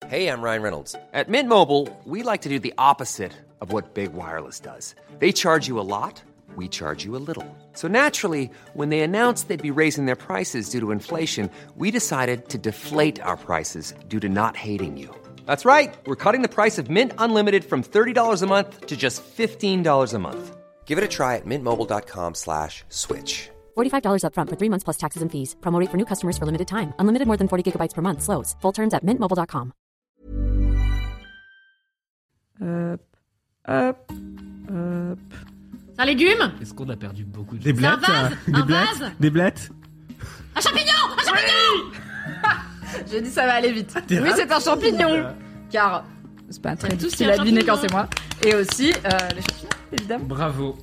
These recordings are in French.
Hey, I'm Ryan Reynolds. At Mint Mobile, we like to do the opposite of what Big Wireless does. They charge you a lot, we charge you a little. So naturally, when they announced they'd be raising their prices due to inflation, we decided to deflate our prices due to not hating you. That's right. We're cutting the price of Mint Unlimited from $30 a month to just $15 a month. Give it a try at mintmobile.com/switch. $45 up front for 3 months plus taxes and fees. Promo rate for new customers for limited time. Unlimited more than 40 gigabytes per month. Slows full terms at mintmobile.com. C'est un légume? Est-ce qu'on a perdu beaucoup de Des blettes, des blettes. Un champignon! Un champignon! J'ai dit ça va aller vite. T'es Oui, rap. c'est un champignon. Car c'est pas très C'est tout ce difficile qui est à deviner champignon. quand c'est moi. Et aussi les champignons, évidemment. Bravo.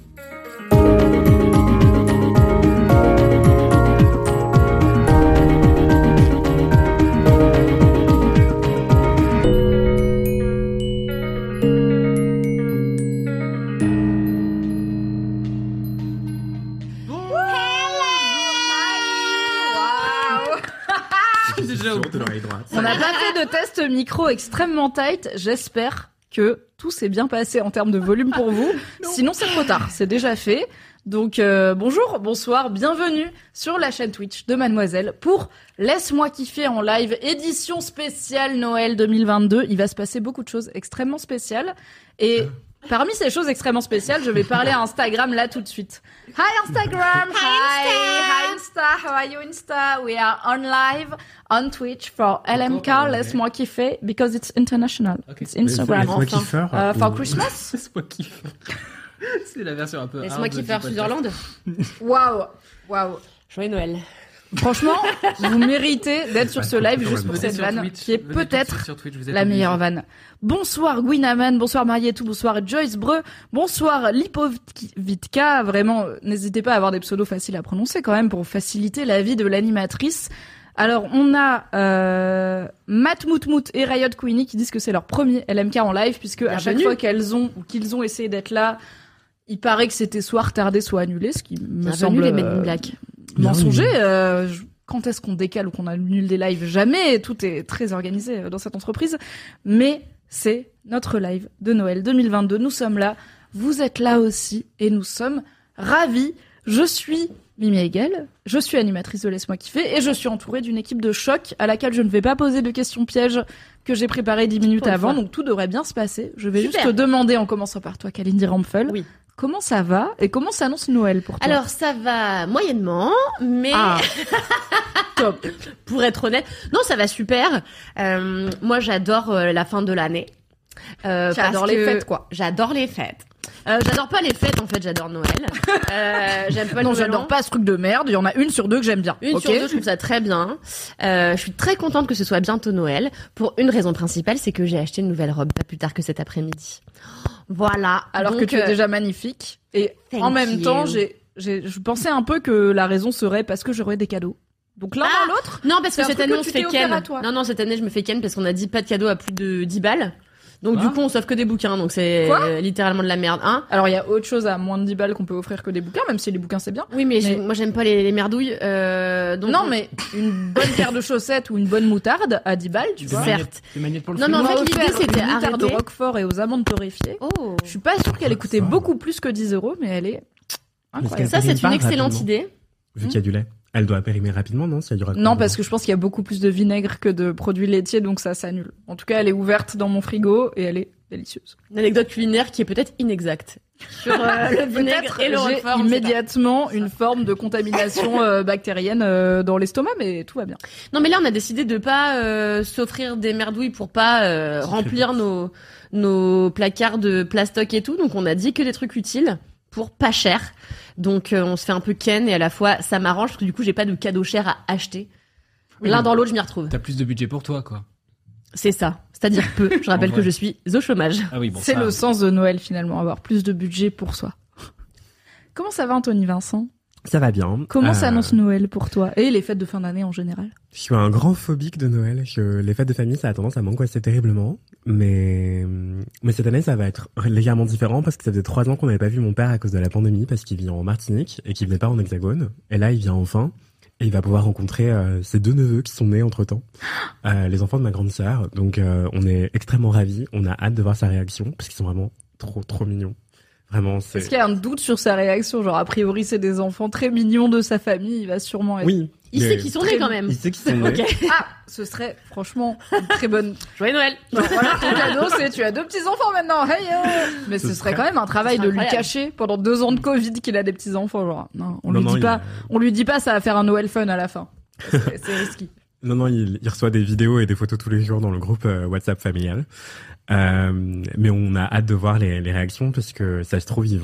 Déjà De l'oreille droite. On n'a pas fait de test micro extrêmement tight. J'espère que tout s'est bien passé en termes de volume pour vous. Sinon, c'est trop tard. C'est déjà fait. Donc, bonjour, bonsoir, bienvenue sur la chaîne Twitch de Mademoiselle pour Laisse-moi kiffer en live, édition spéciale Noël 2022. Il va se passer beaucoup de choses extrêmement spéciales. Et parmi ces choses extrêmement spéciales, je vais parler à Instagram là tout de suite. Hi Instagram! Hi Insta! How are you Insta? We are on live on Twitch for LMK, Laisse-moi kiffer, because it's international. Okay. It's Instagram. Laisse-moi kiffer. For Christmas? Laisse-moi kiffer. C'est la version un peu. Laisse-moi hard kiffer du Sutherland. Waouh! Waouh! Joyeux Noël. Franchement, vous méritez d'être sur ce live juste pour Venez cette sur vanne Twitch, qui est venez tout de peut-être suite sur Twitch, vous êtes la obligés. meilleure vanne. Bonsoir Gwinaman, bonsoir Marietou, bonsoir Joyce Breu, bonsoir Lipovitka. Vraiment, n'hésitez pas à avoir des pseudos faciles à prononcer quand même pour faciliter la vie de l'animatrice. Alors, on a Matt Moutmout et Riot Queenie qui disent que c'est leur premier LMK en live, puisque à chaque Bienvenue. fois qu'elles ont ou qu'ils ont essayé d'être là, il paraît que c'était soit retardé, soit annulé, ce qui me semble Bienvenue les Men in Black. mensonger. Quand est-ce qu'on décale ou qu'on annule des lives? Jamais. Tout est très organisé dans cette entreprise. Mais c'est notre live de Noël 2022. Nous sommes là. Vous êtes là aussi. Et nous sommes ravis. Je suis Mimi Hegel. Je suis animatrice de Laisse-moi kiffer. Et je suis entourée d'une équipe de choc à laquelle je ne vais pas poser de questions pièges que j'ai préparées 10 minutes Pour une avant. fois. Donc tout devrait bien se passer. Je vais Super. juste te demander, en commençant par toi, Kalindi Rampfel. Oui. Comment ça va? Et comment s'annonce Noël pour toi? Alors ça va moyennement, mais Ah. Top. pour être honnête, non, ça va super. Moi, j'adore la fin de l'année. J'adore les fêtes, quoi. J'adore les fêtes. J'adore pas les fêtes, en fait, j'adore Noël. J'aime pas le Non, Nouvel j'adore An. pas ce truc de merde. Il y en a une sur deux que j'aime bien. Une Ok. sur deux, je trouve ça très bien. Je suis très contente que ce soit bientôt Noël. Pour une raison principale, c'est que j'ai acheté une nouvelle robe pas plus tard que cet après-midi. Voilà. Alors que Donc, tu es déjà magnifique. Et thank en même you. temps, je pensais un peu que la raison serait parce que j'aurais des cadeaux. Donc l'un Ah, dans l'autre. Non, parce C'est que un cette truc année, que on tu se fait t'es offert ken. à toi. Non, cette année, je me fais ken parce qu'on a dit pas de cadeaux à plus de 10 balles. Donc, Quoi du coup, on s'offre que des bouquins. Donc, c'est Quoi littéralement de la merde, hein. Alors il y a autre chose à moins de 10 balles qu'on peut offrir que des bouquins, même si les bouquins c'est bien. Oui, mais, Mais- moi, j'aime pas les merdouilles. Donc, Non, mais une bonne paire de chaussettes ou une bonne moutarde à 10 balles, tu Des vois. Certes. magnettes- Des magnettes pour le Non, mais en frigo. fait, l'idée, Offert c'était une moutarde de arrêter. Roquefort et aux amandes torréfiées. Oh. Je suis pas sûre qu'elle ait coûté Ça. beaucoup plus que 10 €, mais elle est incroyable. Ça, c'est une Pas excellente rapidement. idée. Vu qu'il y a du lait. Elle doit périmer rapidement, non? Si elle dure Non, parce que je pense qu'il y a beaucoup plus de vinaigre que de produits laitiers, donc ça s'annule. En tout cas, elle est ouverte dans mon frigo et elle est délicieuse. Une anecdote culinaire qui est peut-être inexacte. Sur le vinaigre Peut-être et le j'ai Roquefort. on sait pas. immédiatement une forme de contamination bactérienne dans l'estomac, mais tout va bien. Non, mais là, on a décidé de pas s'offrir des merdouilles pour pas remplir nos placards de plastoc et tout. Donc, on a dit que des trucs utiles pour pas cher. Donc, on se fait un peu ken et à la fois, ça m'arrange parce que du coup, j'ai pas de cadeaux chers à acheter. Oui, L'un mais dans l'autre, je m'y retrouve. T'as plus de budget pour toi, quoi. C'est ça. C'est-à-dire peu. Je rappelle vrai. que je suis au chômage. Ah oui, bon, C'est ça- le sens de Noël finalement, avoir plus de budget pour soi. Comment ça va Anthony Vincent? Ça va bien. Comment s'annonce Noël pour toi? Et les fêtes de fin d'année en général? Je suis un grand phobique de Noël. Les fêtes de famille, ça a tendance à m'angoisser terriblement. Mais cette année, ça va être légèrement différent parce que ça faisait 3 ans qu'on n'avait pas vu mon père à cause de la pandémie parce qu'il vit en Martinique et qu'il venait pas en Hexagone. Et là, il vient enfin. Et il va pouvoir rencontrer ses 2 neveux qui sont nés entre-temps, les enfants de ma grande sœur. Donc on est extrêmement ravis, on a hâte de voir sa réaction, parce qu'ils sont vraiment trop mignons. Vraiment, c'est... Est-ce qu'il y a un doute sur sa réaction? Genre, a priori, c'est des enfants très mignons de sa famille, il va sûrement être... Oui. Il sait qu'ils sont nés quand même. Il sait qu'ils sont nés. Ok. Ah, ce serait franchement une très bonne... Joyeux Noël. Genre, voilà, ton cadeau, c'est tu as 2 petits-enfants maintenant, hey Mais ce serait quand même un travail de lui incroyable. cacher pendant 2 ans de Covid qu'il a des petits-enfants, genre. Non, on lui dit il pas, a- on lui dit pas ça va faire un Noël fun à la fin. C'est risqué. Non, il reçoit des vidéos et des photos tous les jours dans le groupe WhatsApp familial. Mais on a hâte de voir les réactions parce que ça se trouve,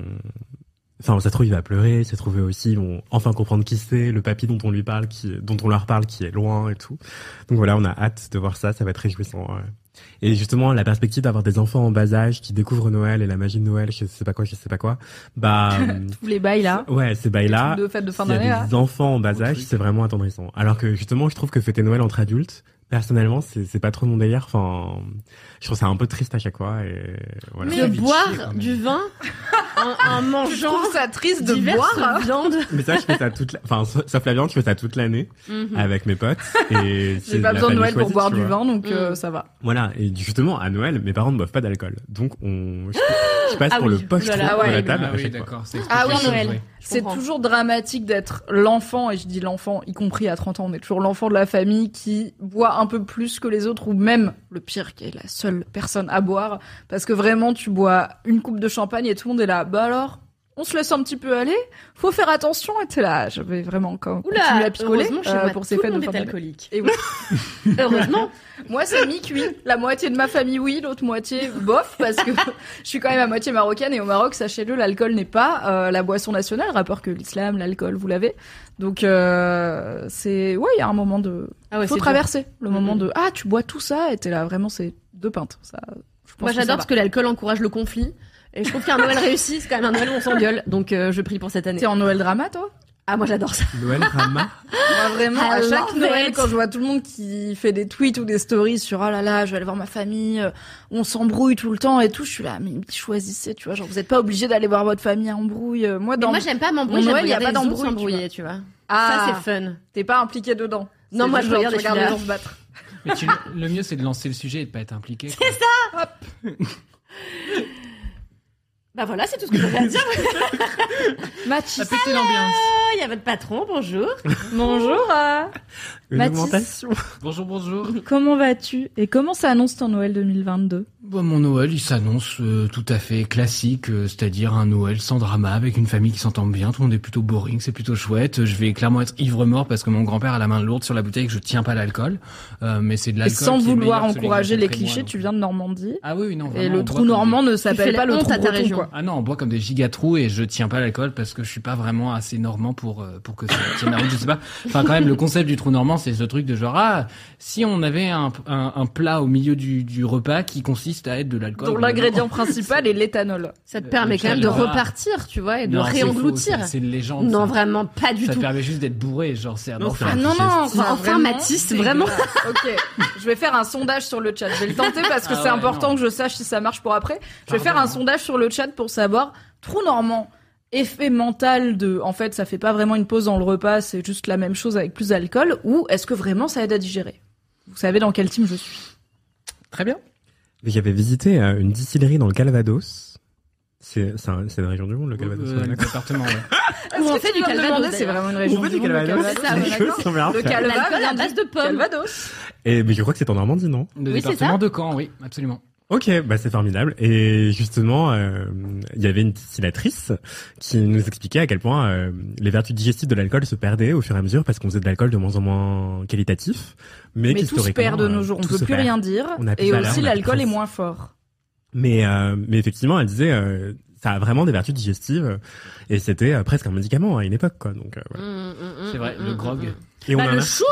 ça se trouve, il va pleurer. Ça se trouve aussi, ils vont enfin comprendre qui c'est, le papy dont on leur parle, qui est loin et tout. Donc voilà, on a hâte de voir ça. Ça va être réjouissant. Ouais. Et justement, la perspective d'avoir des enfants en bas âge qui découvrent Noël et la magie de Noël, je sais pas quoi. Bah, Tous les bails là. ouais, ces bails-là. De fête de fin S'il y d'année a là. des enfants en bas âge, c'est vraiment attendrissant. Alors que justement, je trouve que fêter Noël entre adultes, personnellement, c'est pas trop mon délire. Enfin, je trouve ça un peu triste à chaque fois. Et voilà. Mais Avicii, boire quand même. du vin en Je mangeant trouve ça triste de diverses boire. viandes. Mais ça, je fais ça sauf la viande, je fais ça toute l'année Mhm. avec mes potes. Et J'ai pas besoin de Noël pour boire du vin, donc Mm. ça va. Voilà. Et justement, à Noël, mes parents ne boivent pas d'alcool. Donc, je passe Ah pour oui. le poche Voilà. de Ah ouais, la table Ah à oui, chaque fois. d'accord. ça Ah explique oui, les choses, Noël. ouais. C'est comprends. toujours dramatique d'être l'enfant, et je dis l'enfant, y compris à 30 ans, on est toujours l'enfant de la famille qui boit un peu plus que les autres, ou même, le pire, qui est la seule personne à boire, parce que vraiment, tu bois une coupe de champagne et tout le monde est là, bah alors, on se laisse un petit peu aller, faut faire attention, et t'es là, je vais vraiment encore continuer Oula, à picoler heureusement, chez moi, pour ces tout le fêtes de monde fin est d'année. alcoolique. Et oui. Heureusement. Moi, c'est mi-cuit. La moitié de ma famille, oui, l'autre moitié, bof, parce que je suis quand même à moitié marocaine et au Maroc, sachez-le, l'alcool n'est pas la boisson nationale, rapport que l'islam, l'alcool, vous l'avez. Donc, c'est, ouais, il y a un moment de, Ah ouais, faut c'est traverser le moment Mhm. de, ah, tu bois tout ça, et t'es là, vraiment, c'est 2 pintes. Ça, je pense Moi, que ça j'adore va. parce que l'alcool encourage le conflit. Et je trouve qu'un Noël réussi, c'est quand même un Noël où on s'engueule. Donc, je prie pour cette année. T'es en Noël drama, toi? Ah, moi, j'adore ça. Noël drama. Moi, vraiment, à I chaque love Noël, it. quand je vois tout le monde qui fait des tweets ou des stories sur, oh là là, je vais aller voir ma famille, on s'embrouille tout le temps et tout, je suis là, mais choisissez, tu vois, genre, vous êtes pas obligé d'aller voir votre famille en embrouille. Moi, Mais dans moi, j'aime pas m'embrouiller. mon J'aime Noël, il y a regarder pas les autres d'embrouille, s'embrouiller, tu vois. Ah. Ça, c'est fun. T'es pas impliqué dedans. Non, C'est moi, juste je genre, regarde tu et regardes je les suis gens se battre. Mais le mieux, c'est de lancer le sujet et de pas être impliqué. quoi. Bah voilà, c'est tout ce que j'avais à dire. Mathis. Ça pété l'ambiance. Oh, il y a votre patron, bonjour. Bonjour. Une Mathis. augmentation. Bonjour, bonjour. Comment vas-tu? Et comment ça annonce ton Noël 2022? Bon, mon Noël, il s'annonce tout à fait classique, c'est-à-dire un Noël sans drama, avec une famille qui s'entend bien, tout le monde est plutôt boring, c'est plutôt chouette. Je vais clairement être ivre-mort parce que mon grand-père a la main lourde sur la bouteille et que je tiens pas l'alcool. Mais c'est de Et l'alcool. sans qui est vouloir meilleur que celui que encourager les j'achèterais moi, clichés, donc. tu viens de Normandie. Ah oui, non, vraiment. Et on le boit trou comme des- normand ne fais s'appelle la pas le honte trou à ta breton, région. quoi. Ah non, on boit comme des gigatrous et je tiens pas l'alcool parce que je suis pas vraiment assez normand pour que ça tienne la route, je sais pas. Enfin, quand même, le concept du trou normand, c'est ce truc de genre, ah, si on avait un plat au milieu du repas qui consiste à être de l'alcool. Dont l'ingrédient principal est l'éthanol. Ça te permet quand même de Inch'Allah. repartir, tu vois, et de Non, c'est réengloutir. faux, c'est une légende. Non, ça. vraiment pas du Ça tout. te permet juste d'être bourré, genre c'est un Non, enfer. c'est un non, cliché. ça, Enfin, vraiment, Mathis, vraiment. Ok, je vais faire un sondage sur le chat. Je vais le tenter parce que Ah c'est ouais, important non. que je sache si ça marche pour après. Je vais Pardon, faire un hein. sondage sur le chat pour savoir, trou normand, effet mental de, en fait, ça fait pas vraiment une pause dans le repas, c'est juste la même chose avec plus d'alcool, ou est-ce que vraiment ça aide à digérer? Vous savez dans quel team je suis. Très bien. J'avais visité une distillerie dans le Calvados. C'est une région du monde, le Calvados. on est Le d'accord. département, ouais. Où on Est-ce que fait tu du viens de Calvados, demander, c'est d'ailleurs. vraiment une région On fait du monde, le Calvados. Calvados. Ça, Les ouais, choses d'accord. sont bien Le faites. Calva L'alcool vient à base de pommes. Calvados. Mais je crois que c'est en Normandie, non? Le Oui, c'est département ça. de Caen, oui, absolument. Ok, bah c'est formidable. Et justement, il y avait une distillatrice qui nous expliquait à quel point les vertus digestives de l'alcool se perdaient au fur et à mesure parce qu'on faisait de l'alcool de moins en moins qualitatif, mais Mais tout se perd de nos jours, on tout peut se plus perd. rien dire. On a plus Et de valeur, aussi on a plus de l'alcool est trace. moins fort. Mais effectivement, elle disait ça a vraiment des vertus digestives et c'était presque un médicament à une époque, quoi. Donc voilà. C'est vrai, le grog. Et on Bah, en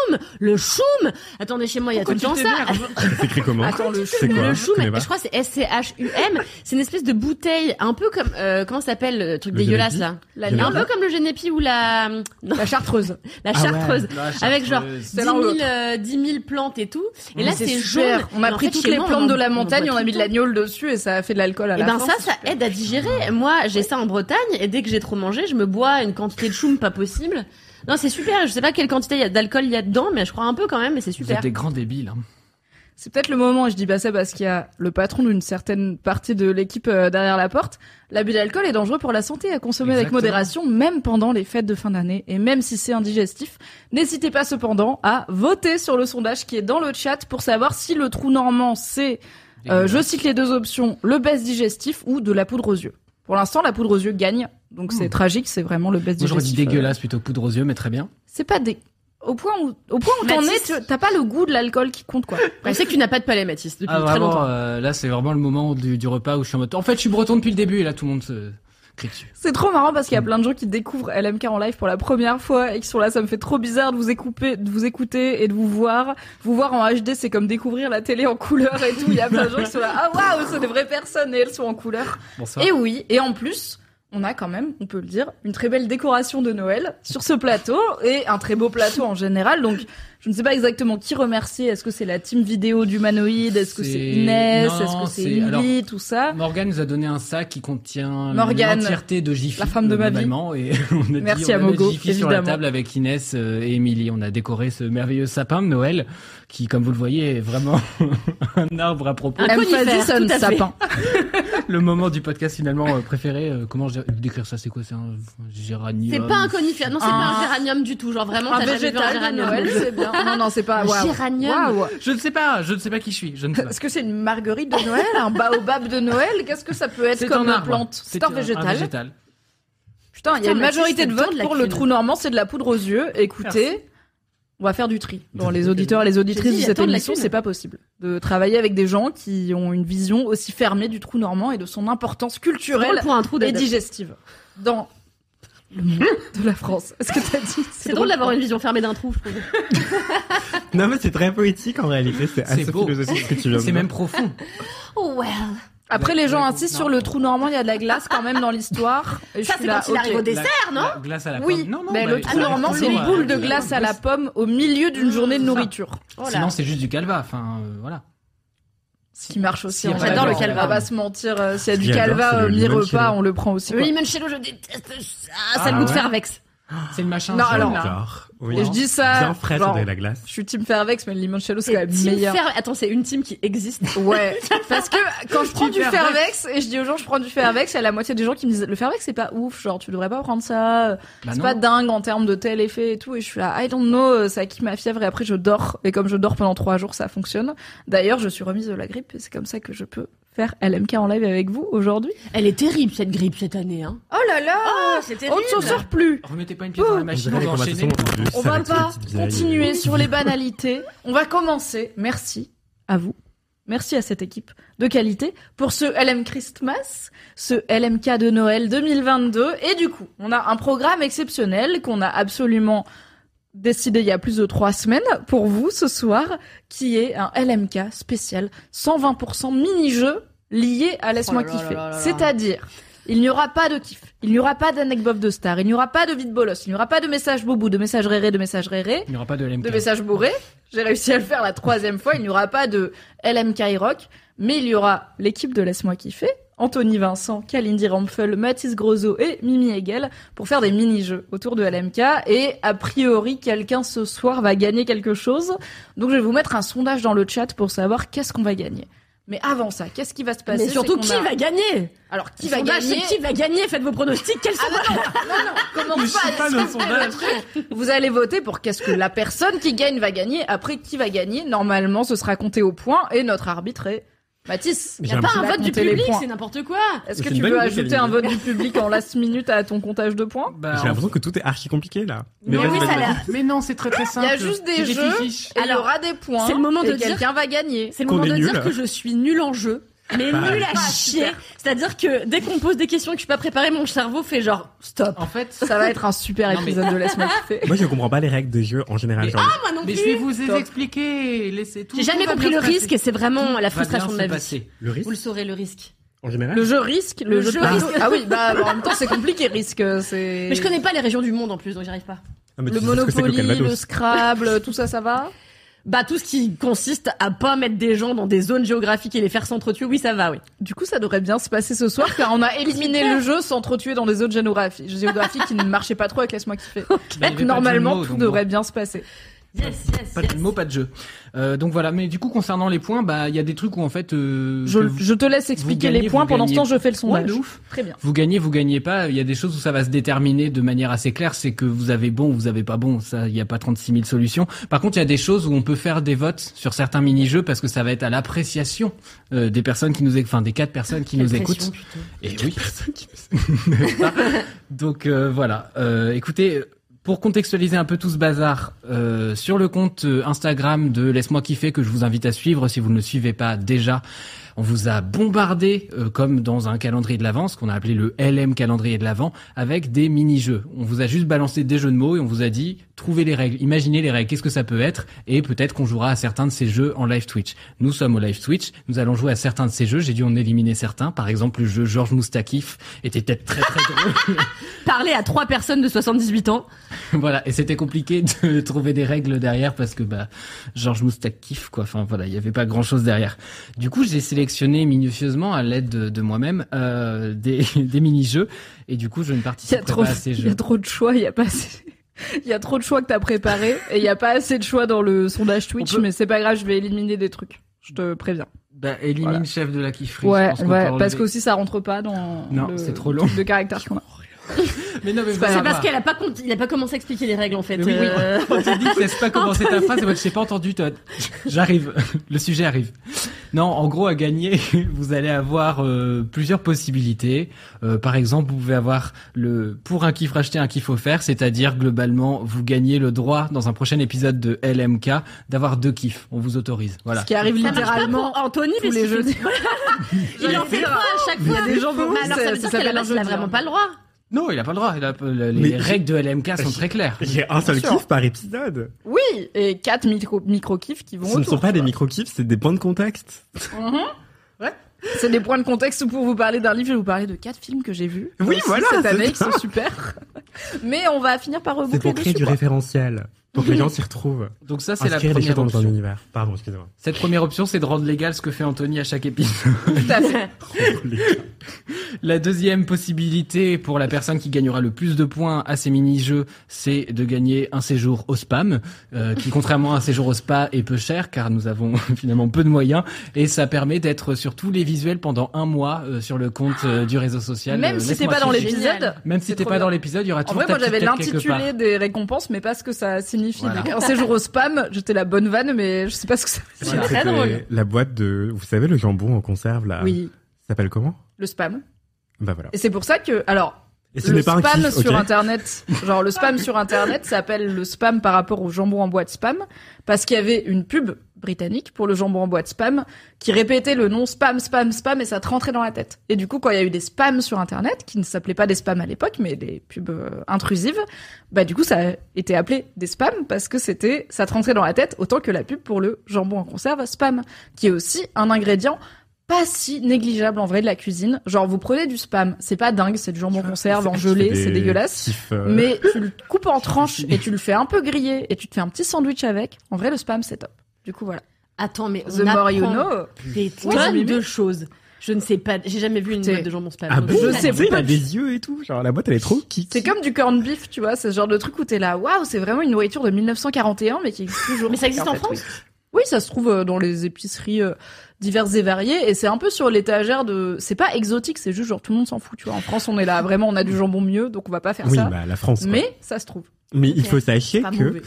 le choum. Attendez, chez moi, il y a tout le temps ça. c'est écrit comment? Attends, le C'est quoi? Le Je choum, connais pas. je crois que c'est SCHUM. C'est une espèce de bouteille, un peu comme, comment ça s'appelle le truc Le dégueulasse Genepi là? La, Genepi. Un peu comme le Genepi ou la, non, la chartreuse. la Ah ouais. chartreuse. Avec genre 10 l'un ou 000, l'autre. 10 000 plantes et tout. Et là, c'est super. jaune. On a Et en pris fait, toutes chez les moi, plantes de la en montagne, boit on a tout mis de le temps. l'agnole dessus et ça a fait de l'alcool à Et la ben fin. ça c'est super. aide à digérer. Moi, j'ai ça en Bretagne et dès que j'ai trop mangé, je me bois une quantité de choum pas possible. Non, c'est super. Je sais pas quelle quantité d'alcool il y a dedans, mais je crois un peu quand même, mais c'est Vous super. êtes des grands débiles. Hein. C'est peut-être le moment, et je dis pas ça parce qu'il y a le patron d'une certaine partie de l'équipe derrière la porte. L'abus d'alcool est dangereux pour la santé, à consommer avec Exactement. modération, même pendant les fêtes de fin d'année, et même si c'est indigestif. N'hésitez pas cependant à voter sur le sondage qui est dans le chat pour savoir si le trou normand c'est, je cite les deux options, le baisse digestif ou de la poudre aux yeux. Pour l'instant, la poudre aux yeux gagne, donc c'est tragique, c'est vraiment le baisse Moi, j'aurais dit digestif. dégueulasse plutôt que poudre aux yeux, mais très bien. C'est pas au point où t'en Mathis. es, t'as pas le goût de l'alcool qui compte, quoi. On sait que tu n'as pas de palais, Mathis, depuis très vraiment, longtemps. là, c'est vraiment le moment du repas où je suis en mode. En fait, je suis breton depuis le début et là, tout le monde se crie dessus. C'est trop marrant parce qu'il y a plein de gens qui découvrent LMK en live pour la première fois et qui sont là, ça me fait trop bizarre de vous écouter et de vous voir. Vous voir en HD, c'est comme découvrir la télé en couleur et tout. Il y a plein de gens qui sont là, ah waouh, c'est des vraies personnes et elles sont en couleur. Bonsoir. Et oui, et en plus, on a quand même, on peut le dire, une très belle décoration de Noël sur ce plateau et un très beau plateau en général. Donc, je ne sais pas exactement qui remercier. Est-ce que c'est la team vidéo d'Humanoïde? Est-ce que c'est Inès? Non, Est-ce que c'est c'est- alors, Emily? Tout ça. Morgane nous a donné un sac qui contient Morgane, l'entièreté de Jiffy, la femme de ma vie. globalement, et on a Merci dit, on à va mettre Mogo, Jiffy sur la évidemment. table avec Inès et Émilie. On a décoré ce merveilleux sapin de Noël qui, comme vous le voyez, est vraiment un arbre à propos. Un Emphasis conifère, on tout à fait. sapin. Le moment du podcast finalement préféré. Comment décrire ça? C'est quoi? C'est un géranium? C'est pas un conifère, non, c'est pas un géranium du tout. Genre vraiment, Un t'as jamais vu un végétal de géranium. Noël, c'est bien. Non, non, c'est pas. Un Waouh. géranium. Waouh. Je ne sais pas qui je suis. Je ne sais pas. Est-ce que c'est une marguerite de Noël, un baobab de Noël? Qu'est-ce que ça peut être C'est comme un arbre. plante? C'est un végétal. Putain, il y a Putain, une Mathis, majorité c'est de le temps votes de la pour le thune. trou normand, c'est de la poudre aux yeux. Écoutez, on va faire du tri. Dans les auditeurs et les J'ai auditrices dit, de il y a cette tant de émission, lacunes. c'est pas possible de travailler avec des gens qui ont une vision aussi fermée du trou normand et de son importance C'est culturelle drôle pour un trou et d'adaptation. digestive dans le monde de la France. Est-ce que t'as dit? C'est drôle d'avoir une vision fermée d'un trou, je trouve. Non, mais c'est très poétique en réalité. C'est assez beau. philosophique ce que tu viens de C'est dire. même profond. Oh well. Après, les gens Ouais, insistent non. sur le trou normand, il y a de la glace quand même dans l'histoire. Et je Ça, suis c'est là, quand il arrive ok. au dessert, non La glace à la Oui, pomme. Non, non, mais bah, le trou ça normand, arrive c'est une toujours, boule de hein. glace à la pomme au milieu d'une journée de nourriture. Oh là. Sinon, c'est juste du calva. Enfin, voilà. Ce qui marche aussi. Si, en j'adore vrai. le calva. On va pas se mentir, s'il y a Ce du que j'adore, calva c'est le mi-repas, limoncello. on le prend aussi. Le Quoi. limoncello, je déteste ça. Ça Ah a le goût de ouais Fervex. C'est le machin. Non, jaune, alors, là. Genre, oui. Et je dis ça. Bien frais, genre, on dirait la glace. je suis team Fervex, mais le limoncello, c'est C'est quand même Team meilleur. Attends, c'est une team qui existe. Ouais, parce que quand je prends Team du Fervex. Fervex et je dis aux gens je prends du Fervex, il y a la moitié des gens qui me disent le Fervex c'est pas ouf, genre tu devrais pas prendre ça, Bah c'est non. pas dingue en termes de tel effet et tout, et je suis là I don't know, ça acquiert ma fièvre et après je dors, et comme je dors pendant 3 jours ça fonctionne. D'ailleurs je suis remise de la grippe et c'est comme ça que je peux faire LMK en live avec vous aujourd'hui. Elle est terrible, cette grippe, cette année, hein. Oh là là, c'est on terrible. ne s'en sort plus. Remettez pas une pièce dans la machine, On on dirait va les enchaîner. conversations du bus On va avec les pas petites vieilles. continuer sur les banalités. On va commencer. Merci à vous. Merci à cette équipe de qualité pour ce LM Christmas, ce LMK de Noël 2022. Et du coup, on a un programme exceptionnel qu'on a absolument décidé il y a plus de 3 semaines pour vous ce soir, qui est un LMK spécial 120% mini-jeu lié à Laisse-moi Oh là là kiffer. là là là. C'est-à-dire, il n'y aura pas de kiff, il n'y aura pas d'anecdote de star, il n'y aura pas de vide bolos, il n'y aura pas de message boubou, de message réré, de message réré, Il n'y aura pas de LMK. de message bourré. J'ai réussi à le faire la 3e fois. Il n'y aura pas de LMK Rock, mais il y aura l'équipe de Laisse-moi kiffer, Anthony Vincent, Kalindi Rampfel, Mathis Grosso et Mimi Hegel pour faire des mini-jeux autour de LMK. Et a priori, quelqu'un ce soir va gagner quelque chose. Donc je vais vous mettre un sondage dans le chat pour savoir qu'est-ce qu'on va gagner. Mais avant ça, qu'est-ce qui va se passer? Mais surtout, C'est qui qu'on a- va gagner? Alors, qui Le va sondage, gagner? c'est qui va gagner? Faites vos pronostics. Quels sont Non, commence pas à pas le discuter sondage. le truc. Vous allez voter pour qu'est-ce que la personne qui gagne va gagner. Après, qui va gagner? Normalement, ce sera compté au point et notre arbitre est Mathis. J'ai Y a pas l'impression- un Il va vote du compter les public, points. c'est n'importe quoi. Est-ce que C'est tu une bonne veux idée, ajouter Kalindi. un vote du public en last minute à ton comptage de points? Bah, J'ai l'impression que tout est archi compliqué là. Mais vas-y, oui, vas-y, ça a vas-y. l'air. Mais non, c'est très très Il simple. y a juste des C'est jeux fiches. et il y Alors, aura des points. c'est le moment et de dire- quelqu'un va gagner. C'est le Qu'on moment est de dire nul. que je suis nulle en jeu. Mais nulle à chier. C'est-à-dire que dès qu'on me pose des questions et que je suis pas préparée, mon cerveau fait genre stop. En fait, Ça va être un super Non, mais- épisode de Laisse-moi kiffer. Moi, je comprends pas les règles de jeu en général. Mais- genre, Moi non mais plus. je vais vous les Top. expliquer. Laissez tout. J'ai jamais tout va compris bien le se risque passer. et c'est vraiment la Va frustration bien de se ma vie. passer. le risque Vous le saurez, le risque. en général. Le jeu risque, le jeu de jeu plateau. risque. Ah oui, bah en même temps c'est compliqué risque. C'est. Mais je connais pas les régions du monde en plus, donc j'y arrive pas. Ah, mais Le tu sais ce que c'est que Monopoly, Calvados. le Scrabble, tout ça, ça va? Bah, tout ce qui consiste à pas mettre des gens dans des zones géographiques et les faire s'entretuer, oui, ça va, oui. Du coup, ça devrait bien se passer ce soir, car on a éliminé le jeu s'entretuer dans des zones géographiques qui ne marchaient pas trop avec Laisse-moi kiffer. Donc, normalement, tout devrait bien se passer. Yes. Pas de mots, pas de jeu. Donc voilà, mais du coup concernant les points, bah il y a des trucs où en fait je te laisse expliquer les points pendant ce temps je fais le sondage. Ouais, de ouf. Très bien. Vous gagnez pas, il y a des choses où ça va se déterminer de manière assez claire, c'est que vous avez bon ou vous avez pas bon, ça il y a pas 36 000 solutions. Par contre, il y a des choses où on peut faire des votes sur certains mini-jeux parce que ça va être à l'appréciation des personnes qui nous des 4 personnes qui nous écoutent. Et oui. Donc voilà, écoutez, pour contextualiser un peu tout ce bazar, sur le compte Instagram de Laisse-moi kiffer que je vous invite à suivre si vous ne le suivez pas déjà, on vous a bombardé, comme dans un calendrier de l'Avent, ce qu'on a appelé le LM calendrier de l'Avent, avec des mini-jeux. On vous a juste balancé des jeux de mots et on vous a dit, trouvez les règles, imaginez les règles, qu'est-ce que ça peut être, et peut-être qu'on jouera à certains de ces jeux en live Twitch. Nous sommes au live Twitch, nous allons jouer à certains de ces jeux, j'ai dû en éliminer certains, par exemple le jeu Georges Moustakif était peut-être très très drôle. Parler à 3 personnes de 78 ans. Voilà, et c'était compliqué de trouver des règles derrière parce que Georges Moustakif quoi, enfin voilà, il y avait pas grand-chose derrière. Du coup, j'ai sélectionné minutieusement à l'aide de moi-même des mini-jeux et du coup, je ne participerai pas à ces jeux. Il y a trop de choix, il y a pas assez. Il y a trop de choix que t'as préparé et il y a pas assez de choix dans le sondage Twitch, mais c'est pas grave, je vais éliminer des trucs. Je te préviens. Élimine voilà. Chef de la kifferie. Ouais, parce qu'aussi ça rentre pas dans c'est trop long. De caractère qu'on a. Mais non, mais c'est parce qu'il a pas commencé à expliquer les règles en fait. Oui, on t'a dit que laisse pas commencer ta phrase et moi je t'ai pas entendu toi. J'arrive, le sujet arrive. Non, en gros à gagner, vous allez avoir plusieurs possibilités. Par exemple, vous pouvez avoir pour un kiff racheter un kiff offert, c'est-à-dire globalement vous gagnez le droit dans un prochain épisode de LMK d'avoir 2 kiffs. On vous autorise. Voilà. Ce qui arrive ça littéralement pour Anthony tous les jeux. Il en fait 3 à chaque fois. Il y a des gens mais alors ça veut dire qu'il a vraiment pas le droit. Non, il a pas le droit. Les règles de LMK sont très claires. J'ai un seul kiff par épisode. Oui, et 4 micro-kiffs qui vont Ce ne sont pas des micro-kiffs, c'est des points de contexte. Ouais. C'est des points de contexte pour vous parler d'un livre. Je vais vous parler de 4 films que j'ai vus. Oui, voilà. Cette année, qui sont super. Mais on va finir par reboucler dessus. C'est pour créer du référentiel. Pour que les gens s'y retrouvent. Donc ça, c'est la première option. Dans un univers. Pardon, excusez-moi. Cette première option, c'est de rendre légal ce que fait Anthony à chaque épisode. Tout à fait. La deuxième possibilité pour la personne qui gagnera le plus de points à ces mini-jeux, c'est de gagner un séjour au spam, qui contrairement à un séjour au spa est peu cher, car nous avons finalement peu de moyens, et ça permet d'être sur tous les visuels pendant 1 mois sur le compte du réseau social. Même si t'es pas dans l'épisode. Même si t'es pas dans l'épisode, il y aura toujours ta petite tête quelque part. En vrai, moi j'avais l'intitulé des récompenses, mais pas ce que ça signifie. Voilà. Un séjour au spam, j'étais la bonne vanne, mais je sais pas ce que ça veut dire. C'est très drôle. La boîte de, vous savez, le jambon en conserve, là. Oui. Ça s'appelle comment? Le spam. Bah voilà. Et c'est pour ça que, alors, et ce le n'est pas spam un kiff, sur okay. Internet, genre le spam sur Internet s'appelle le spam par rapport au jambon en boîte spam, parce qu'il y avait une pub britannique pour le jambon en boîte spam qui répétait le nom spam, spam, spam et ça te rentrait dans la tête. Et du coup, quand il y a eu des spams sur Internet, qui ne s'appelaient pas des spams à l'époque, mais des pubs intrusives, bah du coup, ça a été appelé des spams parce que ça te rentrait dans la tête autant que la pub pour le jambon en conserve spam, qui est aussi un ingrédient pas si négligeable en vrai de la cuisine. Genre, vous prenez du spam, c'est pas dingue, c'est du jambon conserve en gelée, c'est dégueulasse. Mais tu le coupes en tranches et tu le fais un peu griller et tu te fais un petit sandwich avec. En vrai, le spam, c'est top. Du coup, voilà. Attends, mais The more you know. Des tonnes de choses. Je ne sais pas, j'ai jamais vu une boîte de jambon spam. Ah bon, je sais pas. Il a des yeux et tout. Genre, la boîte, elle est trop kiki. C'est comme du corned beef, tu vois. C'est ce genre de truc où t'es là, waouh, c'est vraiment une nourriture de 1941, mais qui existe toujours. Mais ça existe en France? Oui, ça se trouve dans les épiceries diverses et variées, et c'est un peu sur l'étagère de. C'est pas exotique, c'est juste genre tout le monde s'en fout, tu vois. En France, on est là, vraiment, on a du jambon mieux, donc on va pas faire ça. Oui, bah la France. Quoi. Mais ça se trouve. Mais il faut sachez que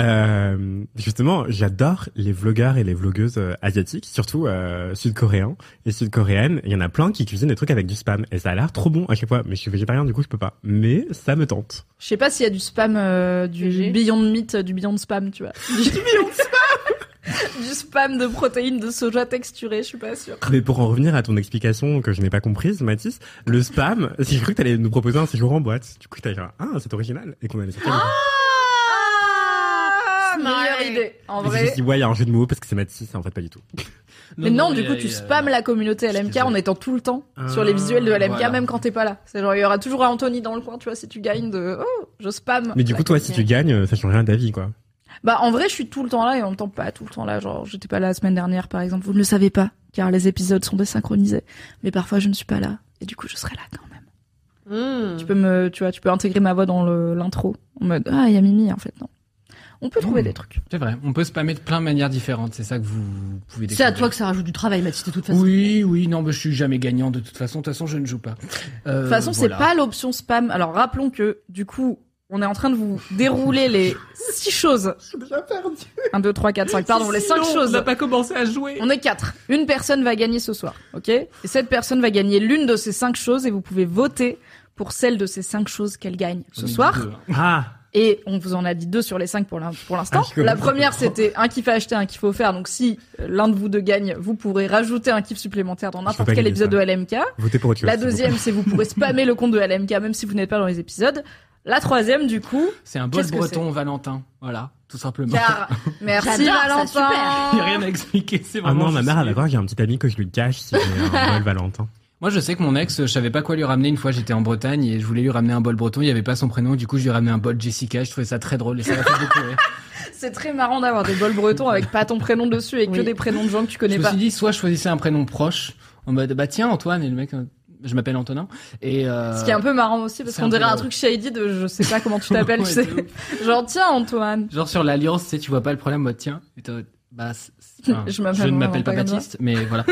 justement, j'adore les vlogueurs et les vlogueuses asiatiques, surtout sud-coréens et sud-coréennes. Il y en a plein qui cuisinent des trucs avec du spam, et ça a l'air trop bon à chaque fois. Mais je suis végétarien, du coup, je peux pas. Mais ça me tente. Je sais pas s'il y a du spam, du Beyond Meat, du Beyond Spam, tu vois. Du Beyond Spam. Du spam de protéines de soja texturé, je suis pas sûre. Mais pour en revenir à ton explication que je n'ai pas comprise, Mathis, le spam, j'ai cru que t'allais nous proposer un séjour en boîte. Du coup, t'allais dire, c'est original, et qu'on allait sortir. Meilleure idée. En vrai. Je me suis dit, ouais, il y a un jeu de mots parce que c'est Mathis, en fait, pas du tout. Mais non, du coup, tu spams la communauté LMK en étant tout le temps sur les visuels de LMK, voilà. Même quand t'es pas là. C'est genre, il y aura toujours Anthony dans le coin, tu vois, si tu gagnes je spam. Mais du coup, toi, si tu gagnes, ça change rien de ta vie, quoi. Bah, en vrai, je suis tout le temps là et en même temps pas tout le temps là. Genre, j'étais pas là la semaine dernière, par exemple. Vous ne le savez pas, car les épisodes sont désynchronisés. Mais parfois, je ne suis pas là. Et du coup, je serai là quand même. Tu peux intégrer ma voix dans l'intro. En mode, il y a Mimi, en fait, non. On peut trouver des trucs. C'est vrai, on peut spammer de plein de manières différentes, c'est ça que vous pouvez découvrir. C'est à toi que ça rajoute du travail, Mathis, de toute façon. Oui, non, je suis jamais gagnant de toute façon, je ne joue pas. De toute façon, c'est pas l'option spam. Alors, rappelons que, du coup, on est en train de vous dérouler les 6 choses. Je suis déjà perdu. 1, 2, 3, 4, 5, pardon, les 5 choses. On n'a pas commencé à jouer. On est 4. Une personne va gagner ce soir, ok? Et cette personne va gagner l'une de ces 5 choses et vous pouvez voter pour celle de ces 5 choses qu'elle gagne ce soir. Et on vous en a dit 2 sur les 5 pour l'instant. La première, c'était un kiff à acheter, un kiff offert. Donc si l'un de vous deux gagne, vous pourrez rajouter un kiff supplémentaire dans n'importe quel épisode de LMK. Votez pour autre chose. La deuxième, c'est vous pourrez spammer le compte de LMK même si vous n'êtes pas dans les épisodes. La troisième, du coup, c'est un bol breton Valentin. Voilà, tout simplement. Car, merci Valentin. Il n'y a rien à expliquer, c'est vraiment. Ah non, ma mère, elle va voir, j'ai un petit ami que je lui cache si j'ai un bol Valentin. Moi, je sais que mon ex, je savais pas quoi lui ramener. Une fois, j'étais en Bretagne et je voulais lui ramener un bol breton. Il y avait pas son prénom. Du coup, je lui ai ramené un bol Jessica. Je trouvais ça très drôle et ça m'a fait beaucoup rire. C'est très marrant d'avoir des bols bretons avec pas ton prénom dessus et que des prénoms de gens que tu connais pas. Je me suis dit, soit je choisissais un prénom proche, en mode, bah tiens, Antoine, et le mec, je m'appelle Antonin. Et ce qui est un peu marrant aussi, parce qu'on dirait un truc shady de je sais pas comment tu t'appelles, tu sais. Genre, tiens, Antoine. Genre sur l'alliance, tu sais, tu vois pas le problème, mode tiens. Et bah, je ne m'appelle pas Baptiste, mais voilà.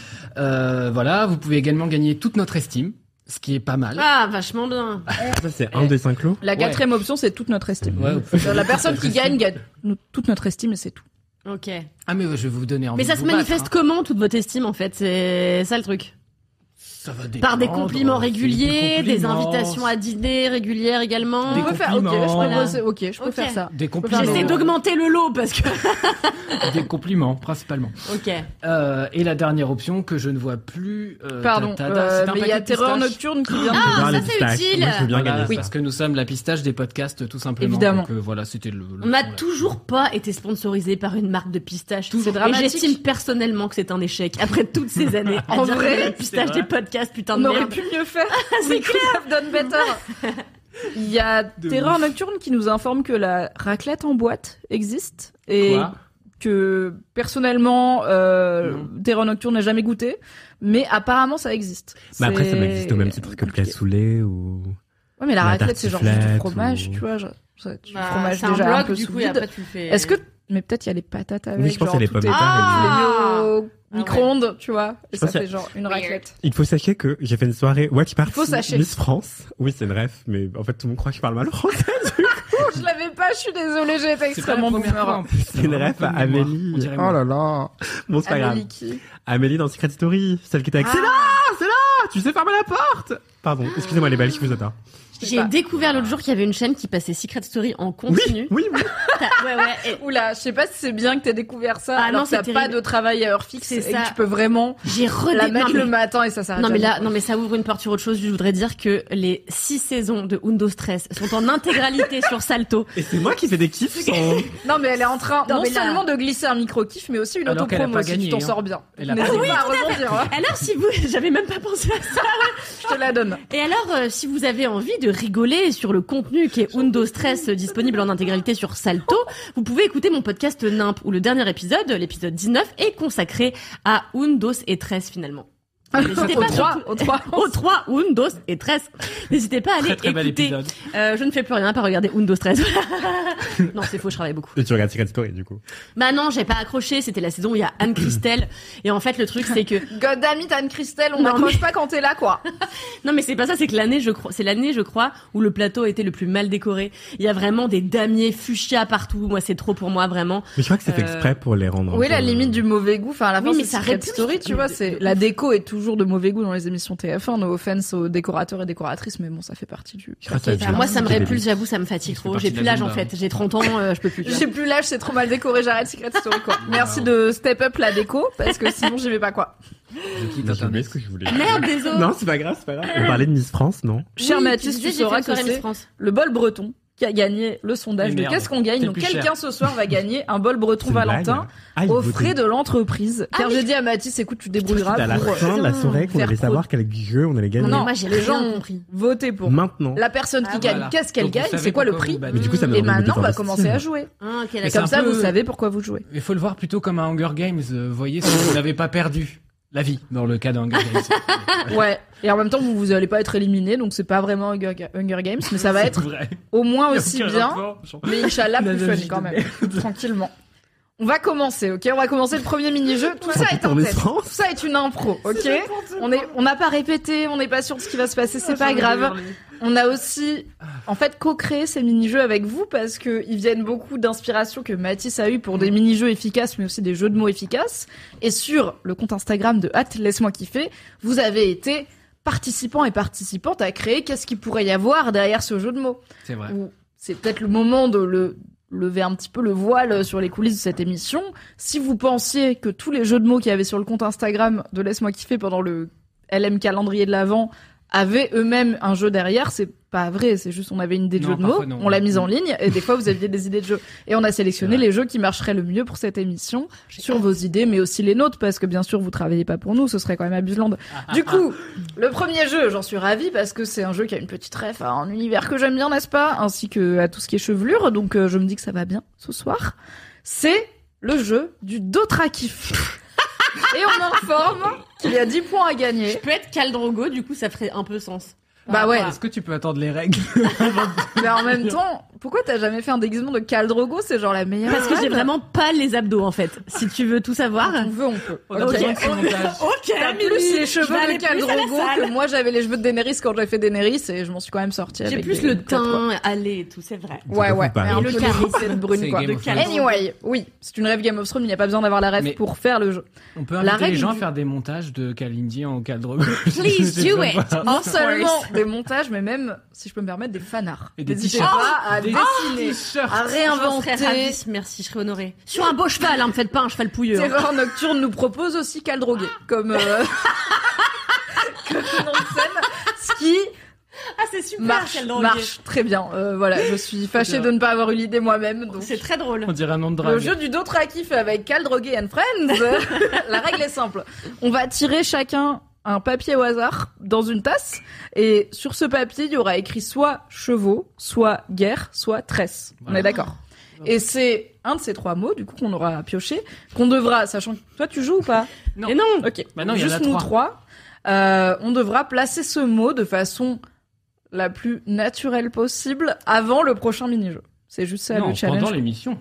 Voilà, vous pouvez également gagner toute notre estime, ce qui est pas mal. Ah, vachement bien. Ça, c'est un des 5 lots. La 4e option, c'est toute notre estime. Ouais, la personne qui gagne toute notre estime et c'est tout. Ok. Ah, mais je vais vous donner envie. Mais ça se manifeste comment, toute votre estime, en fait? C'est ça le truc. Ça va dépendre. Par des compliments réguliers, des invitations à dîner régulières également. On peut faire, je peux faire ça. Des compliments. J'essaie d'augmenter le lot parce que. Des compliments, principalement. Ok. Et la dernière option que je ne vois plus. Pardon, mais il y a Terreur Nocturne qui vient. Ah, ça c'est utile. Moi, je veux bien gagner ça. Parce que nous sommes la pistache des podcasts, tout simplement. Évidemment. Donc, voilà, c'était le. On n'a toujours pas été sponsorisé par une marque de pistache. C'est dramatique. Et j'estime personnellement que c'est un échec après toutes ces années. En vrai, la pistache des podcasts, putain de on merde. aurait pu mieux faire. C'est clair. Done better. Il y a Terreur Nocturne qui nous informe que la raclette en boîte existe et que personnellement Terreur Nocturne n'a jamais goûté, mais apparemment ça existe. Mais après ça existe au même titre que le cassoulet ou. Ouais, mais la raclette c'est genre juste du fromage, ou... tu vois, du fromage c'est déjà un bloc, un peu du sous coup, vide. et après tu le fais. Est-ce que mais peut-être il y a les patates avec. Oui, je pense qu'il y a les pommes de terre. Tu les mets au micro-ondes, tu vois, et ça fait genre une raclette. Il faut sachez que j'ai fait une soirée Watch Party sachez. Miss France. Oui, c'est une ref, mais en fait tout le monde croit que je parle mal français. Je l'avais pas, je suis désolée, j'ai été extrêmement boomer. C'est une ref à Amélie. Oh là là. Bon, c'est pas grave. Amélie qui? Amélie dans Secret Story, celle qui était avec. C'est là, tu sais fermer la porte. Pardon, excusez-moi les Belges, je vous adore. J'ai découvert l'autre jour qu'il y avait une chaîne qui passait Secret Story en continu. Oui. Ouais. Oula, je sais pas si c'est bien que t'aies découvert ça. Ah alors non, que t'as pas de travail à heure fixe. C'est et ça. que tu peux vraiment la mettre le matin et ça s'arrête. Non mais ça ouvre une porte sur autre chose. Je voudrais dire que les 6 saisons de Undo Stress sont en intégralité sur Salto. Et c'est moi qui fais des kiffs sans... Non mais elle est en train non seulement de glisser un micro-kiff, mais aussi une auto-promo si tu t'en sors bien. N'hésite pas à rebondir. Alors si vous... J'avais même pas pensé à ça. Je te la donne. Et alors, si vous avez envie de rigoler sur le contenu qui est Undo Stress disponible en intégralité sur Salto, vous pouvez écouter mon podcast Nimp où le dernier épisode, l'épisode 19, est consacré à Undos et 13 finalement. N'hésitez pas au 3 Undos et 13. N'hésitez pas à aller très bel écouter. Épisode. Je ne fais plus rien à part regarder Undos 13. Non, c'est faux, je travaille beaucoup. Et tu regardes Secret Story du coup. Bah non, j'ai pas accroché, c'était la saison où il y a Anne Christelle et en fait le truc c'est que Goddammit Anne Christelle, on n'accroche pas quand t'es là quoi. Non mais c'est pas ça, c'est que c'est l'année je crois où le plateau a été le plus mal décoré. Il y a vraiment des damiers fuchsia partout. Moi c'est trop pour moi vraiment. Mais je crois que c'est fait exprès pour les rendre. Oui, la limite du mauvais goût. Enfin à la fin mais c'est ça Secret répulse. Story, tu vois, c'est la déco est toujours de mauvais goût dans les émissions TF1. No offense aux décorateurs et décoratrices, mais bon ça fait partie du. Moi ça me répulse, j'avoue, ça me fatigue trop. J'ai plus l'âge en fait. J'ai 30 ans, je peux plus. J'ai plus l'âge, c'est trop mal décoré, j'arrête Secret Story quoi. Merci de step up la déco parce que sinon j'y vais pas quoi. J'ai oublié ce que je voulais. Merde, désolé. Non, c'est pas grave. On parlait de Miss France, non? Cher Oui, Mathis, tu sauras que c'est le bol breton qui a gagné le sondage Et de merde, qu'est-ce qu'on gagne. c'est Donc plus cher. quelqu'un ce soir va gagner un bol breton C'est une Valentin blague. aux il frais votait. de l'entreprise. Car j'ai dit à Mathis, écoute, tu débrouilleras C'est à la pour fin de la soirée qu'on faire allait savoir quel jeu on allait gagner. Non, moi, j'ai les rien gens ont compris. voté pour. Maintenant. La personne qui gagne, Voilà. qu'est-ce qu'elle Donc, vous gagne, savez c'est quoi le pourquoi prix. vous battez. Mais du coup, ça me Et donne envie de maintenant, on va investir. commencer à jouer. Ah, ok, Mais d'accord. c'est Comme un ça, peu- vous savez pourquoi vous jouez. Il faut le voir plutôt comme un Hunger Games. Vous voyez, si vous n'avez pas perdu la vie dans le cas d'un Hunger Games. Ouais. Et en même temps, vous allez pas être éliminé, donc c'est pas vraiment Hunger Games, mais ça va C'est être vrai. au moins Il y a aussi aucun bien. rapport, genre. Mais Inch'Allah, plus fun Analogie quand de même. Tranquillement. On va commencer, ok? On va commencer le premier mini-jeu. Tout ça est en en tête. essence. Tout ça est une impro, ok? On n'a pas répété, on n'est pas sûr de ce qui va se passer, c'est pas grave. On a aussi, en fait, co-créé ces mini-jeux avec vous parce que ils viennent beaucoup d'inspiration que Mathis a eu pour des mini-jeux efficaces, mais aussi des jeux de mots efficaces. Et sur le compte Instagram de Laisse-moi kiffer, vous avez été participants et participantes à créer qu'est-ce qu'il pourrait y avoir derrière ce jeu de mots. C'est vrai. Ou c'est peut-être le moment de lever un petit peu le voile sur les coulisses de cette émission. Si vous pensiez que tous les jeux de mots qu'il y avait sur le compte Instagram de Laisse-moi kiffer pendant le LM calendrier de l'Avent avaient eux-mêmes un jeu derrière, c'est pas vrai, c'est juste on avait une idée de Non, jeu de mots, parfois, non. on l'a mise en ligne et des fois vous aviez des idées de jeux. Et on a sélectionné les jeux qui marcheraient le mieux pour cette émission sur vos idées, mais aussi les nôtres parce que bien sûr vous travaillez pas pour nous, ce serait quand même Abuseland. Du coup, le premier jeu, j'en suis ravie parce que c'est un jeu qui a une petite ref à un univers que j'aime bien, n'est-ce pas, ainsi que à tout ce qui est chevelure, donc je me dis que ça va bien ce soir. C'est le jeu du Dothraki. Et on informe qu'il y a 10 points à gagner. Je peux être Khal Drogo, du coup, ça ferait un peu sens. Bah ouais. Est-ce que tu peux attendre les règles? Mais en même temps, pourquoi t'as jamais fait un déguisement de Khal Drogo? C'est genre la meilleure. Parce que j'ai règle. vraiment pas les abdos, en fait. Si tu veux tout savoir. Quand on veut, on peut. On a Ok. besoin de ce montage. Ok, T'as plus les cheveux de Khal Drogo que moi j'avais les cheveux de Daenerys quand j'ai fait Daenerys et je m'en suis quand même sortie J'ai avec plus des le plates, quoi. teint allé et tout, c'est vrai. Ouais, ouais. Pas Mais un vous peu parler. les recettes brunes, C'est quoi. Game of Thrones. Anyway, oui. C'est une rêve Game of Thrones, il n'y a pas besoin d'avoir la rêve Mais- pour faire le jeu. On peut La inviter les règle gens à du- faire des montages de Kalindi en Khal Drogo. Please do it. Non Of seulement course. des montages, mais même, si je peux me permettre, des fanarts. Et des N'hésitez t-shirts. pas à Des dessiner, t-shirts. à Je serais réinventer. ravie, merci, je serais honorée. Sur un beau cheval, hein, me faites pas un cheval pouilleux. hein. Terreur Nocturne nous propose aussi Khal Drogué comme comme nom de scène, ce qui Ah, c'est super, Khal Drogo. marche très bien. Voilà, je suis fâchée de ne pas avoir eu l'idée moi-même. Donc. C'est très drôle. On dirait un nom de drague. Le jeu du Dothraki fait avec Khal Drogué and Friends. La règle est simple. On va tirer chacun un papier au hasard dans une tasse et sur ce papier, il y aura écrit soit chevaux, soit guerre, soit tresse. On Voilà. est d'accord. Et c'est un de ces trois mots, du coup, qu'on aura pioché, qu'on devra, sachant que toi, tu joues ou pas? Non. Et non. Ok. Bah non, il y en juste a nous trois. on devra placer ce mot de façon la plus naturelle possible avant le prochain mini-jeu. C'est juste ça Non, le challenge. pendant l'émission.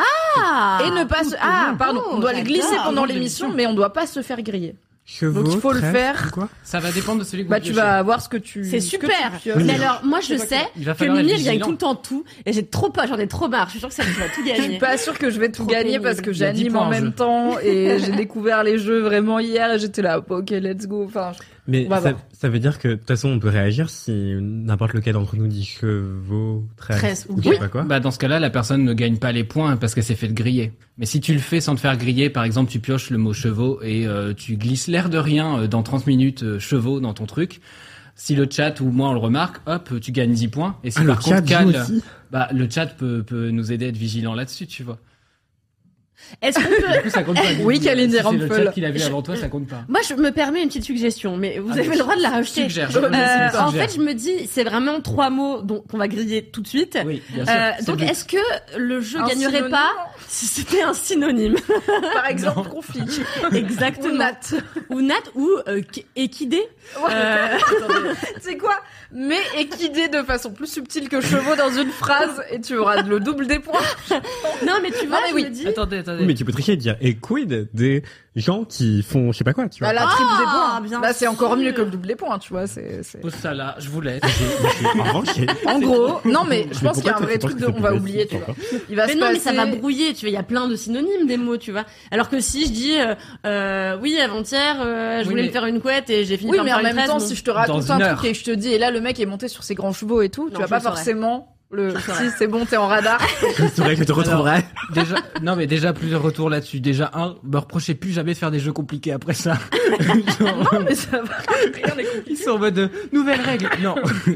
Ah. Et ne pas se... Ah, pardon, on doit le glisser j'adore. pendant Avant l'émission, l'émission. mais on doit pas se faire griller. Chevaux, Donc, il faut le trèfle, faire. Quoi Ça va dépendre de celui que Bah, vous tu piochez. vas voir ce que tu... C'est ce que super. tu pioches. Mais alors, moi, je C'est pas sais Il va que falloir Mimi être elle gagne vigilant. tout le temps tout, et j'en ai trop marre. Je suis sûre que ça va tout Je suis gagner. pas sûre que je vais tout Trop gagner pénible. parce que Il y a 10 j'anime points en en même jeu. temps et j'ai découvert les jeux vraiment hier et j'étais là, ok, let's go. Enfin, Mais On va voir. ça veut dire que de toute façon on peut réagir si n'importe lequel d'entre nous dit chevaux, Tresse tresse ou ou je sais pas quoi. Bah, dans ce cas-là, la personne ne gagne pas les points parce qu'elle s'est fait griller. Mais si tu le fais sans te faire griller, par exemple, tu pioches le mot chevaux et tu glisses l'air de rien dans 30 minutes chevaux dans ton truc. Si le chat ou moi on le remarque, hop, tu gagnes 10 points. Et si Ah, le par chat contre joue Cal, aussi. bah, le chat peut nous aider à être vigilant là-dessus, tu vois. Est-ce qu'on peut... Du coup, ça compte pas. Oui, Kalindi Si c'est le Rampel. chat qui l'a vu avant toi, ça compte pas. Moi, je me permets une petite suggestion, mais vous Ah, avez mais le droit de la rajouter. Suggère, En suggère. fait, je me dis, c'est vraiment 3 mots qu'on va griller tout de suite. Oui, bien sûr. c'est Donc, le but. est-ce que le jeu Un gagnerait synonyme pas si c'était un synonyme? par exemple, conflit. Exactement. Ou Nat. Ou Nat, ou équidé. Ouais. Tu sais quoi? Mets équidé de façon plus subtile que chevaux dans une phrase et tu auras le double des points. Non, mais tu vois, mais je oui. me dis... Attendez. Oui, mais tu peux tricher et dire et quid des gens qui font je sais pas quoi, tu vois. Bah, la triple des Ah, points. bien Là, c'est encore sûr. mieux que le double des points, tu vois. C'est... Pose ça là, je vous laisse. En revanche, En gros, non, mais je Mais pense qu'il y a un pourquoi vrai tu penses truc que de, c'est on va plus oublier, tu facile, vois. Il va Mais se non, passer... mais ça va brouiller, tu vois, il y a plein de synonymes des mots, tu vois. Alors que si je dis, oui, avant-hier, je voulais mais- me faire une couette et j'ai fini Oui, par mais me en faire une même tresse, temps, bon. si je te raconte Dans un une truc heure. et que je te dis, et là, le mec est monté sur ses grands chevaux et tout, tu Non, vas je pas le saurais. forcément Si c'est bon, t'es en radar. C'est vrai que je te retrouverai. Déjà plusieurs retours là-dessus. Déjà me reprochez plus jamais de faire des jeux compliqués après ça. Non, mais ça va. Rien n'est compliqué. Ils sont en mode nouvelles règles. Non.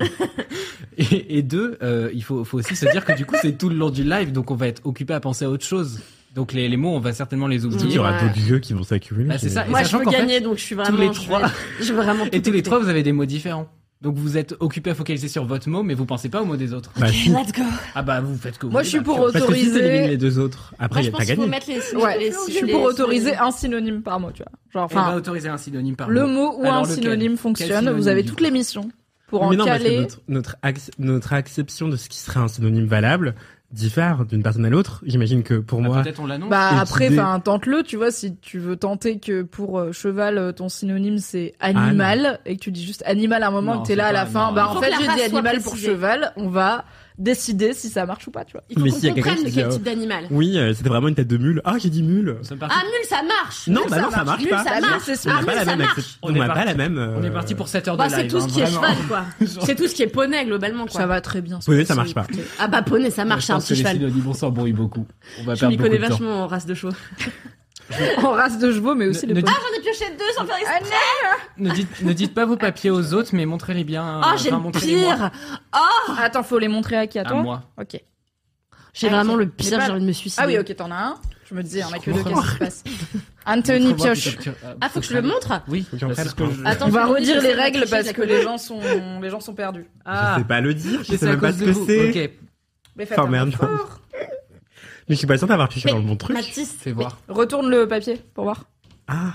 et deux, il faut aussi se dire que du coup c'est tout le long du live, donc on va être occupé à penser à autre chose. Donc les mots, on va certainement les oublier. Il y aura d'autres jeux qui vont s'accumuler. Bah, c'est ça. Et Moi, je sachant veux qu'en fait, gagner, donc je suis vraiment. tous les trois, je veux vraiment. et tous les trois, vous avez des mots différents. Donc vous êtes occupé à focaliser sur votre mot, mais vous pensez pas aux mots des autres. Bah, si. Let's go. Ah bah vous faites que vous Moi, voulez, je suis bah, pour purée. Parce que si t'élimines autoriser. les deux autres, après, Moi, je pense t'as qu'il faut gagné. mettre les. Ouais, je suis pour autoriser un synonyme par mot, tu vois. Genre, Eh ben, enfin, autoriser un synonyme par le mot ou Alors, un lequel synonyme Quel fonctionne. synonyme, Vous avez du toute coup l'émission pour en Mais non, parce caler. que notre acception de ce qui serait un synonyme valable diffère d'une personne à l'autre. J'imagine que pour Bah, moi, peut-être on l'annonce. Bah Et après, l'idée- enfin, tente-le, tu vois, si tu veux tenter que pour cheval, ton synonyme c'est animal, et que tu dis juste animal à un moment, Non, que t'es là à c'est la pas- fin, non, bah il en faut fait que la j'ai dit race soit animal pour précisée. cheval, on va décider si ça marche ou pas, tu vois. Il faut Mais qu'on s'il y a quelqu'un comprenne qui quel dit, type d'animal. oui, c'était vraiment une tête de mule. Ah, j'ai dit mule. Nous sommes partis. Ah, mule, ça marche. Non, Mule, bah non, ça marche Mule, pas. ça La marche. mule, c'est On n'a Ah, pas mule, la ça même marche. acception. On On est n'a pas parti- la même. On est parti pour 7 heures de Bah, live. c'est tout ce qui est vraiment. cheval, quoi. C'est tout ce qui est poney, globalement, quoi. Ça va très bien. se Poney, passer, ça marche pas. écoutez. Ah, bah, poney, ça Je marche, c'est un pense que petit les cheval. synonymes, on s'embrouille beaucoup. On va Je perdre m'y beaucoup connais de temps. vachement en race de chevaux. En race de chevaux, mais aussi Ne les dites- J'en ai pioché 2 sans faire exprès. Ne dites pas vos papiers aux autres, mais montrez-les bien. Ah, j'ai enfin, le montrez-les-moi. pire. Attends, faut les montrer à qui, à À toi? moi. Ok. J'ai Ah, vraiment ok. le Mais pire, pas- j'ai envie de me suicider. Ah oui, ok, t'en as un. Je me disais, il y en a que deux, Montre-moi. qu'est-ce qui se passe? Anthony Montre-moi pioche. plutôt que- Ah, faut que je le montre? Oui, Faut que j'en c'est prenne ce que un. je- Attends, On va je vais redire dire, les ça va règles tricher, parce la que conne. les gens sont perdus. Je sais pas le dire, je Mais sais c'est à même pas cause ce de que vous. c'est. Ok, Mais faites Enfin, un merde. effort. Mais je suis pas sûr d'avoir pioché Mais- dans le bon truc. Mathis. fais voir. Retourne le papier pour voir. Ah,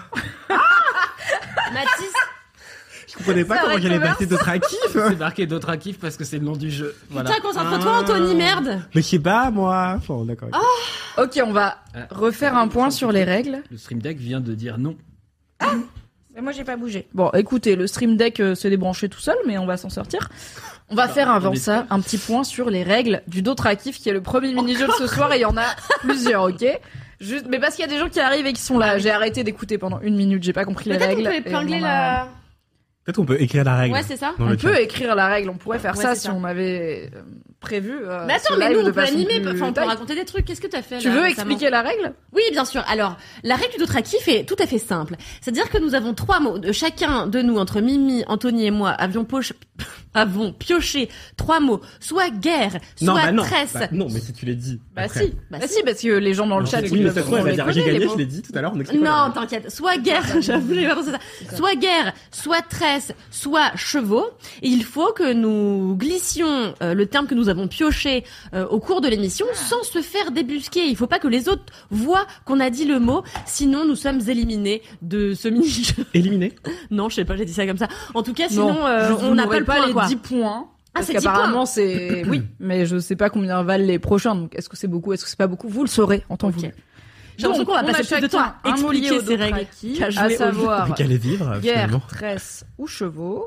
Mathis. je comprenais pas Ça comment aurait j'allais été passer d'autres acquis. C'est marqué d'autres actifs parce que c'est le nom du jeu. Voilà. Putain, concentre-toi, Anthony, merde. Mais je sais pas, moi. Bon, d'accord. Ok, on va refaire un point sur les règles. Le Stream Deck vient de dire non. Mais moi, j'ai pas bougé. Bon, écoutez, le Stream Deck s'est débranché tout seul, mais on va s'en sortir. On va faire avant ça un petit point sur les règles du Dotractif, qui est le premier mini-jeu de ce soir, et il y en a plusieurs, ok? Juste, mais parce qu'il y a des gens qui arrivent et qui sont là. J'ai arrêté d'écouter pendant 1 minute, j'ai pas compris les Peut-être règles. qu'on peut et épingler on en a- la. Peut-être qu'on peut écrire la règle. Ouais, c'est ça. dans On le peut chat. écrire la règle, on pourrait faire Ouais, ça c'est si ça. on avait prévu. Mais attends, ce mais live nous, de on peut façon animer, plus enfin, on peut taille. raconter des trucs. Qu'est-ce que t'as fait là Tu veux récemment expliquer la règle? Oui, bien sûr. Alors, la règle du Dotractif est tout à fait simple. C'est-à-dire que nous avons 3 mots. Chacun de nous, entre Mimi, Anthony et moi, avons pioché 3 mots. Soit guerre, Non, soit bah non. tresse. Bah non, mais si tu l'as dit. Bah après. si, bah si, parce que les gens dans le Non, chat, oui, ils mais ça se trouve, elle va on dire les j'ai connaît, gagné, les je mots. l'ai dit tout à l'heure, on explique pas la Non, règle. t'inquiète. Soit guerre, j'avoue, pas pensé à ça. Soit guerre, soit tresse, soit chevaux. Et il faut que nous glissions le terme que nous avons pioché au cours de l'émission sans se faire débusquer. Il faut pas que les autres voient qu'on a dit le mot, sinon nous sommes éliminés de ce mini-jeu. Éliminé. Non, je sais pas, j'ai dit ça comme ça. En tout cas, Non, sinon vous on n'a pas n'aurez le point, les quoi. 10 points. Ah, Parce c'est 10 qu'apparemment c'est oui, mais je sais pas combien valent les prochains. Donc est-ce que c'est beaucoup, est-ce que c'est pas beaucoup? Vous le saurez en temps Ok. voulu. J'ai l'impression qu'on va Donc, passer on a plus de temps à chacun un mot lié expliquer au ces règles Dothraki, qu'à jouer à au jeu. savoir Qu'à les vivre, guerre, finalement. tresse ou chevaux,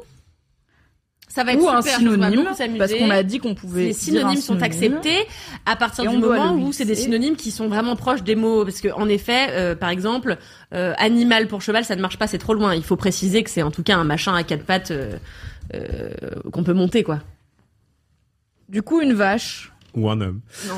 Ça va être ou super, un je pense qu'on va synonyme, beaucoup s'amuser. parce qu'on a dit qu'on pouvait. Les dire un synonymes sont synonyme. acceptés à partir Et du on doit moment le où c'est des glisser. synonymes qui sont vraiment proches des mots. Parce que en effet, par exemple, animal pour cheval, ça ne marche pas, c'est trop loin. Il faut préciser que c'est en tout cas un machin à 4 pattes qu'on peut monter, quoi. Du coup, une vache Ou un homme. Non,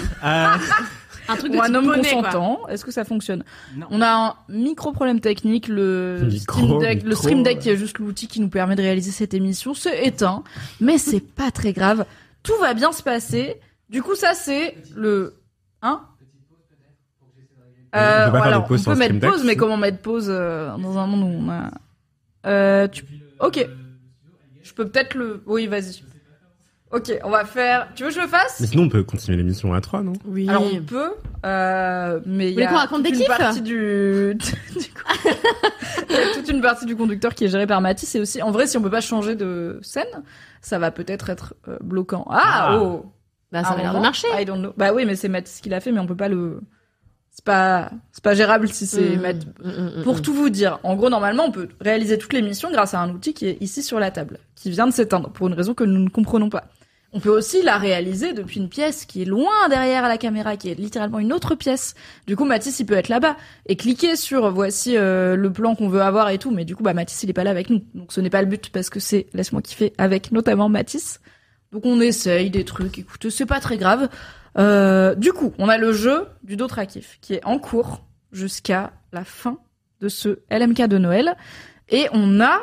Ah, un truc de ou un type homme poney, quoi. consentant. Est-ce que ça fonctionne? Non. On a un micro problème technique. Le Stream Deck qui est juste l'outil qui nous permet de réaliser cette émission, c'est éteint, mais c'est pas très grave. Tout va bien se passer. Du coup, ça c'est le hein. On peut pas faire alors, de pause on sur peut le mettre Stream Deck, pause, mais si. comment mettre pause dans un monde où on a Ok. Je peux peut-être le. Oui, vas-y. Ok, on va faire. Tu veux que je le fasse? Mais sinon, on peut continuer l'émission à 3, non? Oui. Alors on peut, mais il y voulez a qu'on raconte toute des une kiffs partie du il y a toute une partie du conducteur qui est gérée par Mathis, et aussi en vrai si on peut pas changer de scène, ça va peut-être être bloquant. Oh. Bah, ça À un a l'air de moment, marcher. I don't know. Bah oui, mais c'est Mathis qui l'a fait, mais on peut pas le. C'est pas gérable si c'est Mathis. Pour tout vous dire, en gros, normalement, on peut réaliser toute l'émission grâce à un outil qui est ici sur la table, qui vient de s'éteindre pour une raison que nous ne comprenons pas. On peut aussi la réaliser depuis une pièce qui est loin derrière la caméra, qui est littéralement une autre pièce. Du coup, Mathis, il peut être là-bas et cliquer sur voici le plan qu'on veut avoir et tout. Mais du coup, bah Mathis, il est pas là avec nous. Donc ce n'est pas le but parce que c'est laisse-moi kiffer avec notamment Mathis. Donc on essaye des trucs, écoutez, c'est pas très grave. Du coup, on a le jeu du Dothraki qui est en cours jusqu'à la fin de ce LMK de Noël. Et on a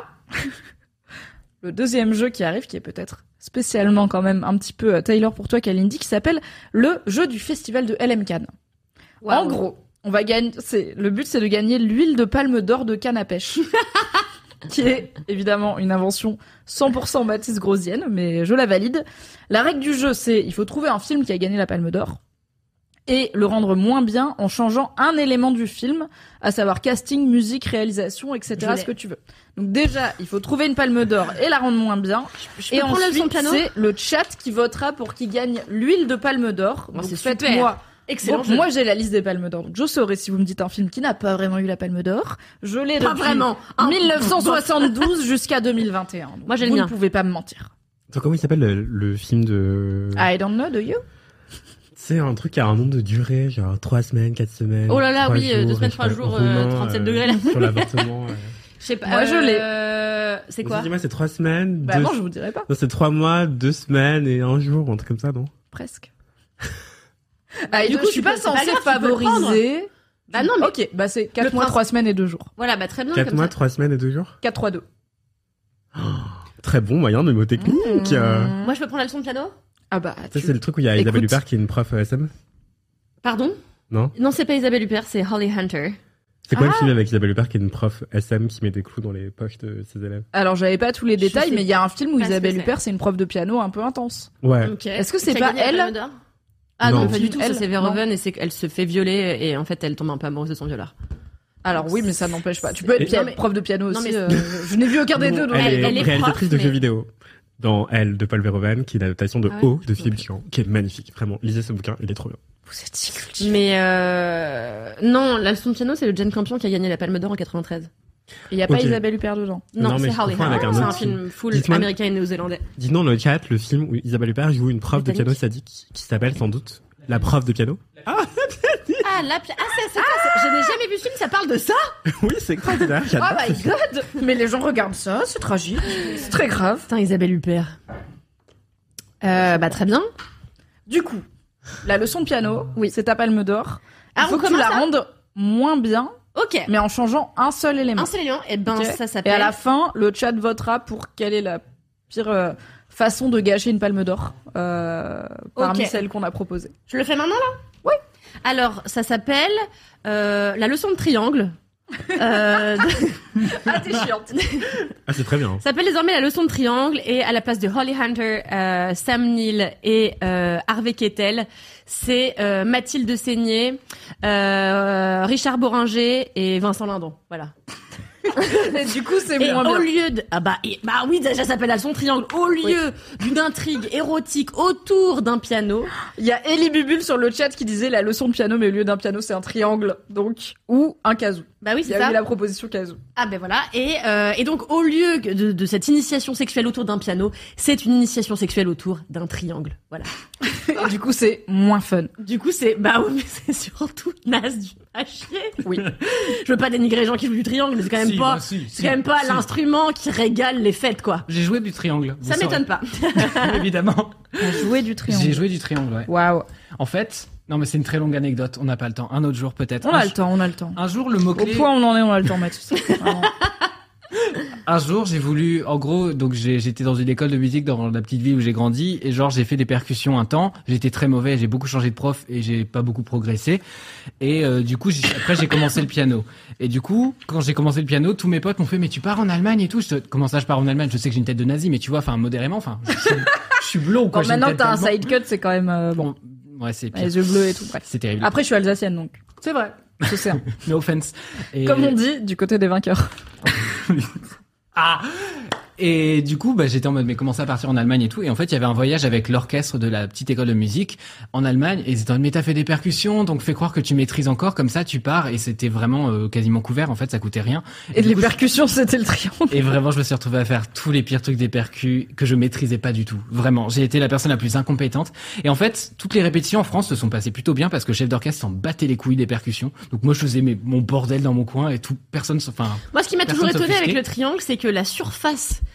le deuxième jeu qui arrive, qui est peut-être spécialement quand même un petit peu Taylor pour toi, Kalindi, qui s'appelle le jeu du festival de LMK. Wow. En gros, on va gagner. Le but, c'est de gagner l'huile de palme d'or de canne à pêche, qui est évidemment une invention 100% Mathis Grosienne, mais je la valide. La règle du jeu, c'est il faut trouver un film qui a gagné la palme d'or et le rendre moins bien en changeant un élément du film, à savoir casting, musique, réalisation, etc. Ce que tu veux. Donc déjà, il faut trouver une palme d'or et la rendre moins bien. Et ensuite, c'est le chat qui votera pour qui gagne l'huile de palme d'or. Bon, donc c'est faites-moi. Excellent. Bon, moi, j'ai la liste des palmes d'or. Donc je saurai si vous me dites un film qui n'a pas vraiment eu la palme d'or. Je l'ai depuis 1972 jusqu'à 2021. Donc moi, j'ai le mien. mien. Vous ne pouvez pas me mentir. Donc, comment il s'appelle le film de... I don't know, do you? C'est un truc qui a un nombre de durée, genre 3 semaines, 4 semaines. Oh là là, 3 oui, jours, 2 semaines, je sais 3 pas, jours, roumain, 37 degrés là. Sur l'avortement. Je sais pas. Moi, je l'ai. C'est quoi? Dis-moi, c'est 3 semaines. Bah non, je vous dirai pas. Non, c'est 3 mois, 2 semaines et 1 jour, un truc comme ça, non? Presque. Du coup, je suis pas censée grave, tu peux le favoriser. Bah non, mais ok, bah c'est 4 mois, 3 semaines et 2 jours. voilà, bah très bien. 4 comme mois, ça. 3 semaines et 2 jours? 4, 3, 2. Très bon moyen de mnémotechnique. Moi, je peux prendre la leçon de piano? Ah bah, Ça, c'est le truc où il y a Isabelle Écoute. Huppert qui est une prof SM? Pardon? Non? Non, c'est pas Isabelle Huppert, c'est Holly Hunter. C'est quoi le film avec Isabelle Huppert qui est une prof SM qui met des clous dans les poches de ses élèves? Alors, j'avais pas tous les détails, sais mais il y a un film où pas ce que Isabelle c'est. Huppert, c'est une prof de piano un peu intense. Ouais. Ok. Est-ce que c'est Qui a pas gagné la elle? Palme d'Or Ah non, Non. pas du tout. Ça, Elle, c'est Verhoeven et c'est qu'elle se fait violer et en fait, elle tombe un peu amoureuse de son violeur. Alors oui, mais ça n'empêche pas. Tu peux être Et- prof de piano Non, aussi. mais- je n'ai vu aucun des deux. Donc Elle est elle est réalisatrice prof, de mais- jeux vidéo. Dans Elle de Paul Verhoeven, qui est l'adaptation de Ah ouais. O de Philippe Chian, qui est magnifique. Vraiment, lisez ce bouquin, il est trop bien. Vous êtes si cultivés. Mais non, la leçon de piano, c'est le Jane Campion qui a gagné la Palme d'Or en 93. Il y a pas Ok. Isabelle Huppert dedans. Non, Non, mais c'est je Holly confonds avec Hunter. un C'est autre un film full Dites-moi- américain et néo-zélandais. Dites-nous dans le chat le film où Isabelle Huppert joue une prof de piano Britannique. sadique, qui s'appelle sans doute La prof de piano. Ah, c'est ça. Je n'ai jamais vu ce film, ça parle de ça. Oui, c'est extraordinaire, Oh j'adore. my god. Mais les gens regardent ça, c'est tragique. C'est très grave. Putain, Isabelle Huppert. Bah très bien. Du coup, la leçon de piano, Oui. c'est ta palme d'or. Il Ah, faut on que tu commence la là rendes moins bien, Ok. mais en changeant un seul élément. Un seul élément, et ben Ok. ça Et s'appelle. à la fin, le chat votera pour quelle est la pire façon de gâcher une palme d'or parmi Ok. celles qu'on a proposées. Je le fais maintenant là? Oui. Alors, ça s'appelle la leçon de triangle. Ah, t'es chiante. Ah, c'est très bien. Ça s'appelle désormais la leçon de triangle et à la place de Holly Hunter, Sam Neill et Harvey Keitel, c'est Mathilde Seigné, Richard Boringer et Vincent Lindon. Voilà. Et du coup, c'est Et moins au bien. lieu de bah oui, déjà ça s'appelle la leçon de triangle. Au lieu d'une intrigue érotique autour d'un piano, Il y a Ellie Bubule sur le chat qui disait la leçon de piano, mais au lieu d'un piano, c'est un triangle, donc, ou un kazoo. bah oui Il y c'est a ça. eu la proposition kazoo. Ah ben voilà, et donc au lieu de cette initiation sexuelle autour d'un piano, c'est une initiation sexuelle autour d'un triangle. Voilà. Et du coup, c'est moins fun. Du coup c'est bah oui, mais c'est surtout naze du à chier. Oui. Je veux pas dénigrer les gens qui jouent du triangle, mais c'est quand même Si, pas bah si, c'est quand même pas si. l'instrument qui régale les fêtes quoi. J'ai joué du triangle. vous Ça saurez. m'étonne pas. Évidemment. Jouer du triangle. J'ai joué du triangle, ouais. Waouh. En fait, non mais c'est une très longue anecdote, on n'a pas le temps. Un autre jour peut-être. On a le temps, on a le temps. Un jour, le Au mot-clé... point où on en est, on a le temps, Mathis. Vraiment. Un jour, j'ai voulu, en gros, donc j'étais dans une école de musique dans la petite ville où j'ai grandi, et genre j'ai fait des percussions un temps. J'étais très mauvais, j'ai beaucoup changé de prof et j'ai pas beaucoup progressé. Et du coup, après j'ai commencé le piano. Et du coup, quand j'ai commencé le piano, tous mes potes m'ont fait mais tu pars en Allemagne et tout. Comment ça, je pars en Allemagne? Je sais que j'ai une tête de nazi, mais tu vois, enfin modérément, enfin, je suis blond quoi. Bon, j'ai une maintenant, tête t'as un tellement- side cut, c'est quand même bon. Ouais, c'est pire. Les yeux bleus et tout. Bref. C'est terrible. Après, je suis alsacienne, donc. C'est vrai. Je sais. Hein. No offense. Et... Comme on dit, du côté des vainqueurs. Ah! Et du coup, bah, j'étais en mode, mais comment ça partir en Allemagne et tout? Et en fait, il y avait un voyage avec l'orchestre de la petite école de musique en Allemagne. Et ils étaient en mode, mais t'as fait des percussions, donc fais croire que tu maîtrises encore, comme ça tu pars. Et c'était vraiment quasiment couvert, en fait, ça coûtait rien. Et du les coup, percussions, c'était le triangle. et vraiment, je me suis retrouvé à faire tous les pires trucs des percus que je maîtrisais pas du tout. Vraiment, j'ai été la personne la plus incompétente. Et en fait, toutes les répétitions en France se sont passées plutôt bien parce que le chef d'orchestre s'en battait les couilles des percussions. Donc moi, je faisais mon bordel dans mon coin et tout, personne, enfin, Moi ce qui m'a toujours Personne étonné avec s'offusquait. le triangle, c'est que la surface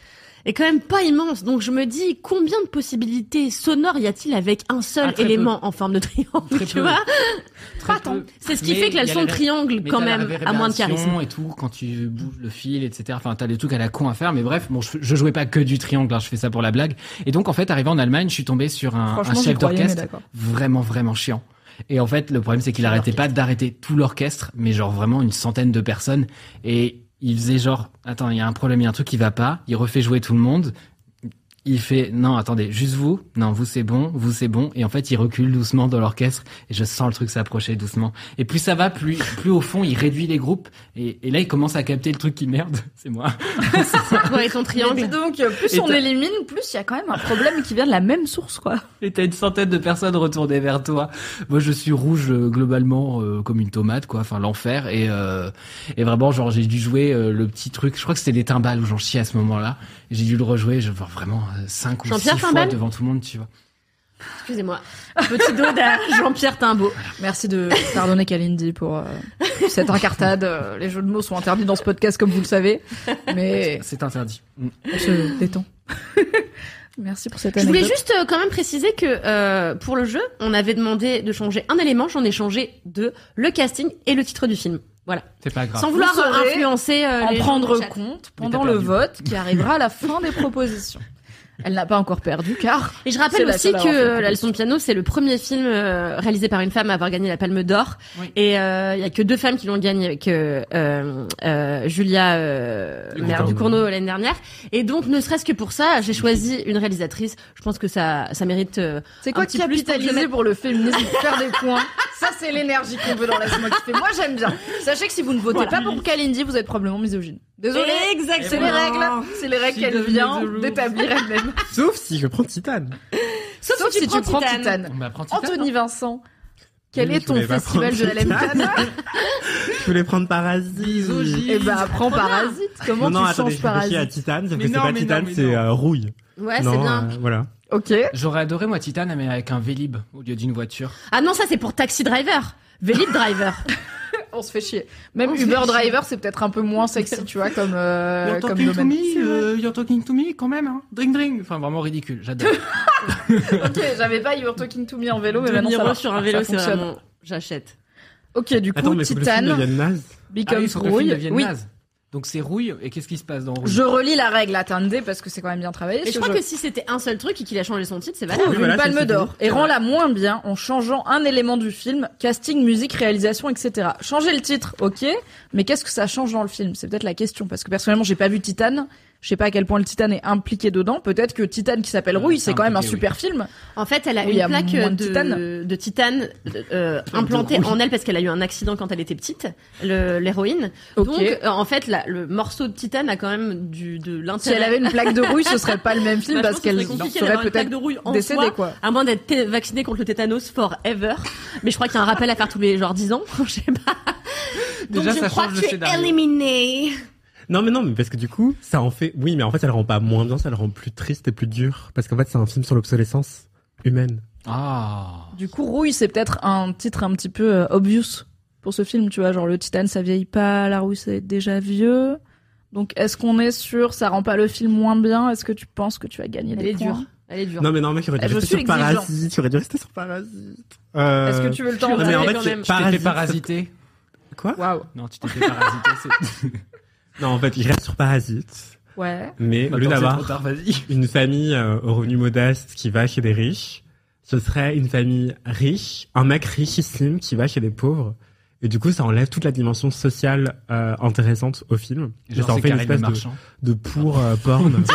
est quand même pas immense. Donc je me dis, combien de possibilités sonores y a-t-il avec un seul très élément en forme de triangle, Très tu peu. vois? Très Pas tant. peu. C'est ce qui Mais fait que la il y a leçon de la ré- triangle, mais quand t'as la même, a moins de réverbération charisme. et tout, quand tu bouges le fil, etc. Enfin, t'as des trucs à la con à faire, mais bref, bon, je jouais pas que du triangle, hein, je fais ça pour la blague. Et donc, en fait, arrivé en Allemagne, je suis tombé sur un Franchement, j'y chef croyais, mais d'orchestre d'accord. vraiment chiant. Et en fait, le problème, c'est qu'il arrêtait pas d'arrêter tout l'orchestre, mais genre vraiment une centaine de personnes. Et il faisait genre, attends, il y a un problème, il y a un truc qui va pas. Il refait jouer tout le monde. Il fait, non, attendez, juste vous. Non, vous c'est bon, vous c'est bon. Et en fait, il recule doucement dans l'orchestre et je sens le truc s'approcher doucement. Et plus ça va, plus au fond, il réduit les groupes. Et là, il commence à capter le truc qui merde. C'est moi. Ouais, ton Mais triangle. dis donc, plus Et on t'as- élimine, plus il y a quand même un problème qui vient de la même source, quoi. Et t'as une centaine de personnes retournées vers toi. Moi, je suis rouge globalement comme une tomate, quoi. Enfin, l'enfer. Et vraiment, genre, j'ai dû jouer le petit truc. Je crois que c'était les timbales où j'en chiais à ce moment-là. Et j'ai dû le rejouer, genre vraiment 5 ou 6 Jean-Pierre fois Timbal devant tout le monde, tu vois. Excusez-moi. Petit dos à Jean-Pierre Timbaud. Merci de pardonner Kalindi pour cette incartade. Les jeux de mots sont interdits dans ce podcast, comme vous le savez. Mais C'est interdit. on se détend. Merci pour cette Je anecdote. voulais juste quand même préciser que pour le jeu, on avait demandé de changer un élément. J'en ai changé 2, le casting et le titre du film. Voilà. C'est pas grave. Sans vouloir saurez influencer en les gens prendre dans le chat. compte Mais pendant t'as le perdu. vote qui arrivera à la fin des propositions. Elle n'a pas encore perdu car Et je C'est rappelle la aussi seule à avoir fait que la La leçon de piano, c'est le premier film réalisé par une femme à avoir gagné la Palme d'Or. Oui. Et il y a que 2 femmes qui l'ont gagné, avec Julia Ducournau l'année dernière. Et donc, ne serait-ce que pour ça, j'ai choisi une réalisatrice. Je pense que ça mérite. c'est quoi un petit plus pour que je capitaliser mette- pour le féminisme, faire des points. Ça, c'est l'énergie qu'on veut dans la Laisse-moi kiffer. Moi, j'aime bien. Sachez que si vous ne votez pas pour Kalindi, vous êtes probablement misogyne. Désolé. Exactement. C'est les règles. C'est les règles She qu'elle doesn't vient make the rules. d'établir elle-même. Sauf si je prends Titane. Sauf si tu prends Titane. On m'apprend Titane, Anthony Vincent, quel Oui, est je ton voulais pas festival de la prendre Lemtane? Je voulais prendre Parasite. Misogyne. Eh ben, prends trop bien. Parasite. Comment non, tu attendez, changes je réfléchis à Parasite? Titane, sauf Mais que c'est non, pas mais Titane, non, mais c'est non. Rouille. Ouais, Non, c'est bien. voilà. Ok. J'aurais adoré, moi, Titane, mais avec un Vélib au lieu d'une voiture. Ah non, ça c'est pour Taxi Driver. Vélib Driver. On se fait chier. Même On se Uber fait chier. Driver, c'est peut-être un peu moins sexy, tu vois, comme domaine. You're talking to me, quand même, hein. Drink. Enfin, vraiment ridicule. J'adore. Ok, j'avais pas You're Talking to Me en vélo, mais De maintenant ça Niro va. sur un vélo, Ça c'est fonctionne. vraiment. J'achète. Ok, du coup, Attends, mais faut que le film Titane devienne naze. becomes faut que le film Rouille. devienne Oui, naze. Donc c'est Rouille, et qu'est-ce qui se passe dans Rouille? je relis la règle, attendez, parce que c'est quand même bien travaillé. Mais je ce crois jeu. que si c'était un seul truc et qu'il a changé son titre, c'est Trouve valable. Oui, voilà, une palme c'est d'or fini. et rend-la moins bien en changeant un élément du film, casting, musique, réalisation, etc. Changer le titre, ok, mais qu'est-ce que ça change dans le film? C'est peut-être la question, parce que personnellement, j'ai pas vu Titane. Je sais pas à quel point le Titane est impliqué dedans. Peut-être que Titane qui s'appelle Rouille, c'est quand même un impliqué, super film. En fait, elle a Oui, il y a une plaque moins de de titane implantée en elle parce qu'elle a eu un accident quand elle était petite, l'héroïne. Ok. Donc, en fait, le morceau de titane a quand même de Si l'intérêt. elle avait une plaque de rouille, ce serait pas le même film Bah, je parce pense que ce qu'elle serait compliqué serait d'avoir une plaque peut-être de rouille en décédée, soi, quoi. à moins d'être vaccinée contre le tétanos forever. Mais je crois qu'il y a un rappel à faire tous les 10 ans. Je sais pas. Donc, Déjà, je ça crois change que le tu es scénario. éliminée. Non, mais parce que du coup, ça en fait, oui, mais en fait, ça le rend pas moins bien, ça le rend plus triste et plus dur. Parce qu'en fait, c'est un film sur l'obsolescence humaine. Ah. Du coup, Rouille, c'est peut-être un titre un petit peu obvious pour ce film, tu vois, genre le Titane, ça vieillit pas, la Rouille, c'est déjà vieux. Donc, est-ce qu'on est sûr, ça rend pas le film moins bien? Est-ce que tu penses que tu vas gagner Elle des est points? dure. Elle est dure. Non, mais non, mec, il aurait dû Je rester suis sur exigeant. Parasite. Il aurait dû rester sur Parasite. Est-ce que tu veux le temps Tu Non, mais en aurais fait, quand c'est même. Tu t'es fait Parasite. parasiter. Quoi? Waouh. Non, tu t'es fait parasiter. c'est- Non, en fait, il reste sur Parasite. Ouais. Mais au lieu Attends, c'est d'avoir trop tard, vas-y. une famille aux revenus modestes qui va chez des riches, ce serait une famille riche, un mec richissime qui va chez des pauvres. Et du coup, ça enlève toute la dimension sociale intéressante au film. Et Genre, ça en c'est fait une Karine Le espèce Marchand. de pour porn.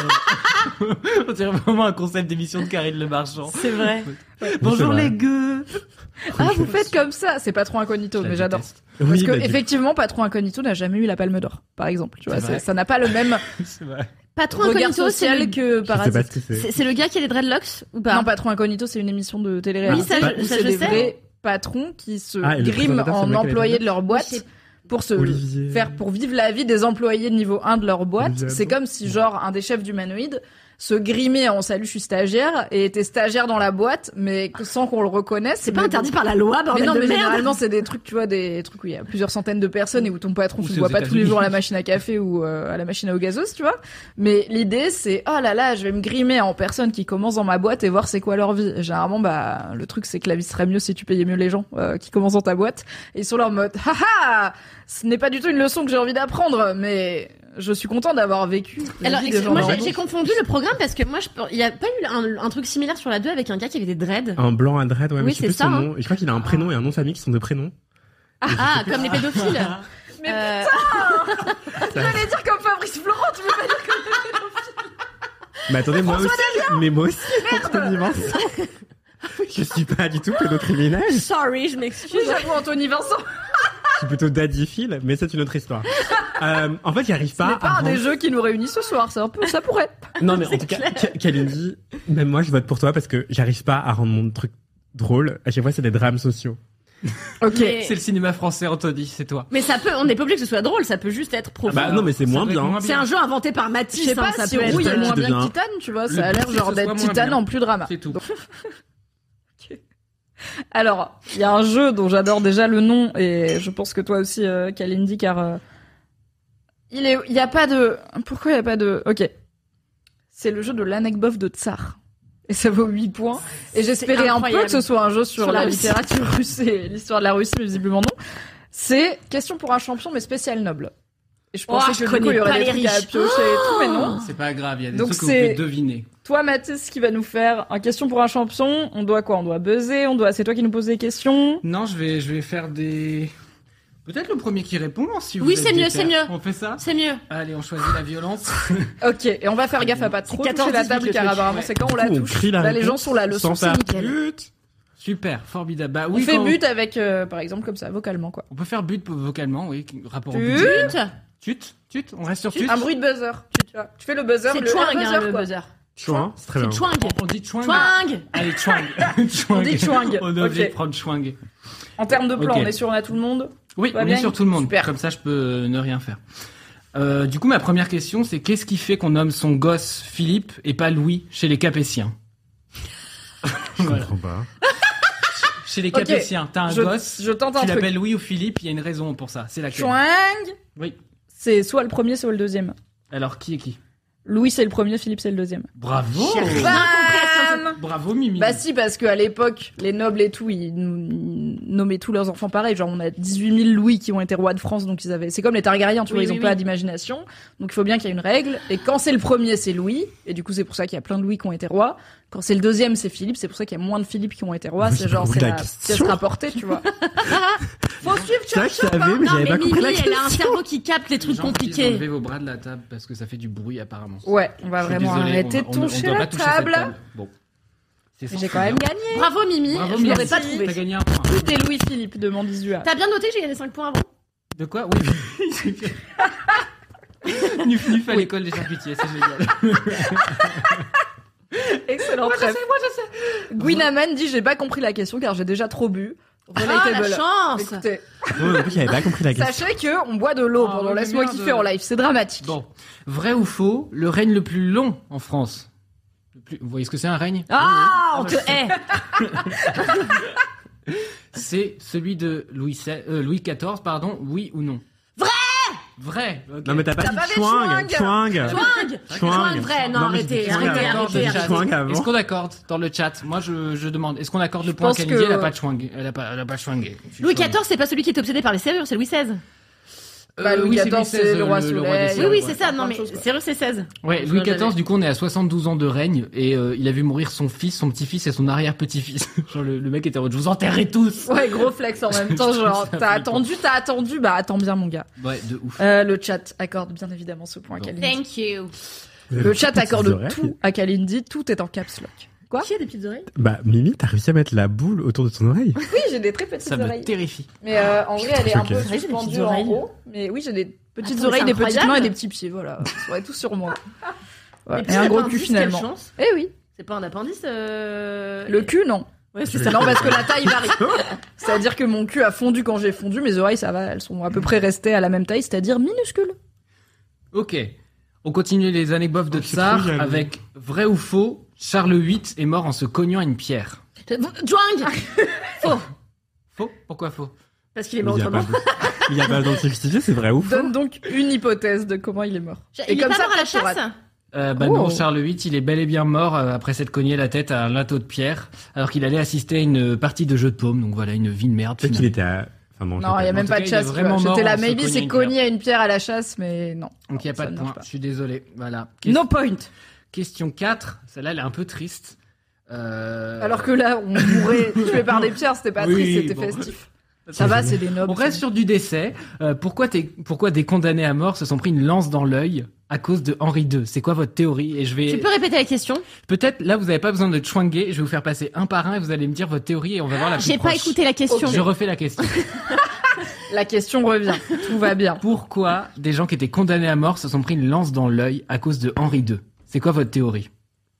On dirait vraiment un concept d'émission de Karine Le Marchand. C'est vrai. Bonjour vrai. les gueux. Ah, vous faites comme ça. C'est Patron Incognito, mais j'adore. Parce Oui, que, bah, du- effectivement, Patron Incognito n'a jamais eu la Palme d'Or, par exemple. Tu vois, C'est vrai. ça n'a pas le même C'est vrai. Patron regard Incognito, c'est social le... que je sais pas Parasite. ce que c'est. C'est le gars qui a les dreadlocks ou pas? Non, Patron Incognito, c'est une émission de télé-réalité. Oui, ça, où ça, c'est je des sais. vrais patrons qui se Ah, et le griment présentateur, c'est en le mec avec employés les de leur Oui, boîte c'est- pour se Olivier. pour vivre la vie des employés de niveau 1 de leur boîte. Olivier C'est Adam. comme si, genre, un des chefs d'humanoïdes se grimer en salut, je suis stagiaire, et t'es stagiaire dans la boîte, mais sans qu'on le reconnaisse. C'est pas interdit par la loi, Mais bordel non, de mais merde. généralement, c'est des trucs, tu vois, des trucs où il y a plusieurs centaines de personnes et où ton patron, Ou tu c'est le vois aux pas tous les États-Unis. jours à la machine à café ou à la machine à eau gazeuse, tu vois. Mais l'idée, c'est, oh là là, je vais me grimer en personne qui commence dans ma boîte et voir c'est quoi leur vie. Et généralement, bah, le truc, c'est que la vie serait mieux si tu payais mieux les gens qui commencent dans ta boîte. Et ils sont là en mode, haha, ce n'est pas du tout une leçon que j'ai envie d'apprendre, mais je suis content d'avoir vécu. la Alors, vie des gens moi, normaux. j'ai confondu le programme parce que moi, il y a pas eu un truc similaire sur la 2 avec un gars qui avait des dreads. Un blanc à dread, ouais, Oui, mais je sais c'est plus ça, son hein. nom. Et je crois qu'il a un prénom et un nom de famille qui sont deux prénoms. Ah, comme les pédophiles. Mais Euh, J'allais dire comme Fabrice Florent, tu veux pas dire comme... Mais attendez, moi aussi. Mais moi aussi, Anthony Vincent. Je suis pas du tout pédocriminel. Sorry, je m'excuse. J'avoue, Anthony Vincent. Je suis plutôt daddyphile, mais c'est une autre histoire. En fait, j'arrive Ce pas n'est pas à un des rendre- jeux qui nous réunit ce soir, c'est un peu, ça pourrait. Non, mais en tout cas, Kalindi, même moi, je vote pour toi parce que j'arrive pas à rendre mon truc drôle. À chaque fois, c'est des drames sociaux. Ok. Mais- C'est le cinéma français, Anthony, c'est toi. Mais ça peut, on n'est pas obligé que ce soit drôle, ça peut juste être profond. Bah non, mais c'est Ça moins peut être bien. moins C'est un jeu inventé par Je Matisse, sais pas ça si peut être. Rouille est peut-être moins qu'il bien que devient- Titane, tu vois, Le ça a l'air but, genre c'est que ce d'être soit moins Titane bien. en plus drama. C'est tout. Donc- Ok. Alors, il y a un jeu dont j'adore déjà le nom et je pense que toi aussi, Kalindi, car il y a pas de. Pourquoi il y a pas de. Ok. C'est le jeu de l'anecdote de Tsar. Et ça vaut 8 points. Et j'espérais un peu incroyable. que ce soit un jeu sur Sur la la Russie. littérature russe et l'histoire de la Russie, mais visiblement non. C'est question pour un champion, mais spécial noble. Et je Oh, pensais je que du coup, connais il y aurait pas des les trucs à riches. piocher et tout, mais non. C'est pas grave, il y a des Donc trucs que vous c'est- pouvez deviner. Toi, Mathis, qui va nous faire un question pour un champion. On doit quoi? On doit buzzer, c'est toi qui nous poses des questions. Non, je vais faire des... Peut-être le premier qui répond, si vous Oui, êtes c'est mieux, déter. c'est mieux. On fait ça? C'est mieux. Allez, on choisit la violence. Ok, et on va faire gaffe à pas trop C'est toucher la 14-18 table, le car truc. apparemment Ouais. c'est quand on Du la coup, on touche. crie la Là, les réponse gens sont la leçon, sans c'est faire nickel. but. Super, formidable. Bah On oui, fait quand- but avec, par exemple, comme ça, vocalement, quoi. On peut faire but vocalement, oui, rapport au But. but. Tut. Tut, on reste sur tut. Un bruit de buzzer. Tu fais le buzzer, C'est le chouing, buzzer, hein, le quoi. buzzer. Chouin, c'est très C'est bien. chouing. On dit chouing. Chouing. Allez, chouing. On dit chouing. On est obligé Ok. de prendre chouing. En termes de plan, Ok. on est sûr, on a tout le monde. Oui, Tout va on est bien sur tout le monde. Super. Comme ça, je peux ne rien faire. Du coup, ma première question, c'est qu'est-ce qui fait qu'on nomme son gosse Philippe et pas Louis chez les Capétiens? Je Voilà. comprends pas. Chez les Ok. Capétiens, t'as un gosse, Je tente un tu truc. l'appelles Louis ou Philippe, il y a une raison pour ça. C'est laquelle? Chouing. Oui. C'est soit le premier, soit le deuxième. Alors, qui est qui? Louis, c'est le premier, Philippe, c'est le deuxième. Bravo! J'ai rien compris à ce Bam. Bravo, Mimi. Bah si, parce qu'à l'époque, les nobles et tout, ils nommaient tous leurs enfants pareil. Genre, on a 18 000 Louis qui ont été rois de France, donc ils avaient... C'est comme les Targaryens, tu vois, Oui, ils ont oui, pas oui. d'imagination. Donc il faut bien qu'il y ait une règle. Et quand c'est le premier, c'est Louis. Et du coup, c'est pour ça qu'il y a plein de Louis qui ont été rois. Quand c'est le deuxième, c'est Philippe. C'est pour ça qu'il y a moins de Philippe qui ont été rois. Oui, C'est j'ai genre, compris c'est la la question. pièce rapportée, tu vois. Faut suivre, C'est vrai que je savais, mais Non, j'avais mais pas compris la Mimi, elle a un question. cerveau qui capte les Les trucs gens disent compliqués. d'enlever vos bras de la table parce que ça fait du bruit, apparemment. Ouais, on va Je suis vraiment désolé, arrêter on de va- on toucher doit la pas toucher cette table. Bon. C'est J'ai sans quand même plus, hein. gagné. Bravo Mimi, Bravo, je l'aurais Mimi. pas trouvé. T'as gagné un point. Tout est Louis Philippe, demande Isua. T'as bien noté que j'ai gagné 5 points avant? De quoi? Oui. Nuf nuf à l'école des charcutiers, c'est génial. Excellent. Moi, je sais. Gwinaman dit, j'ai pas compris la question car j'ai déjà trop bu. Ah, la Relatable. chance. Écoutez, Ouais, en plus, j'avais pas compris la question. sachez que on boit de l'eau Ah, pendant oui, Laisse-moi merde. kiffer en live, c'est dramatique. Bon. Vrai ou faux, le règne le plus long en France? Vous voyez ce que c'est un règne? Ah, on Oui, te oui. hait. C'est celui de Louis XIV, pardon, oui ou non? Vrai! Ok. Non, mais t'as pas T'as dit pas dit chouing. chouing. Chouing. Chouing, vrai. Non, Non, mais j'ai arrêtez, dit arrêtez, chouing. arrêtez, J'ai dit arrêtez. chouing avant. Est-ce qu'on accorde dans le chat? Moi, je demande. Est-ce qu'on accorde le point à pense Kalindi? que- Elle a pas de chouing. Elle a pas chouingé. Louis XIV, c'est pas celui qui est obsédé par les serrures, c'est Louis XVI. Bah, Louis oui, XIV, Louis c'est le roi des soleil. Oui, serrures, oui, ouais. c'est ça. Non, plein de mais choses, quoi. serrure, c'est 16. Ouais, Je Louis l'avais. XIV, du coup, on est à 72 ans de règne et il a vu mourir son fils, son petit-fils et son arrière-petit-fils. Genre, le mec était en mode, je vous enterrerai tous! Ouais, gros flex en même temps, genre, Ça t'as flippant. attendu, bah attends bien mon gars. Ouais, de ouf. Le chat accorde bien évidemment ce point à Bon. Kalindi. Thank you. Le chat Petites accorde oreilles. tout à Kalindi, tout est en caps lock. Quoi? Qui a des petites oreilles? Bah, Mimi, t'as réussi à mettre la boule autour de ton oreille. Oui, j'ai des très petites Ça me oreilles. terrifie. Mais en vrai, elle est un Ok. peu C'est vrai, j'ai des suspendue petites en oreilles. haut. Mais oui, j'ai des petites Attends, oreilles, c'est des petites incroyable. mains et des petits pieds, voilà. Ils seraient tous sur moi. Ouais. Mais Et puis, un gros appendice, cul finalement. Quelle chance. Eh oui. C'est pas un appendice. Le cul, non. Ouais, c'est ça. Non, parce que la taille varie. C'est-à-dire que mon cul a fondu quand j'ai fondu, mes oreilles, ça va, elles sont à peu près restées à la même taille, c'est-à-dire minuscules. Ok. On continue les anecdotes de Je suis Tsar trop jaloux. avec vrai ou faux, Charles VIII est mort en se cognant à une pierre. Juang. Faux. Faux? Pourquoi faux? Parce qu'il est Il mort y a autrement. pas il y a pas de justifié, c'est vrai ou faux? Donne donc une hypothèse de comment il est mort. Il est pas mort à la peut-être, t'auras- chasse. Non, Oh. Charles VIII, il est bel et bien mort après s'être cogné la tête à un linteau de pierre, alors qu'il allait assister à une partie de jeu de paume. Donc voilà, une vie de merde. Peut-être qu'il finalement. était à... Enfin, non, Non, il y a En même tout pas cas, de il est chasse. vraiment tu vois. J'étais mort là, en se maybe cognant c'est une cogné à une pierre à la chasse, mais non. Donc il n'y a Non, pas ça de ne point. marche pas. Je suis désolé. Voilà. No point. Question 4. Celle-là, elle est un peu triste. Alors que là, on mourait tué par des pierres, c'était pas Oui, triste, c'était bon. festif. Ça va, c'est des nobles. On reste sur du décès. Pourquoi des condamnés à mort se sont pris une lance dans l'œil à cause de Henri II? C'est quoi votre théorie? Et je vais Tu peux répéter la question? peut-être là vous n'avez pas besoin de chouanguer. Je vais vous faire passer un par un et vous allez me dire votre théorie et on va voir la plus J'ai pas proche. écouté la question. Je refais la question. La question revient. Tout va bien. Pourquoi des gens qui étaient condamnés à mort se sont pris une lance dans l'œil à cause de Henri II? C'est quoi votre théorie?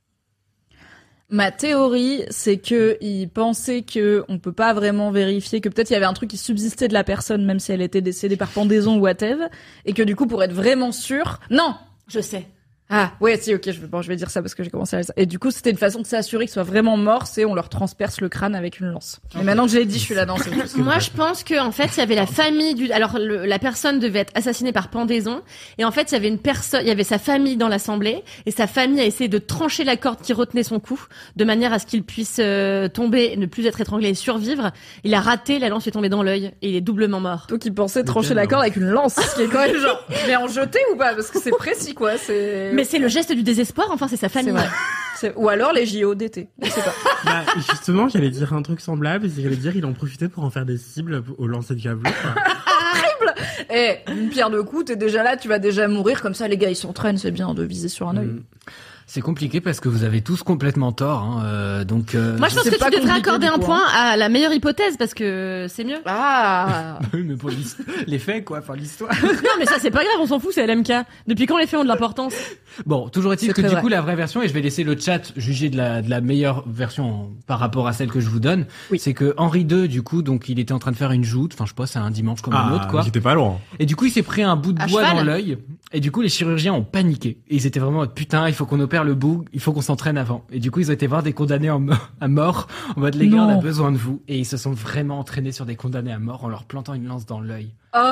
Ma théorie, c'est que ils pensaient que on peut pas vraiment vérifier, que peut-être il y avait un truc qui subsistait de la personne, même si elle était décédée par pendaison ou whatever, et que du coup, pour être vraiment sûr, non. Je sais. Ah, ouais, si, ok, je vais dire ça parce que j'ai commencé à... Et du coup, c'était une façon de s'assurer qu'ils soient vraiment morts, c'est on leur transperce le crâne avec une lance. Mais maintenant que j'ai dit, je suis là dans ce truc. Moi, je pense que en fait, il y avait la famille du. Alors, la personne devait être assassinée par pendaison, et en fait, il y avait une personne, il y avait sa famille dans l'assemblée, et sa famille a essayé de trancher la corde qui retenait son cou, de manière à ce qu'il puisse tomber, ne plus être étranglé et survivre. Il a raté, la lance lui est tombée dans l'œil, et il est doublement mort. Donc ils pensaient trancher la corde avec une lance, ce qui est quand même genre, mais en jeter ou pas? Parce que c'est précis, quoi, c'est... Mais c'est le geste du désespoir. Enfin, c'est sa famille. C'est vrai. Ou alors les JO d'été. Je sais pas. Bah, justement, j'allais dire un truc semblable, j'allais dire il en profitait pour en faire des cibles au lancer de javelot, quoi. Une pierre de coup, t'es déjà là, tu vas déjà mourir, comme ça les gars ils s'entraînent, c'est bien de viser sur un œil. C'est compliqué parce que vous avez tous complètement tort. Donc, Moi, je pense c'est que tu pas devrais compliqué, accorder du un coup, point à la meilleure hypothèse parce que c'est mieux. Ah oui, mais pour les faits, quoi, enfin l'histoire. Non, mais ça, c'est pas grave, on s'en fout, c'est LMK. Depuis quand les faits ont de l'importance? Bon, toujours est-il C'est que très du vrai. coup, la vraie version, et je vais laisser le chat juger de la meilleure version par rapport à celle que je vous donne, Oui. c'est que Henri II, du coup, donc il était en train de faire une joute, enfin je sais pas, c'est un dimanche comme un autre, quoi. J'étais pas loin. Et du coup, il s'est pris un bout de À bois cheval. dans l'œil. Et du coup, les chirurgiens ont paniqué. Et ils étaient vraiment en mode, putain, il faut qu'on opère le bout, il faut qu'on s'entraîne avant. Et du coup, ils ont été voir des condamnés à mort, en mode, les gars, on a Non. besoin de vous. Et ils se sont vraiment entraînés sur des condamnés à mort en leur plantant une lance dans l'œil.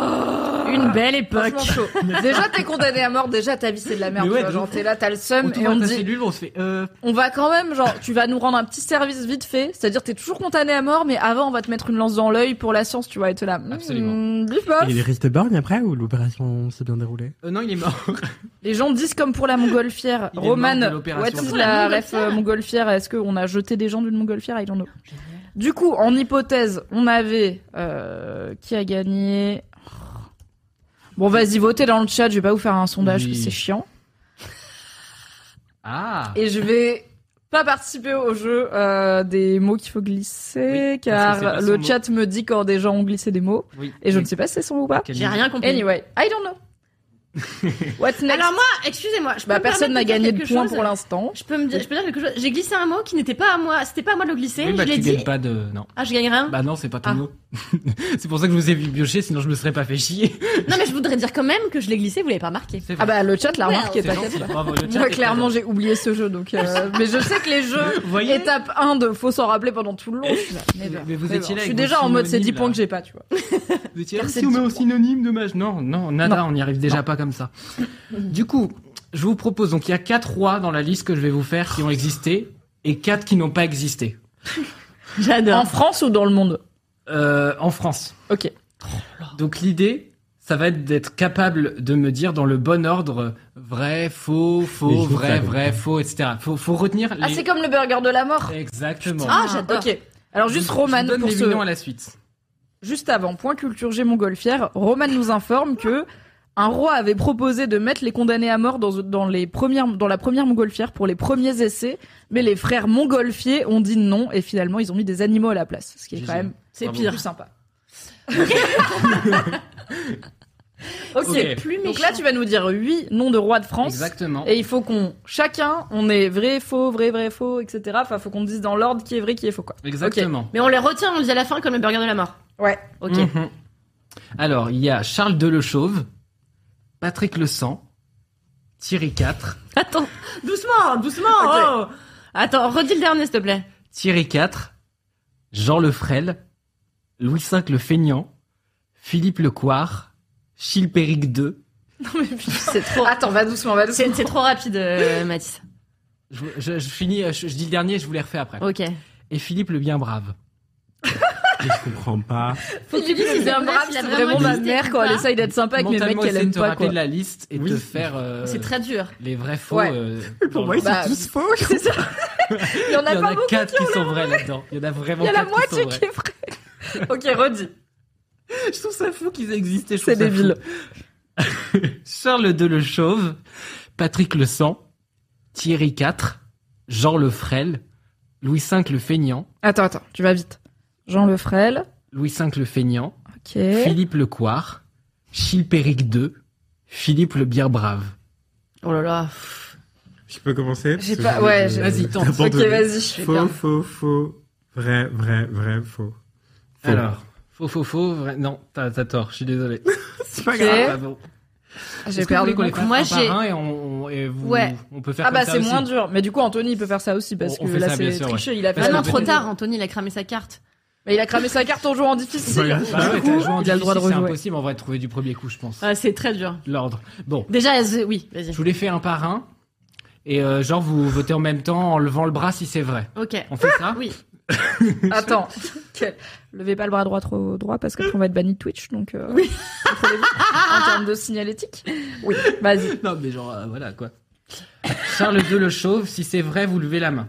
Une belle époque. Franchement chaud. Déjà t'es condamné à mort, déjà ta vie c'est de la merde, Mais ouais, tu vois, de genre ouf. t'es là, t'as le seum, On et tourne on à te ta dit, cellule, on se fait, on va quand même, genre, tu vas nous rendre un petit service vite fait, c'est-à-dire t'es toujours condamné à mort, mais avant on va te mettre une lance dans l'œil pour la science, tu vas être là. Absolument. Bif bof. Et il est resté borgne après ou l'opération s'est bien déroulée? non, il est mort. Les gens disent comme pour la montgolfière. Il est Roman, mort de l'opération. what is Pour la la ref montgolfière? Est-ce qu'on a jeté des gens d'une montgolfière? I don't know. Du coup, en hypothèse, on avait qui a gagné. Bon, vas-y, votez dans le chat. Je vais pas vous faire un sondage, Oui. parce que c'est chiant. Ah. Et je vais pas participer au jeu des mots qu'il faut glisser, Oui, parce que c'est car pas le son mot. chat me dit quand des gens ont glissé des mots, Oui. et je Oui. ne sais pas si c'est son mot ou pas. J'ai rien compris. Anyway, I don't know. What's next? Alors moi, excusez-moi, je peux Bah, me personne permettre n'a de dire gagné de quelque points chose pour l'instant. Je peux dire quelque chose. J'ai glissé un mot qui n'était pas à moi. C'était pas à moi de le glisser. Oui, bah, je l'ai tu dit. gagnes pas de, non. Ah, je gagne rien. Bah non, c'est pas ton Ah. mot. C'est pour ça que je vous ai vu piocher, sinon je me serais pas fait chier. Non, mais je voudrais dire quand même que je l'ai glissé. Vous l'avez pas remarqué. C'est Ah vrai. bah le chat l'a Ouais, remarqué, C'est t'inquiète gentil. pas. Bravo, le chat Moi est clairement très j'ai oublié ce jeu donc mais je sais que les jeux Vous voyez étape 1 de faut s'en rappeler pendant tout le long. Je suis là, never, Mais vous never. étiez là Je suis avec déjà vos en mode c'est 10 synonymes, points là. que j'ai pas, tu vois. Vous étiez Car là, c'est si on met au 10 synonyme, dommage. Non, nada, on n'y arrive déjà pas comme ça. Du coup, je vous propose, donc il y a 4 rois dans la liste que je vais vous faire qui ont existé et 4 qui n'ont pas existé. J'adore. En France ou dans le monde? En France. OK. Donc l'idée, ça va être d'être capable de me dire dans le bon ordre vrai, faux, Les faux, chiffres, vrai, ça, vrai, faux, etc. Faut retenir les... Ah, c'est comme le burger de la mort. Exactement. Ah, j'adore. OK. Alors juste Roman je vous donne pour les ce noms à la suite. juste avant point culture G montgolfière, Roman nous informe que un roi avait proposé de mettre les condamnés à mort dans la première montgolfière pour les premiers essais, mais les frères montgolfiers ont dit non et finalement ils ont mis des animaux à la place, ce qui est GG. quand même C'est Bravo. pire. plus sympa. C'est Ok. plus méchant. Donc là tu vas nous dire 8 noms de rois de France. Exactement. Et il faut on est vrai, faux, etc. Enfin, faut qu'on dise dans l'ordre qui est vrai, qui est faux, quoi. Exactement. Mais on les retient, on le dit à la fin comme le burger de la mort. Ouais. Ok. Mhm. Alors, il y a Charles de Le Chauve, Patrick Le Sang, Thierry IV. Attends, doucement. Ok. Oh. Attends, redis le dernier, s'il te plaît. Thierry IV, Jean Lefrel, Louis V le Feignant, Philippe le Couard, Chilpéric II. Non mais putain. C'est trop. Attends, va doucement. C'est trop rapide, Mathis. Je finis, je dis le dernier, je vous les refais après. Ok. Et Philippe le Bien Brave. Je comprends pas. Faut que tu dises, c'est bien brave, c'est vraiment ma mère quand elle essaye d'être sympa avec mes mecs Mentalement, qu'elle essaie de aime te pas, rappeler quoi. de la liste et de Oui. te faire C'est très dur. les vrais faux. Ouais. Dans Pour moi, le- ils Bah, sont tous faux. C'est ça. Il y en a Il y en pas a beaucoup 4 qui ont qui sont l'air vrais là-dedans. Il y en a vraiment Il y a la 4 qui sont moitié vrais. qui est vrai. Ok, redis. Je trouve ça fou qu'ils aient existé. je C'est trouve ça débile. fou. Charles II le Chauve, Patrick le Sang, Thierry IV, Jean Lefrel, Louis V le Feignant, Attends, tu vas vite. Jean Lefrel. Louis V le Feignant, Ok. Philippe le Couard, Chilpéric II, Philippe le Bien Brave. Oh là là. Je peux commencer? J'ai pas- ouais, j'ai- Vas-y, tente. Ok, vas-y. Faux. Vrai, faux. Faux. Alors, faux, vrai. Non, t'as tort, je suis désolé. c'est pas Ok. grave. Ah bon. J'ai Est-ce que vous perdu. voulez qu'on les fasse Moi, un j'ai- par un et vous, Ouais. on peut faire Ah comme bah ça c'est aussi. moins dur. Mais du coup Anthony il peut faire ça aussi parce On que fait là ça, bien c'est sûr, triché. ouais. Il a fait Ah la non, petite- trop tard. Anthony, il a cramé sa carte. Mais il a cramé sa carte en jouant en difficile. Voilà. Bah ouais, Du coup, t'as joué en il a le droit de difficile, c'est rejouer. impossible en vrai de trouver du premier coup, je pense. Ah, c'est très dur. L'ordre. Bon, Déjà, oui, vas-y. je vous les fais un par un. Et genre, vous votez en même temps en levant le bras si c'est vrai. Ok. On fait ça? Oui. Attends. Levez pas le bras droit trop droit parce qu'après on va être banni de Twitch donc. Oui. En termes de signalétique. Oui. Vas-y. Non, mais genre, voilà, quoi. Charles II le Chauve, si c'est vrai, vous levez la main.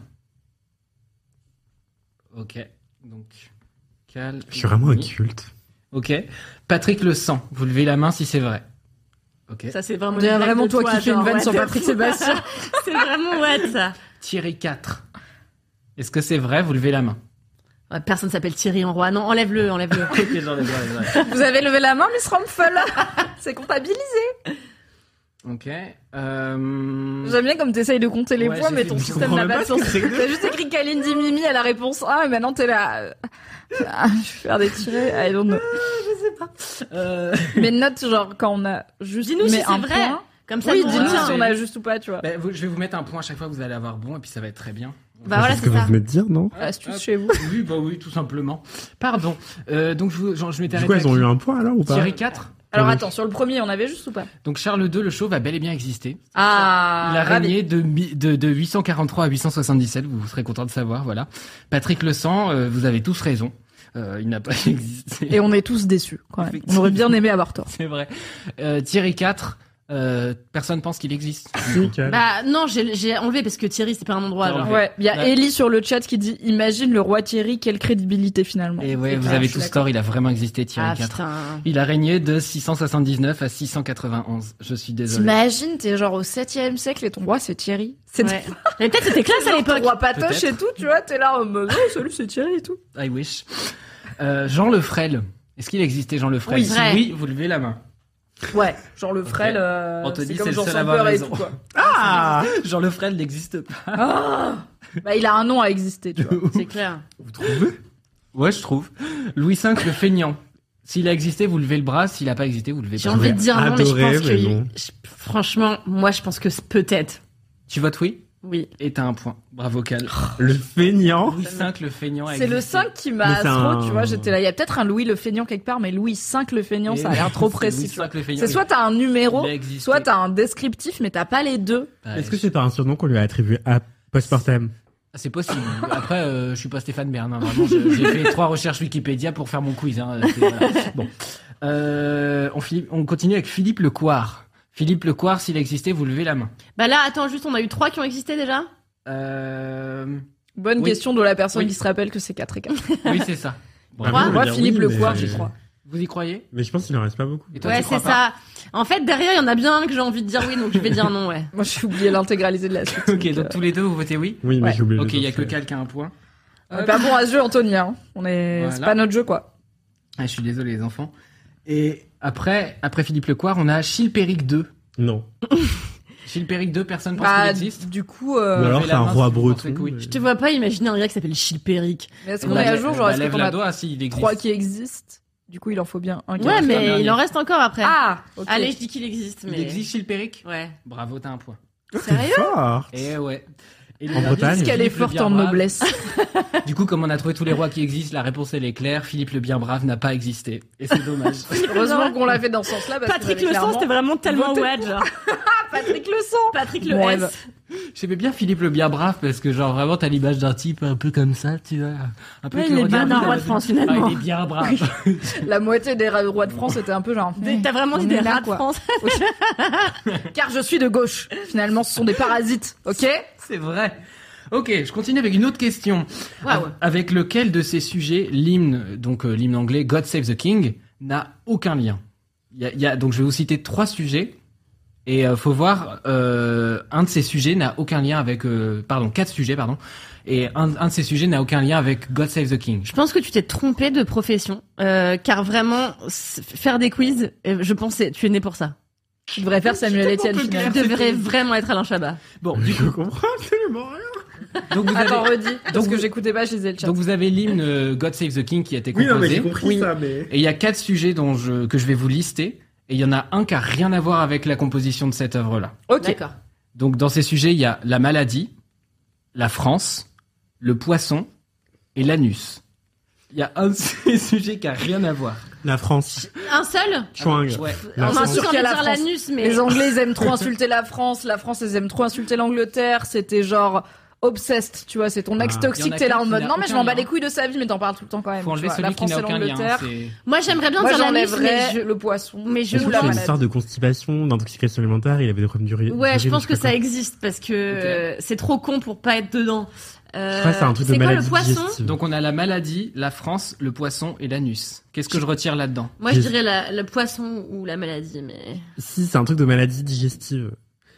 Ok. Donc, calme. Je suis vraiment inculte. Ok. Patrick le Sang, vous levez la main si c'est vrai. Ok. Ça, c'est vraiment. On dirait une blague vraiment de toi qui fais une genre, vanne ouais, sur c'est- Patrick Sébastien. C'est vraiment ouais ça. Thierry IV. Est-ce que c'est vrai? Vous levez la main. Ouais, personne s'appelle Thierry en roi. Non, enlève-le. Ok, j'enlève. Vous avez levé la main Miss Rumpel. C'est comptabilisé. Ok. J'aime bien comme t'essayes de compter les Ouais, points j'ai mais fait- ton je système comprends n'a même pas de pas ce sens. que c'est que- T'as juste écrit Kalindi Mimi à la réponse 1 et maintenant t'es là. Je vais faire des tirés. I don't know. Mais note genre quand on a juste Dis-nous mis si c'est un vrai. point. Comme ça. Oui, nous, dis-nous voilà. si on a juste ou pas, tu vois. Ben, je vais vous mettre un point à chaque fois, vous allez avoir bon, et puis ça va être très bien. Bah voilà, ce c'est que vous ça. venez de dire, non? Astuce Hop. chez vous. Oui, bah oui, tout simplement. Pardon. Donc je m'étais Du coup, arrêté elles ont à eu qui un point alors ou pas? Thierry IV. Alors Oui. attends, sur le premier, on avait juste ou pas? Donc Charles II le Chauve a bel et bien existé. Ah, Il a ravi. régné de 843 à 877, vous serez content de savoir, voilà. Patrick Le Sang, vous avez tous raison. Il n'a pas existé. Et on est tous déçus, quand même. On aurait bien aimé avoir tort. C'est vrai. Thierry IV, personne pense qu'il existe. Nickel. Bah non, j'ai enlevé parce que Thierry, c'est pas un endroit. Non, Genre. mais- Ouais, il y a Ouais. Ellie sur le chat qui dit imagine le roi Thierry, quelle crédibilité finalement. Et ouais, C'est vous clair, avez je suis tous d'accord. tort, il a vraiment existé, Thierry Ah IV. putain. Il a régné de 679 à 691. Je suis désolé. T'imagines, t'es genre au 7e siècle et ton roi c'est Thierry. C'est Ouais. Mais peut-être c'était classe à ton l'époque. roi Patoche Peut-être. et tout, tu vois, t'es là en mode oh, salut, c'est Thierry et tout. I wish. Jean Lefrel. Est-ce qu'il existait, Jean Lefrel? Oui, Si vrai. oui, vous levez la main. Ouais, genre le frêle, Anthony, c'est c'est comme le Jean seul sans à avoir peur et raison. tout quoi. Ah! Jean Lefrel n'existe pas. Bah il a un nom à exister, tu vois. C'est clair. Vous trouvez? Ouais, je trouve. Louis V le Feignant. S'il a existé, vous levez le bras. S'il a pas existé, vous levez J'ai pas. envie de dire non, mais je adoré, pense mais que non. franchement, moi, je pense que peut-être. Tu votes oui? Oui. Et t'as un point. Bravo, Cal. Le feignant. Louis V le Feignant a C'est le existé. 5 qui m'a Mais c'est trop, un- tu vois, j'étais là, il y a peut-être un Louis le feignant quelque part, mais Louis V le feignant, Et ça a l'air trop c'est précis, Louis tu vois. V le Feignant. C'est soit t'as un numéro, Il a existé. soit t'as un descriptif, mais t'as pas les deux. Ouais, Est-ce que c'est pas un surnom qu'on lui a attribué à post-mortem? C'est possible. Après, je suis pas Stéphane Bern. Hein, vraiment, j'ai fait 3 recherches Wikipédia pour faire mon quiz. Hein, voilà. Bon, on continue avec Philippe Le Couard. Philippe Le Couard, s'il existait, vous levez la main. Bah là, attends, juste, on a eu 3 qui ont existé déjà. Bonne Oui. question de la personne Oui. qui se rappelle que c'est 4 et 4. Oui, c'est ça. Ah, Moi, on Moi, veut dire Philippe oui, Le mais- Couard, j'y crois. Vous y croyez? Mais je pense qu'il en reste pas beaucoup. Et toi, Ouais, tu crois c'est pas ça. En fait, derrière, il y en a bien un que j'ai envie de dire oui, donc je vais dire non, ouais. Moi, j'ai oublié l'intégralité de la suite. Ok, donc tous les deux, vous votez oui? Oui, mais Ouais. j'ai oublié. Ok, les il y a autres, que ouais. Cal qui a un point. On est pas bon à ce jeu, Anthony, hein. C'est Voilà. pas notre jeu, quoi. Ah, je suis désolé, les enfants. Et après Philippe Le Couard, on a Chilpéric II. Non. Chilpéric II, personne pense Bah, qu'il existe? du coup, Ou alors levez c'est la un main roi si vous breton. pensez que oui. Je te vois pas imaginer un gars qui s'appelle Chilpéric. mais est-ce qu'on est à jour, genre, est-ce lève qu'on la a doigt s'il existe. 3 qui existent? Du coup, il en faut bien un. Ouais, mais il en reste encore après. Ah, ok. Allez, je dis qu'il existe, mais. Il existe Chilpéric. Ouais. Bravo, t'as un point. Sérieux? Fort. Et ouais. Et En Bretagne. Parce qu'elle est Philippe le forte Bien en Brave. noblesse. Du coup, comme on a trouvé tous les rois qui existent, la réponse elle est claire. Philippe le Bien Brave n'a pas existé. Et c'est dommage. Heureusement qu'on l'a fait dans ce sens-là. Parce Patrick que vous avez Le Sang, c'était vraiment tellement voté wad, genre. Patrick Le Sang. Patrick Le Bon, S. J'aimais bien Philippe le Bien Brave parce que genre vraiment t'as l'image d'un type un peu comme ça, tu vois. Un peu Ouais, qui il est regarde bien un dans roi la- de France, finalement. Ah, il est bien brave. La moitié des rois de France étaient un peu genre. T'as vraiment on dit est des là, rats de quoi. France. Car je suis de gauche. Finalement, ce sont des parasites. Ok. C'est vrai. Ok, je continue avec une autre question. Waouh. Avec lequel de ces sujets l'hymne, donc l'hymne anglais God Save the King, n'a aucun lien. Donc je vais vous citer 3 sujets. Et faut voir, un de ces sujets n'a aucun lien avec... 4 sujets, pardon. Et un de ces sujets n'a aucun lien avec God Save the King. Je pense que tu t'es trompé de profession, car vraiment, faire des quiz, je pensais, tu es né pour ça. Tu devrais faire Samuel Etienne Tu finalement. devrais vraiment être Alain Chabat. Bon, du Je coup, comprends absolument rien. donc vous Attends, avez, redis. Parce que j'écoutais pas, je lisais le chat. donc vous avez l'hymne God Save the King qui a été Oui, composé. non, mais j'ai compris ça, mais. Et il y a 4 sujets que je vais vous lister. Et il y en a un qui a rien à voir avec la composition de cette œuvre-là. Ok. D'accord. Donc dans ces sujets, il y a la maladie, la France, le poisson et l'anus. Il y a un de ces sujets qui a rien à voir. La France. Un seul? Chouing. Ouais. La On France. m'a France. sûr qu'il y a la dire France. l'anus, mais. Les Anglais, ils aiment trop insulter la France. La France, ils aiment trop insulter l'Angleterre. C'était genre obsessed, tu vois. C'est ton ex Il y en toxique. a T'es là qu'un en qui mode n'a non, mais je aucun m'en bats lien. les couilles de sa vie, mais t'en parles tout le temps quand même. Faut tu enlever vois. celui La qui France n'a et aucun lien. l'Angleterre. C'est... Moi, j'aimerais bien Moi, dire l'anus, mais j'enlèverais le poisson. mais je Est-ce que ou la c'est une maladie. histoire de constipation, d'intoxication alimentaire, il avait des problèmes d'urine. Ouais, je pense que ça existe. existe parce que c'est trop con pour pas être dedans. Je crois que c'est un truc de c'est quoi maladie le poisson? digestive. Donc on a la maladie, la France, le poisson et l'anus. Qu'est-ce que je retire là-dedans? Moi, je dirais le poisson ou la maladie, mais. Si, c'est un truc de maladie digestive.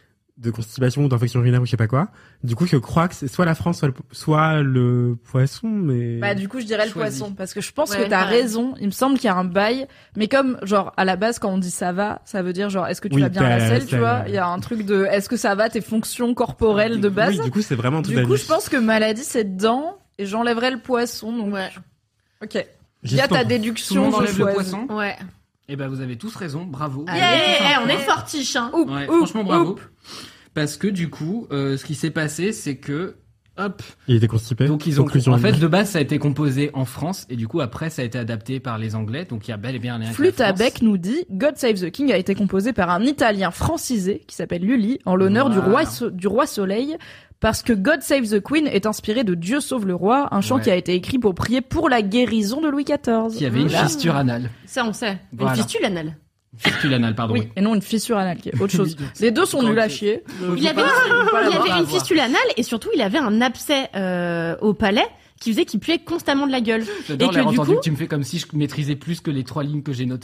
De constipation ou d'infection urinaire ou je sais pas quoi. Du coup, je crois que c'est soit la France, soit le poisson, mais... Bah, du coup, je dirais le Choisis. poisson. Parce que je pense Ouais, que t'as pareil. raison. Il me semble qu'il y a un bail. Mais comme, genre, à la base, quand on dit ça va, ça veut dire, genre, est-ce que tu Oui, vas bien à la t'as- selle, tu ça- vois? Il y a un truc de, est-ce que ça va tes fonctions corporelles de base? Oui, du coup, c'est vraiment un truc Du coup, d'anus. je pense que maladie, c'est dedans. Et j'enlèverais le poisson, donc. Ouais. Ok. J'ai Il y a ta pas- Tout le déduction, monde je enlève le choisis. poisson? Ouais. Eh ben vous avez tous raison, bravo. Yeah, on est fortiche, hein. Oup, Ouais, oup, franchement bravo. oup. Parce que du coup, ce qui s'est passé, c'est que, hop, Il était constipé. donc ils ont, Conclusion en fait, libre. de base, ça a été composé en France, et du coup, après, ça a été adapté par les Anglais, donc il y a bel et bien un lien avec Flûte la à France. bec nous dit God Save the King a été composé par un Italien francisé qui s'appelle Lully en l'honneur Voilà. du roi Soleil parce que God Save the Queen est inspiré de Dieu sauve le roi, un chant Ouais. qui a été écrit pour prier pour la guérison de Louis XIV. Qui avait une Voilà. fistule anale. Ça, on sait. Voilà. Une fistule anale. Fistule anale, pardon. Oui, et non une fissure anale qui est autre chose. Les deux sont nuls à chier. Il avait, il avait une fistule anale et surtout, il avait un abcès au palais qui faisait qu'il puait constamment de la gueule. J'adore Et que l'air du entendu coup- que tu me fais comme si je maîtrisais plus que les 3 lignes que j'ai notées.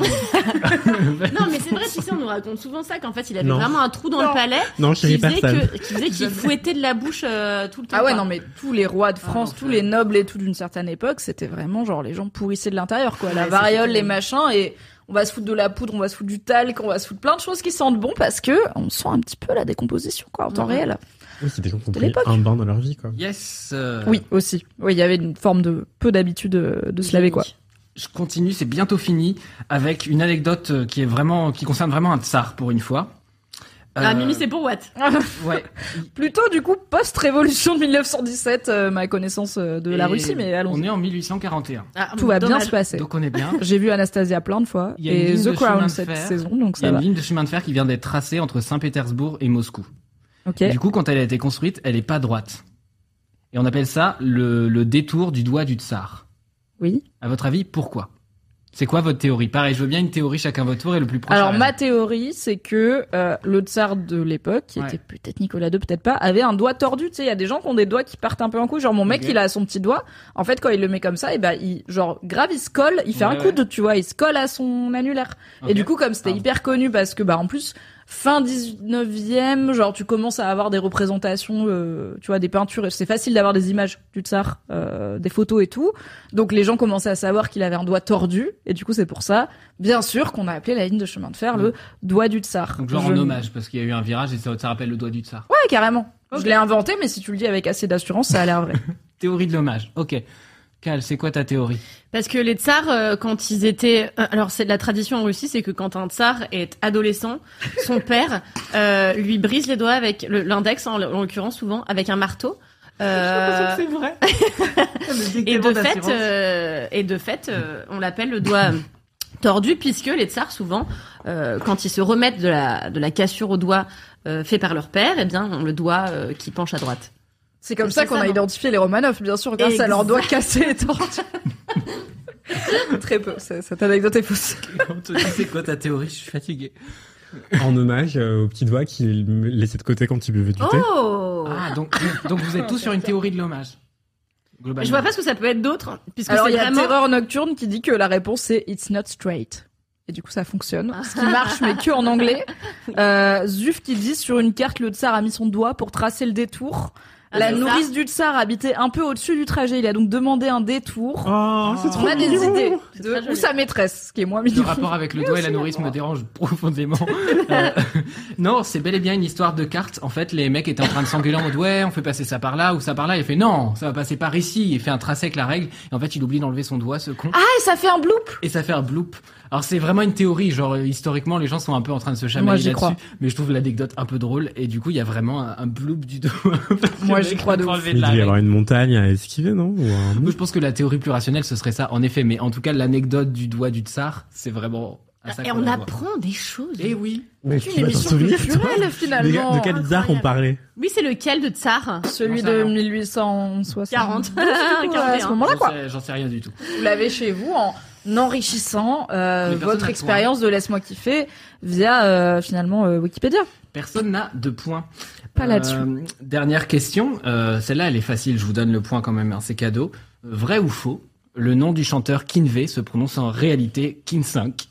Non, mais c'est vrai, tu sais, on nous raconte souvent ça, qu'en fait, il avait Non. vraiment un trou dans le palais Non, qui chérie, faisait personne. qui faisait qu'il fouettait de la bouche tout le temps. Ah ouais, quoi. non, mais tous les rois de France, non, tous les nobles et tout d'une certaine époque, c'était vraiment genre les gens pourrissaient de l'intérieur, quoi. La Ouais, variole, c'était les machins, et on va se foutre de la poudre, on va se foutre du talc, on va se foutre plein de choses qui sentent bon parce que on sent un petit peu la décomposition, quoi, en temps Ouais. réel. Oui, c'est des gens qui ont De pris l'époque. un bain dans leur vie, quoi. Yes. Oui, aussi. Oui, il y avait une forme de peu d'habitude de se laver, quoi. Je continue, c'est bientôt fini, avec une anecdote qui concerne vraiment un tsar pour une fois. Ah, Mimi, c'est pour what? Ouais. Plutôt, du coup, post-révolution de 1917, ma connaissance de la Et Russie, mais On allons-y. est en 1841. Ah, Tout va bien dommage. se passer. Donc on est bien. J'ai vu Anastasia plein de fois, Il y a une et ligne The de chemin Crown de cette fer. saison, donc Il y ça a va. une ligne de chemin de fer qui vient d'être tracée entre Saint-Pétersbourg et Moscou. Ok. Du coup, quand elle a été construite, elle est pas droite. Et on appelle ça le détour du doigt du tsar. Oui. À votre avis, pourquoi? C'est quoi votre théorie? Pareil, je veux bien une théorie chacun votre tour et le plus proche. Alors a ma raison. théorie, c'est que le tsar de l'époque, qui Ouais. était peut-être Nicolas II, peut-être pas, avait un doigt tordu. Tu sais, il y a des gens qui ont des doigts qui partent un peu en couille. Genre mon mec, Ok. il a son petit doigt. En fait, quand il le met comme ça, et ben il genre grave, il se colle, il fait Ouais, un coude, tu vois, il se colle à son annulaire. Ok. Et du coup, comme c'était Pardon. hyper connu, parce que bah en plus fin 19e, genre tu commences à avoir des représentations, tu vois, des peintures. C'est facile d'avoir des images du tsar, des photos et tout. Donc les gens commençaient à savoir qu'il avait un doigt tordu. Et du coup, c'est pour ça, bien sûr, qu'on a appelé la ligne de chemin de fer le doigt du tsar. Donc genre Je- en hommage, parce qu'il y a eu un virage et ça rappelle le doigt du tsar. Ouais, carrément. Ok. Je l'ai inventé, mais si tu le dis avec assez d'assurance, ça a l'air vrai. Théorie de l'hommage. Ok. Cal, c'est quoi ta théorie? Parce que les tsars, quand ils étaient... alors, c'est de la tradition en Russie, c'est que quand un tsar est adolescent, son père lui brise les doigts avec l'index, en l'occurrence souvent, avec un marteau. J'ai l'impression que c'est vrai. Et de fait, on l'appelle le doigt tordu, puisque les tsars, souvent, quand ils se remettent de la cassure au doigt fait par leur père, eh bien, ont le doigt qui penche à droite. C'est comme ça qu'on a identifié les Romanov, bien sûr, grâce à leurs doigts cassés et tordus. Très peu, cette anecdote est fausse. Anthony, c'est quoi ta théorie? Je suis fatigué. En hommage au petit doigt qu'il laissait de côté quand il buvait du thé. Oh! Ah, donc vous êtes tous sur une théorie de l'hommage. Globalement. Je vois pas ce que ça peut être d'autre, puisque Alors, c'est il y a vraiment... Terreur Nocturne qui dit que la réponse c'est It's not straight. Et du coup, ça fonctionne. Ce qui marche, mais que en anglais. Zuf qui dit sur une carte, le tsar a mis son doigt pour tracer le détour. La nourrice du tsar habitait un peu au-dessus du trajet. Il a donc demandé un détour. Oh, c'est trop On a des mignon. idées de où sa maîtresse, ce qui est moins Le mignon. rapport avec le doigt et la nourrice me dérange profondément. Non, c'est bel et bien une histoire de cartes. En fait, les mecs étaient en train de s'engueuler en mode ouais, on fait passer ça par là ou ça par là. Il fait non, ça va passer par ici. Il fait un tracé avec la règle. Et en fait, il oublie d'enlever son doigt, ce con. Ah, et ça fait un bloop. Et ça fait un bloop. Alors c'est vraiment une théorie, genre historiquement les gens sont un peu en train de se Moi, chamailler j'y là-dessus, crois. mais je trouve l'anecdote un peu drôle et du coup il y a vraiment un bloop du doigt. Moi, j'y crois de ouf. Il doit y avoir une montagne à esquiver, non? Ou un Moi, je pense que la théorie plus rationnelle ce serait ça, en effet, mais en tout cas l'anecdote du doigt du tsar, c'est vraiment à ça Et qu'on on la voit. apprend des choses. Eh oui. Mais C'est une émission culturelle, finalement. De quel tsar on parlait? Oui, c'est lequel de tsar? Celui J'en sais de rien. 1860. 40. À ce moment-là, quoi. J'en sais rien du tout. Vous l'avez chez vous en enrichissant personne votre n'a expérience de Laisse-moi kiffer via finalement Wikipédia. Personne n'a de points. Pas là-dessus. Dernière question, celle-là elle est facile, je vous donne le point quand même, hein, c'est cadeau. Vrai ou faux, le nom du chanteur Kinvey se prononce en réalité Kin5?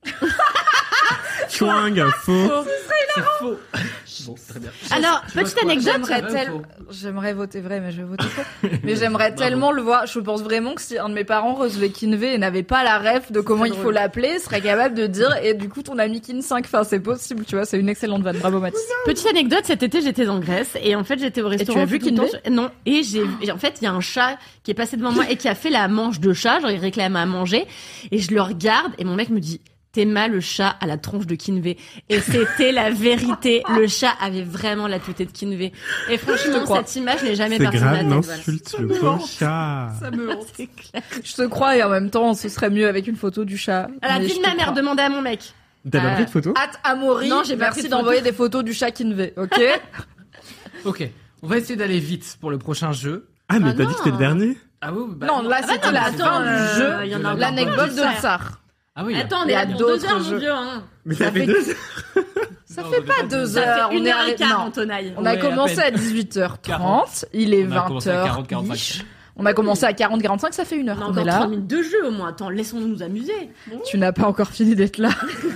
Chouang, faux. C'est faux. Bon, très bien. Alors, Tu vois petite quoi anecdote. Vrai ou faux J'aimerais voter vrai, mais je vais voter faux. Mais j'aimerais tellement le voir. Je pense vraiment que si un de mes parents recevait Kinvey et n'avait pas la ref de comment il faut l'appeler, serait capable de dire et du coup ton ami Kin5. Enfin, c'est possible, tu vois. C'est une excellente vanne. Bravo Mathis. Petite anecdote, cet été j'étais en Grèce et en fait j'étais au restaurant. as vu tout le temps. Kinvey Non, et en fait il y a un chat qui est passé devant moi et qui a fait la manche de chat, genre il réclame à manger et je le regarde et mon mec me dit Théma, le chat à la tronche de Kinvey. Et c'était la vérité. Le chat avait vraiment la tête de Kinvey. Et franchement, cette image n'est jamais C'est partie de ma grave, tête. l'insulte, le pauvre chat. Ça me hante. C'est clair. Je te crois et en même temps, ce serait mieux avec une photo du chat. À la Mais vie je de te ma mère, crois. demandez à mon mec. T'as pas pris de photo? Amaury, Non, j'ai pas merci pris de d'envoyer photo. des photos du chat Kinvey, ok? Ok, on va essayer d'aller vite pour le prochain jeu. Ah, mais Ah t'as non. dit que c'était le dernier? Ah oui, bah, Non, là Ah bah c'était non, la mais fin attends, du jeu, il y en a encore l'anecdote plein. de Tsar. Ah oui. Attends, on Il y est a là pour d'autres 2 heures, mon jeux. vieux. Hein. Mais ça fait fait 2 heures. Ça Non, fait ça fait pas pas 2 Ça heures, fait on est 1h15, non. Antonaille. On a Ouais, à commencé peine. à 18h30, 40. il est On a commencé à 20h. 40-45. On a commencé à 40-45, ça fait 1 heure On a qu'on encore est là. 30 minutes de jeu au moins. Attends, laissons-nous nous amuser. Bon. Tu n'as pas encore fini d'être là.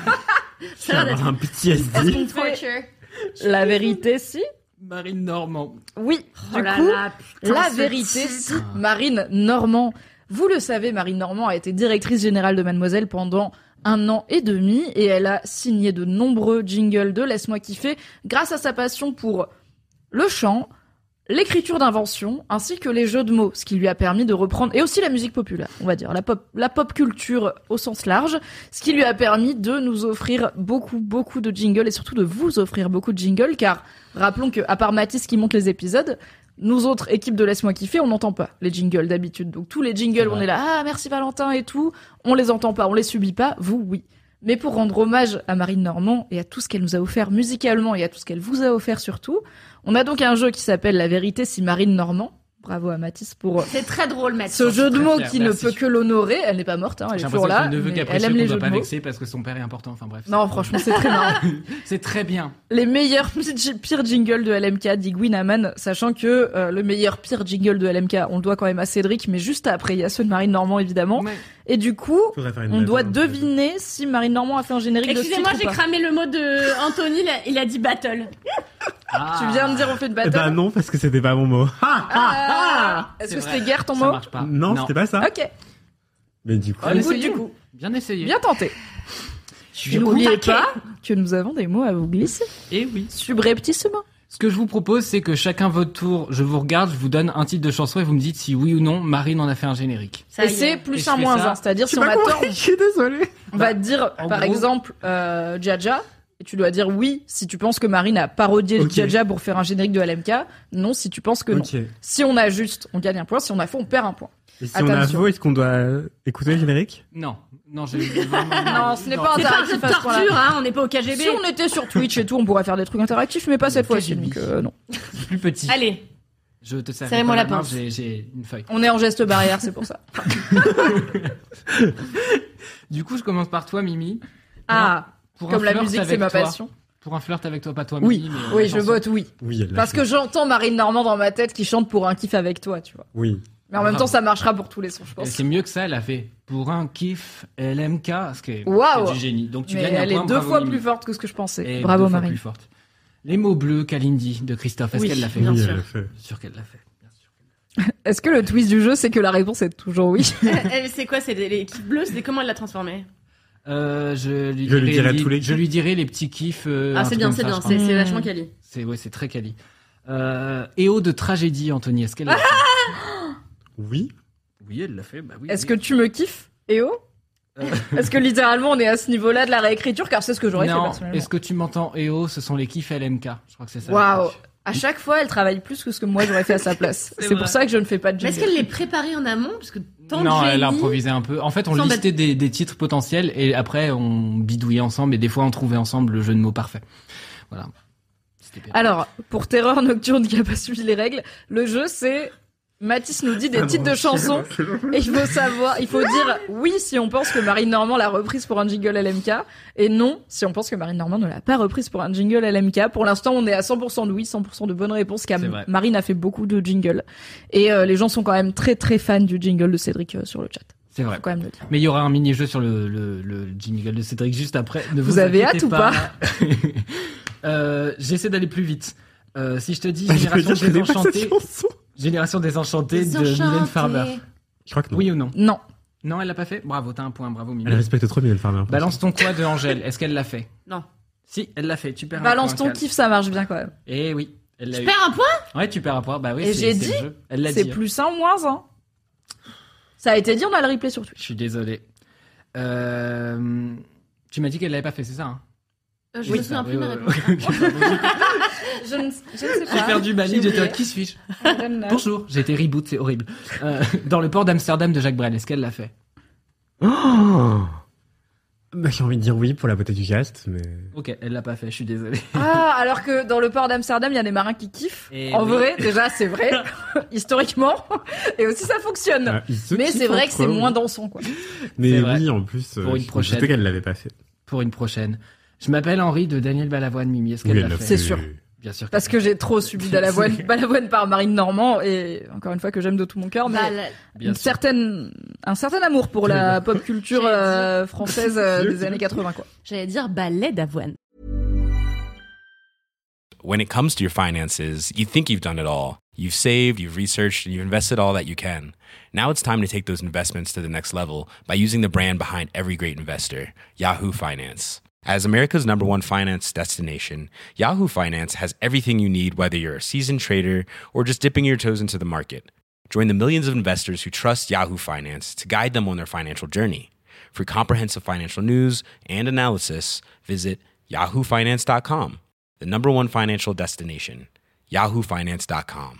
Tu vas avoir un PTSD. Une torture. La vérité, si. Marine Normand. Oui, Oh du là coup, là, putain, la ce vérité, titre. si. Marine Normand. Vous le savez, Marine Normand a été directrice générale de Mademoiselle pendant 1 an et demi et elle a signé de nombreux jingles de Laisse-moi kiffer grâce à sa passion pour le chant, l'écriture d'invention ainsi que les jeux de mots, ce qui lui a permis de reprendre, et aussi la musique populaire, on va dire, la pop culture au sens large, ce qui lui a permis de nous offrir beaucoup de jingles et surtout de vous offrir beaucoup de jingles, car rappelons que, à part Mathis qui monte les épisodes, nous autres, équipe de Laisse-moi kiffer, on n'entend pas les jingles d'habitude. Donc tous les jingles, on est là, ah merci Valentin et tout, on les entend pas, on les subit pas, vous oui. Mais pour rendre hommage à Marine Normand et à tout ce qu'elle nous a offert musicalement et à tout ce qu'elle vous a offert surtout, on a donc un jeu qui s'appelle La vérité si Marine Normand. Bravo à Mathis pour C'est très drôle, Mathis. ce jeu de mots fier, qui merci. ne peut que l'honorer. Elle n'est pas morte, hein, elle J'ai est toujours l'impression là. que le neveu mais qui a elle aime qu'on les doit jeux pas de mots. vexer parce que son père est important. Enfin bref. Non, franchement, c'est très marrant. C'est très bien. Les meilleurs pires jingles de LMK, dit Gwyn sachant que le meilleur pire jingle de LMK, on le doit quand même à Cédric, mais juste après, il y a ceux de Marine Normand, évidemment. Ouais. Et du coup, Faudrait faire une on bataille doit entre deviner si Marine Normand a fait un générique de ce Excusez-moi, titre j'ai ou pas. cramé le mot de Anthony, il a dit battle. Tu viens de dire on fait une Eh battle bah non, parce que c'était pas mon mot. Est-ce C'est que vrai. c'était guerre ton Ça mot marche pas. Non, c'était pas ça. Ok, Mais du coup, Allez, Good, essayez. du coup. Bien essayé. Bien tenté. Je suis N'oubliez au taquet. pas que nous avons des mots à vous glisser. Et oui. Subrepticement. Ce que je vous propose, c'est que chacun votre tour, je vous regarde, je vous donne un titre de chanson et vous me dites si oui ou non Marine en a fait un générique. Ça Et y est. c'est Et plus je un fais moins ça. un. C'est-à-dire si J'ai on pas a tort, compris, je suis désolé. on va te dire en par gros- exemple Jaja. Et tu dois dire oui si tu penses que Marine a parodié Ok. Jaja pour faire un générique de LMK. Non si tu penses que non. Ok. Si on a juste, on gagne un point. Si on a faux, on perd un point. Et si on a Attention. faux, est-ce qu'on doit écouter le générique? Non, non, j'ai Non, ce n'est pas C'est pas un interactif jeu de à ce point-là. torture, hein, on n'est pas au KGB. Si on était sur Twitch et tout, on pourrait faire des trucs interactifs, mais pas cette fois-ci. KGB. Donc non. plus petit. Allez, Je te serre serrez-moi pas la main, pince. j'ai une feuille. On est en geste barrière, c'est pour ça. Du coup, je commence par toi, Mimi. Ah, Pour comme un la flirt musique, c'est avec ma toi. passion. Pour un flirt avec toi, pas toi, Oui, Mimi. mais oui, la je chanson. vote oui. Oui, elle l'a Parce fait. que j'entends Marine Normand dans ma tête qui chante pour un kiff avec toi, tu vois. Oui. Mais en même temps, ça marchera pour tous les sons, je Et pense. c'est mieux que ça, elle a fait pour un kiff LMK, ce qui est Waouh. c'est du génie. Donc tu Mais gagnes un elle point, est 2 bravo, fois Mimi. plus forte que ce que je pensais. Et Bravo 2 fois Marine. plus forte. Les mots bleus, Kalindi de Christophe, est-ce Oui, qu'elle l'a fait bien Oui, sûr. elle l'a fait. Bien sûr qu'elle l'a fait. Bien sûr. Est-ce que le twist du jeu, c'est que la réponse est toujours oui? C'est quoi? C'est les kiffs bleus? C'est comment elle l'a transformé? Je lui dirai tous les je lui dirai les petits kiffs. Ah, un c'est truc bien, comme c'est ça, bien, je crois. c'est vachement quali. C'est très quali. EO de tragédie, Anthony, est-ce qu'elle l'a fait Oui. Oui, elle l'a fait. Bah oui. Est-ce oui. que tu me kiffes, Eo? Est-ce que littéralement on est à ce niveau-là de la réécriture? Car c'est ce que j'aurais fait Non, personnellement. est-ce que tu m'entends EO, ce sont les kiffs LMK. Je crois que c'est ça. Waouh! À chaque fois, elle travaille plus que ce que moi j'aurais fait à sa place. C'est C'est vrai. pour ça que je ne fais pas de Mais jingle. est-ce qu'elle les préparait en amont? Parce que tant de Non, elle a génie- improvisé un peu. En fait, on Sans listait des titres potentiels et après on bidouillait ensemble et des fois on trouvait ensemble le jeu de mots parfait. Voilà. C'était bien. Alors, pour Terreur Nocturne qui a pas suivi les règles, le jeu c'est Mathis nous dit des titres de chansons et il faut dire oui si on pense que Marine Normand l'a reprise pour un jingle LMK et non si on pense que Marine Normand ne l'a pas reprise pour un jingle LMK. Pour l'instant, on est à 100% de oui, 100% de bonnes réponses car C'est vrai. Marine a fait beaucoup de jingles et les gens sont quand même très très fans du jingle de Cédric sur le chat. C'est vrai. Faut quand même le dire. Mais il y aura un mini-jeu sur le jingle de Cédric juste après. Ne Vous avez inquiétez hâte ou pas J'essaie d'aller plus vite. Si je te dis Je veux dire, je connais pas cette Désenchantée, chanson. Génération Désenchantée de Désenchantée. Mylène Farmer. Je crois que non. Oui ou non? Non. Non, elle l'a pas fait? Bravo, t'as un point, bravo Mimi. Elle respecte trop Mylène Farmer. Balance ton quoi de Angèle, est-ce qu'elle l'a fait? Non. Si, elle l'a fait, tu perds un Balance point. ton Cal. kiff, ça marche bien quand même. Eh oui, elle l'a Je eu. perds un point? Ouais, tu perds un point, bah oui, Et c'est j'ai c'est dit, le jeu. Elle l'a C'est dit. plus 1 moins 1. Ça a été dit, on a le replay sur Twitch. Je suis désolé. Tu m'as dit qu'elle l'avait pas fait, c'est ça, hein? Je Oui, me souviens ça, plus de ma oui, réponse. oui, oui. Je ne sais pas. J'ai perdu ma ligne, J'ai j'étais là, oublié. qui suis-je? Bonjour, j'ai été reboot, c'est horrible. Dans le port d'Amsterdam de Jacques Brel, est-ce qu'elle l'a fait? Oh bah, j'ai envie de dire oui pour la beauté du cast, mais... Ok, elle l'a pas fait, je suis désolé. Ah, alors que dans le port d'Amsterdam, il y a des marins qui kiffent. Et En oui. vrai, déjà, c'est vrai, historiquement. Et aussi, ça fonctionne. Ah, ils se Mais kiffent c'est vrai que entre c'est eux. moins dansant, quoi. Mais C'est vrai. oui, en plus, Pour une je prochaine. sais qu'elle l'avait pas fait. Pour une prochaine. Je m'appelle Henri de Daniel Balavoine, Mimi, est-ce Oui, qu'elle elle l'a l'a fait? C'est sûr. Bien sûr. Parce que j'ai trop subi Balavoine par Marine Normand et encore une fois que j'aime de tout mon cœur, mais Bah, Bien un sûr. certain amour pour la pop culture française des années 80, quoi. J'allais dire balai d'avoine. When it comes to your finances, you think you've done it all. You've saved, you've researched, and you've invested all that you can. Now it's time to take those investments to the next level by using the brand behind every great investor, Yahoo Finance. As America's #1 finance destination, Yahoo Finance has everything you need, whether you're a seasoned trader or just dipping your toes into the market. Join the millions of investors who trust Yahoo Finance to guide them on their financial journey. For comprehensive financial news and analysis, visit yahoofinance.com, the #1 financial destination, yahoofinance.com.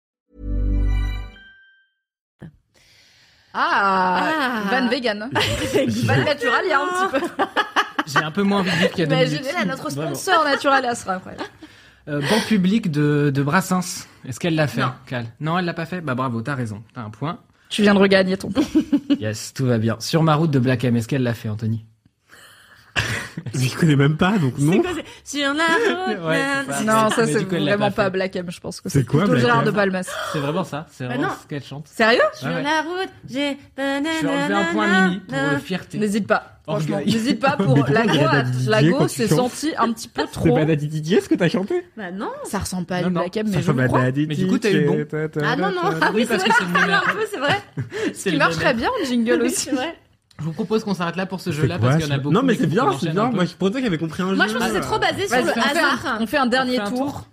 Van vegan. Van natural, il y a un petit peu. J'ai un peu moins envie de dire qu'il y a 2 minutes. Imaginez là, notre Vraiment. sponsor natural, elle sera incroyable. Banque publique de Brassens. Est-ce qu'elle l'a fait, Non. Cal? Non, elle l'a pas fait? Bah bravo, t'as raison. T'as un point. Tu viens de regagner ton point. Yes, tout va bien. Sur ma route de Black M, est-ce qu'elle l'a fait, Anthony? Je connais même pas, donc non. C'est quoi, c'est sur la route? Ouais, c'est ça. Non, ça Mais c'est du coup, elle l'a vraiment pas pas fait. Black M, je pense que C'est c'est quoi, plutôt Black Gérard M de Palmas. C'est vraiment ça. C'est vraiment non. ce qu'elle chante. Sérieux? Sur Ouais. la route, j'ai... Je vais enlever un point Mimi pour fierté. N'hésite pas. Franchement, Orgueil. n'hésite pas pour Mais pourquoi la il y a go. Daddy La DJ go quand tu s'est chantes sentie un petit peu C'est trop. Badadi Didier ce que t'as chanté? Bah non. Ça ressemble pas à Non, du non. Black M, Ça mais je fait le crois. Badadi Mais du coup, t'as eu bon. Ah non, non. Ah oui, parce c'est que vrai, c'est le ça même ressemble un peu, c'est vrai. C'est Qui le marcherait même. bien en jingle Oui, aussi. c'est vrai. Je vous propose qu'on s'arrête là pour ce C'est jeu-là quoi, parce qu'il y en a ça beaucoup. Non, mais mais c'est qu'on bien, enchaîne c'est un bien. peu. Moi, je pensais qu'il y avait compris un jeu. Moi, je pense que c'est trop basé sur Vas-y, le on fait hasard. on fait un dernier On fait un tour.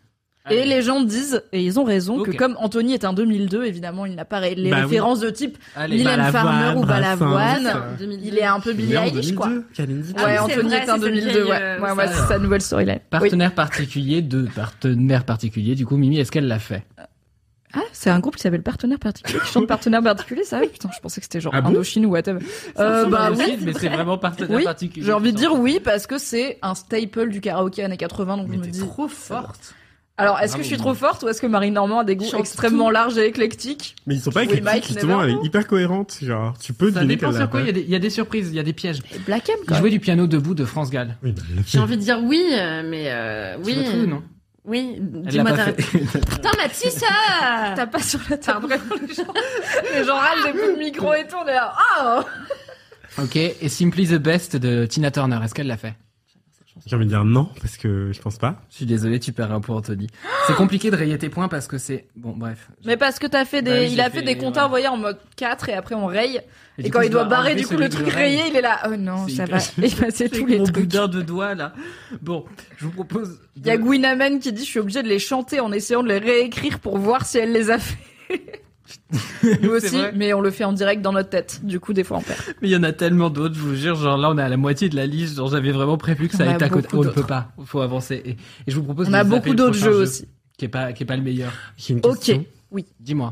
Et les gens disent, et ils ont raison, Ok. que comme Anthony est un 2002, évidemment, il n'a pas les Bah oui. références de type Allez, Mylène Farmer ou Balavoine, Balavoine. Il est un peu Billie Mais en Eilish, quoi. 2002, Kalindi. Ah Ouais, oui, c'est Anthony vrai, est un c'est cette 2002, vieille, ouais, ça, c'est sa nouvelle storyline. Oui. Partenaire particulier, du coup, Mimi, est-ce qu'elle l'a fait? Ah, c'est un groupe qui s'appelle Partenaire Particulier, qui chante Partenaire Particulier, ça? Putain, je pensais que c'était genre Ah bon Indochine ou whatever. Bah oui. Mais c'est vraiment partenaire Oui, particulier. j'ai envie de dire oui, parce que c'est un staple du karaoké années 80, donc Mais je me t'es dis. trop forte. Alors, est-ce Bravo, que je suis Mimi. trop forte ou est-ce que Marine Normand a des goûts Chante extrêmement tout. larges et éclectiques? Mais ils sont pas Oui, écrits, Mike justement, Never elle know. est hyper cohérente. Genre, tu peux Ça deviner dépend qu'elle sur quoi, l'a il y a des surprises, il y a des pièges. Black M, Il quand jouait même. du piano debout de France Gall. Oui, bah, elle l'a fait. J'ai envie de dire oui, mais Tu oui. retrouves, non? Oui, Elle l'a dis-moi pas ta fait. Putain, Mathis, T'as pas sur la table. Vraiment, les gens râlent, j'ai plus de micro et tout, on est là. Oh! Ok, et Simply the Best de Tina Turner, est-ce qu'elle l'a fait? J'ai envie de dire non, parce que je pense pas. Je suis désolé, tu perds un point, Anthony. C'est compliqué de rayer tes points parce que c'est... Bon, bref. Mais parce que t'as fait des, Bah oui, il j'ai a fait des comptes ouais. envoyés en mode 4 et après on raye. Et du quand coup, il je doit dois barrer enlever du coup celui le de truc l'oreille. rayé, il est là. Oh non, C'est ça hyper- va effacer tous les Mon trucs. boudin de doigts, là. Bon, je vous propose... Il y a Gwynamène qui dit je suis obligée de les chanter en essayant de les réécrire pour voir si elle les a fait. Nous aussi, vrai. mais on le fait en direct dans notre tête. Du coup, des fois on perd. Mais il y en a tellement d'autres, je vous jure. Genre là, on est à la moitié de la liste. Genre j'avais vraiment prévu que ça On a aille à côté. beaucoup On ne peut d'autres. pas. Faut avancer. Et je vous propose On de a zapper beaucoup le d'autres prochain jeux jeu, aussi. qui est pas le meilleur. J'ai une Ok. question. Dis-moi.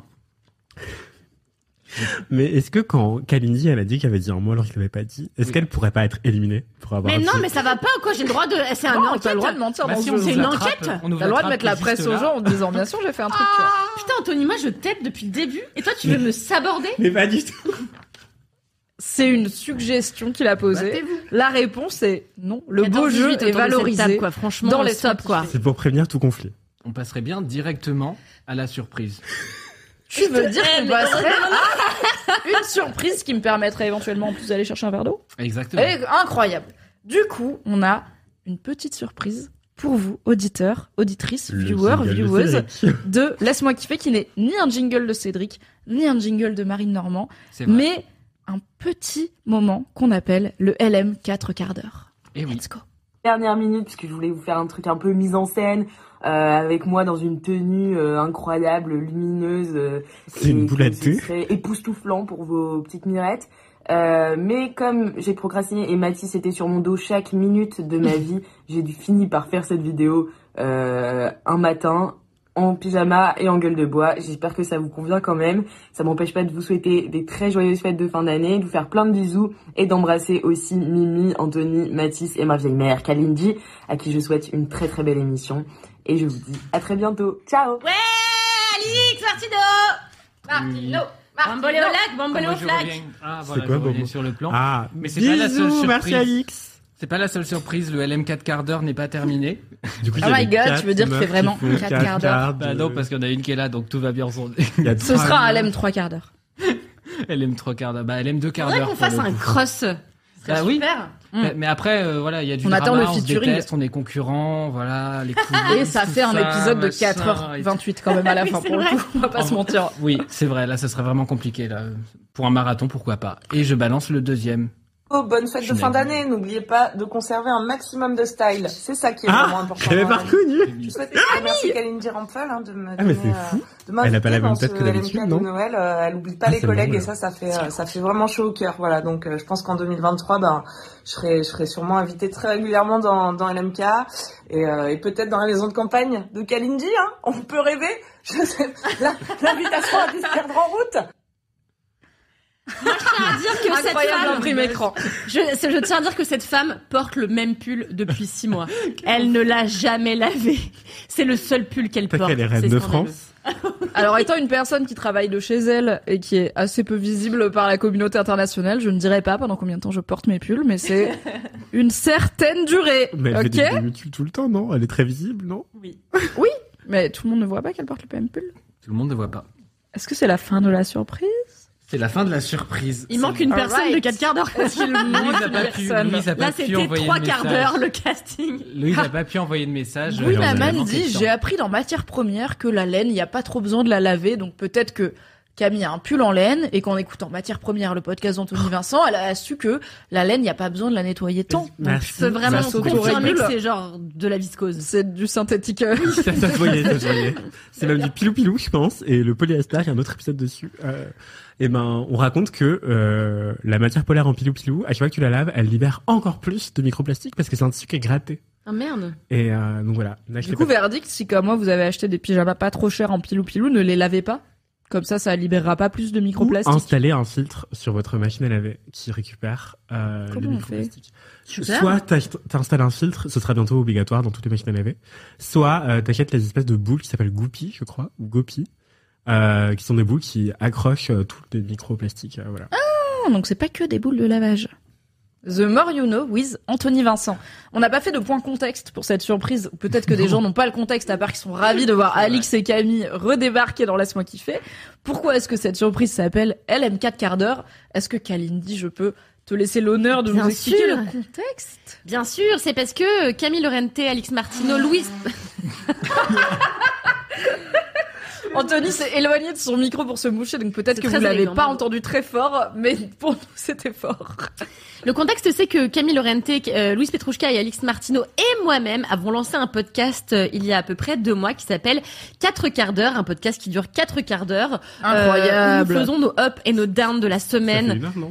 Mais est-ce que quand Kalindi, elle a dit qu'elle avait dit un mot alors qu'elle l'avait pas dit, est-ce Oui. qu'elle pourrait pas être éliminée pour avoir Mais un non, petit- mais ça va pas ou quoi? J'ai le droit de. C'est un Non, enquête. t'as le droit de mentir Bah, dans si ce on jeu. ouvre C'est une la enquête. trappe, on ouvre T'as le droit de trappe mettre la juste presse aux là. gens en disant bien sûr j'ai fait un truc, tu vois. Putain, Anthony, moi je t'aide depuis le début. Et toi, tu veux me saborder? Mais pas du tout. C'est une suggestion qu'il a posée. Battez-vous. La réponse est non. Le beau 14-18 jeu autour de est cette valorisé table, quoi. Franchement, dans les stop, sons quoi. qui fait. C'est pour prévenir tout conflit. On passerait bien directement à la surprise. Tu veux dire qu'on passerait à une surprise qui me permettrait éventuellement en plus d'aller chercher un verre d'eau? Exactement. Incroyable. Du coup, on a une petite surprise pour vous, auditeurs, auditrices, Le viewers, jingle de vieweuses, Cédric. de Laisse-moi kiffer, qui n'est ni un jingle de Cédric, ni un jingle de Marine Normand, C'est vrai. mais un petit moment qu'on appelle le LM 4 quarts d'heure. Et oui. Let's go. Dernière minute, parce que je voulais vous faire un truc un peu mise en scène, avec moi dans une tenue incroyable, lumineuse. C'est une et boule à que ce thé. serait époustouflant pour vos petites mirettes. Mais comme j'ai procrastiné et Mathis était sur mon dos chaque minute de ma vie, j'ai dû finir par faire cette vidéo un matin en pyjama et en gueule de bois. J'espère que ça vous convient quand même. Ça m'empêche pas de vous souhaiter des très joyeuses fêtes de fin d'année, de vous faire plein de bisous et d'embrasser aussi Mimi, Anthony, Mathis et ma vieille mère Kalindi, à qui je souhaite une très très belle émission. Et je vous dis à très bientôt. Ciao! Ouais, Alix, Martino! Bambolé au lac, bambolé Moi, au je flac! reviens. Ah, C'est voilà, quoi, je reviens Bobo sur le plan. Ah, Mais c'est pas la seule bisous, surprise. merci Alix. C'est pas la seule surprise, le LM4 quarts d'heure n'est pas terminé. Du coup, Oh il y a my les God, quatre tu veux dire que c'est meufs vraiment qui font 4 quarts d'heure. de- Bah non, parce qu'il y en a une qui est là, donc tout va bien ensemble. il y a Ce trois- sera un LM 3 quarts d'heure. LM 3 quarts d'heure. Bah, LM 2 quarts Faudrait d'heure. qu'on pour fasse le un coup. cross. Bah oui. Super. Mais après, voilà, il y a du On drama, attend le on se featuring. déteste, on est concurrents, voilà, les coulisses, Et ça tout fait un épisode de machin, 4h28 quand même à la Oui, fin c'est pour le vrai. coup. On va pas se mentir. Oui, c'est vrai, là, ça serait vraiment compliqué, là. Pour un marathon, pourquoi pas. Et je balance le deuxième. Oh, bonne fête Je de n'ai fin pas. d'année. N'oubliez pas de conserver un maximum de style. C'est ça qui est Ah, vraiment important. j'avais dans pas la vie. reconnu. Je souhaite remercier Kalindi Rampel de me Ah, mais donner, c'est fou. de m'inviter Elle a pas la même dans tête ce que d'habitude, LMK non de Noël. Elle oublie pas Ah, les c'est collègues drôle. et ça fait vraiment chaud au cœur. Voilà. Donc, je pense qu'en 2023, je serai sûrement invitée très régulièrement dans LMK et peut-être dans la maison de campagne de Kalindi. Hein. On peut rêver. Je sais. L'invitation a dû se perdre en route. Moi, je tiens à dire que cette Incroyable femme, imprime écran. je tiens à dire que cette femme porte le même pull depuis 6 mois. Elle ne l'a jamais lavé. C'est le seul pull qu'elle Peut-être porte. qu'elle est reine C'est de scandaleux. France. Alors, étant une personne qui travaille de chez elle et qui est assez peu visible par la communauté internationale, je ne dirai pas pendant combien de temps je porte mes pulls, mais c'est une certaine durée. Mais elle fait des Ok? vidéos YouTube tout le temps, non? Elle est très visible, non? Oui. Mais tout le monde ne voit pas qu'elle porte le même pull. Tout le monde ne voit pas. Est-ce que c'est la fin de la surprise? C'est la fin de la surprise. Il manque une Alright. personne de 4 quarts d'heure. Est-ce qu'il manque Louise n'a une pas pu, personne? Louise a pas Là, pu c'était envoyer 3 de quarts message. d'heure le casting. Louise n'a pas pu envoyer de message. Gwynamène Il manque dit, de temps. j'ai appris dans matière première que la laine, il n'y a pas trop besoin de la laver, donc peut-être que Camille a un pull en laine et qu'en écoutant Matière Première, le podcast d'Anthony Vincent, elle a su que la laine, il n'y a pas besoin de la nettoyer tant. Merci. C'est vraiment Ça confirmer s'autorégule. que c'est genre de la viscose. C'est du synthétique. Ça se voyait, ça se voyait. C'est même du pilou-pilou, je pense, et le polyester, il y a un autre épisode dessus. Et ben, on raconte que la matière polaire en pilou-pilou, à chaque fois que tu la laves, elle libère encore plus de microplastiques parce que c'est un tissu qui est gratté. Ah merde. Et donc voilà. Du coup, verdict, si comme moi vous avez acheté des pyjamas pas trop chers en pilou-pilou, ne les lavez pas. Comme ça libérera pas plus de microplastiques. Installer un filtre sur votre machine à laver qui récupère les on fait microplastiques. Super. Soit t'installes un filtre, ce sera bientôt obligatoire dans toutes les machines à laver. Soit t'achètes les espèces de boules qui s'appellent Goopy, je crois, ou Gopi, qui sont des boules qui accrochent tous les microplastiques. Voilà. Ah, donc c'est pas que des boules de lavage. The More You Know with Anthony Vincent. On n'a pas fait de point contexte pour cette surprise. Peut-être que des gens n'ont pas le contexte à part qu'ils sont ravis de voir Alix et Camille redébarquer dans Laisse-moi kiffer. Pourquoi est-ce que cette surprise s'appelle LM4 quart d'heure? Est-ce que Kalindi, je peux te laisser l'honneur de Bien nous expliquer sûr. le contexte? Bien sûr, c'est parce que Camille Lorente, Alix Martino, Louise... Anthony s'est éloigné de son micro pour se moucher, donc peut-être C'est que très vous l'avez élégant, pas bravo. entendu très fort, mais pour nous c'était fort. Le contexte, c'est que Camille Lorente, Louise Petrouchka et Alix Martino et moi-même avons lancé un podcast il y a à peu près 2 mois qui s'appelle 4 quarts d'heure, un podcast qui dure 4 quarts d'heure. Incroyable. Où nous faisons nos up et nos down de la Ça fait semaine. 1 heure, non?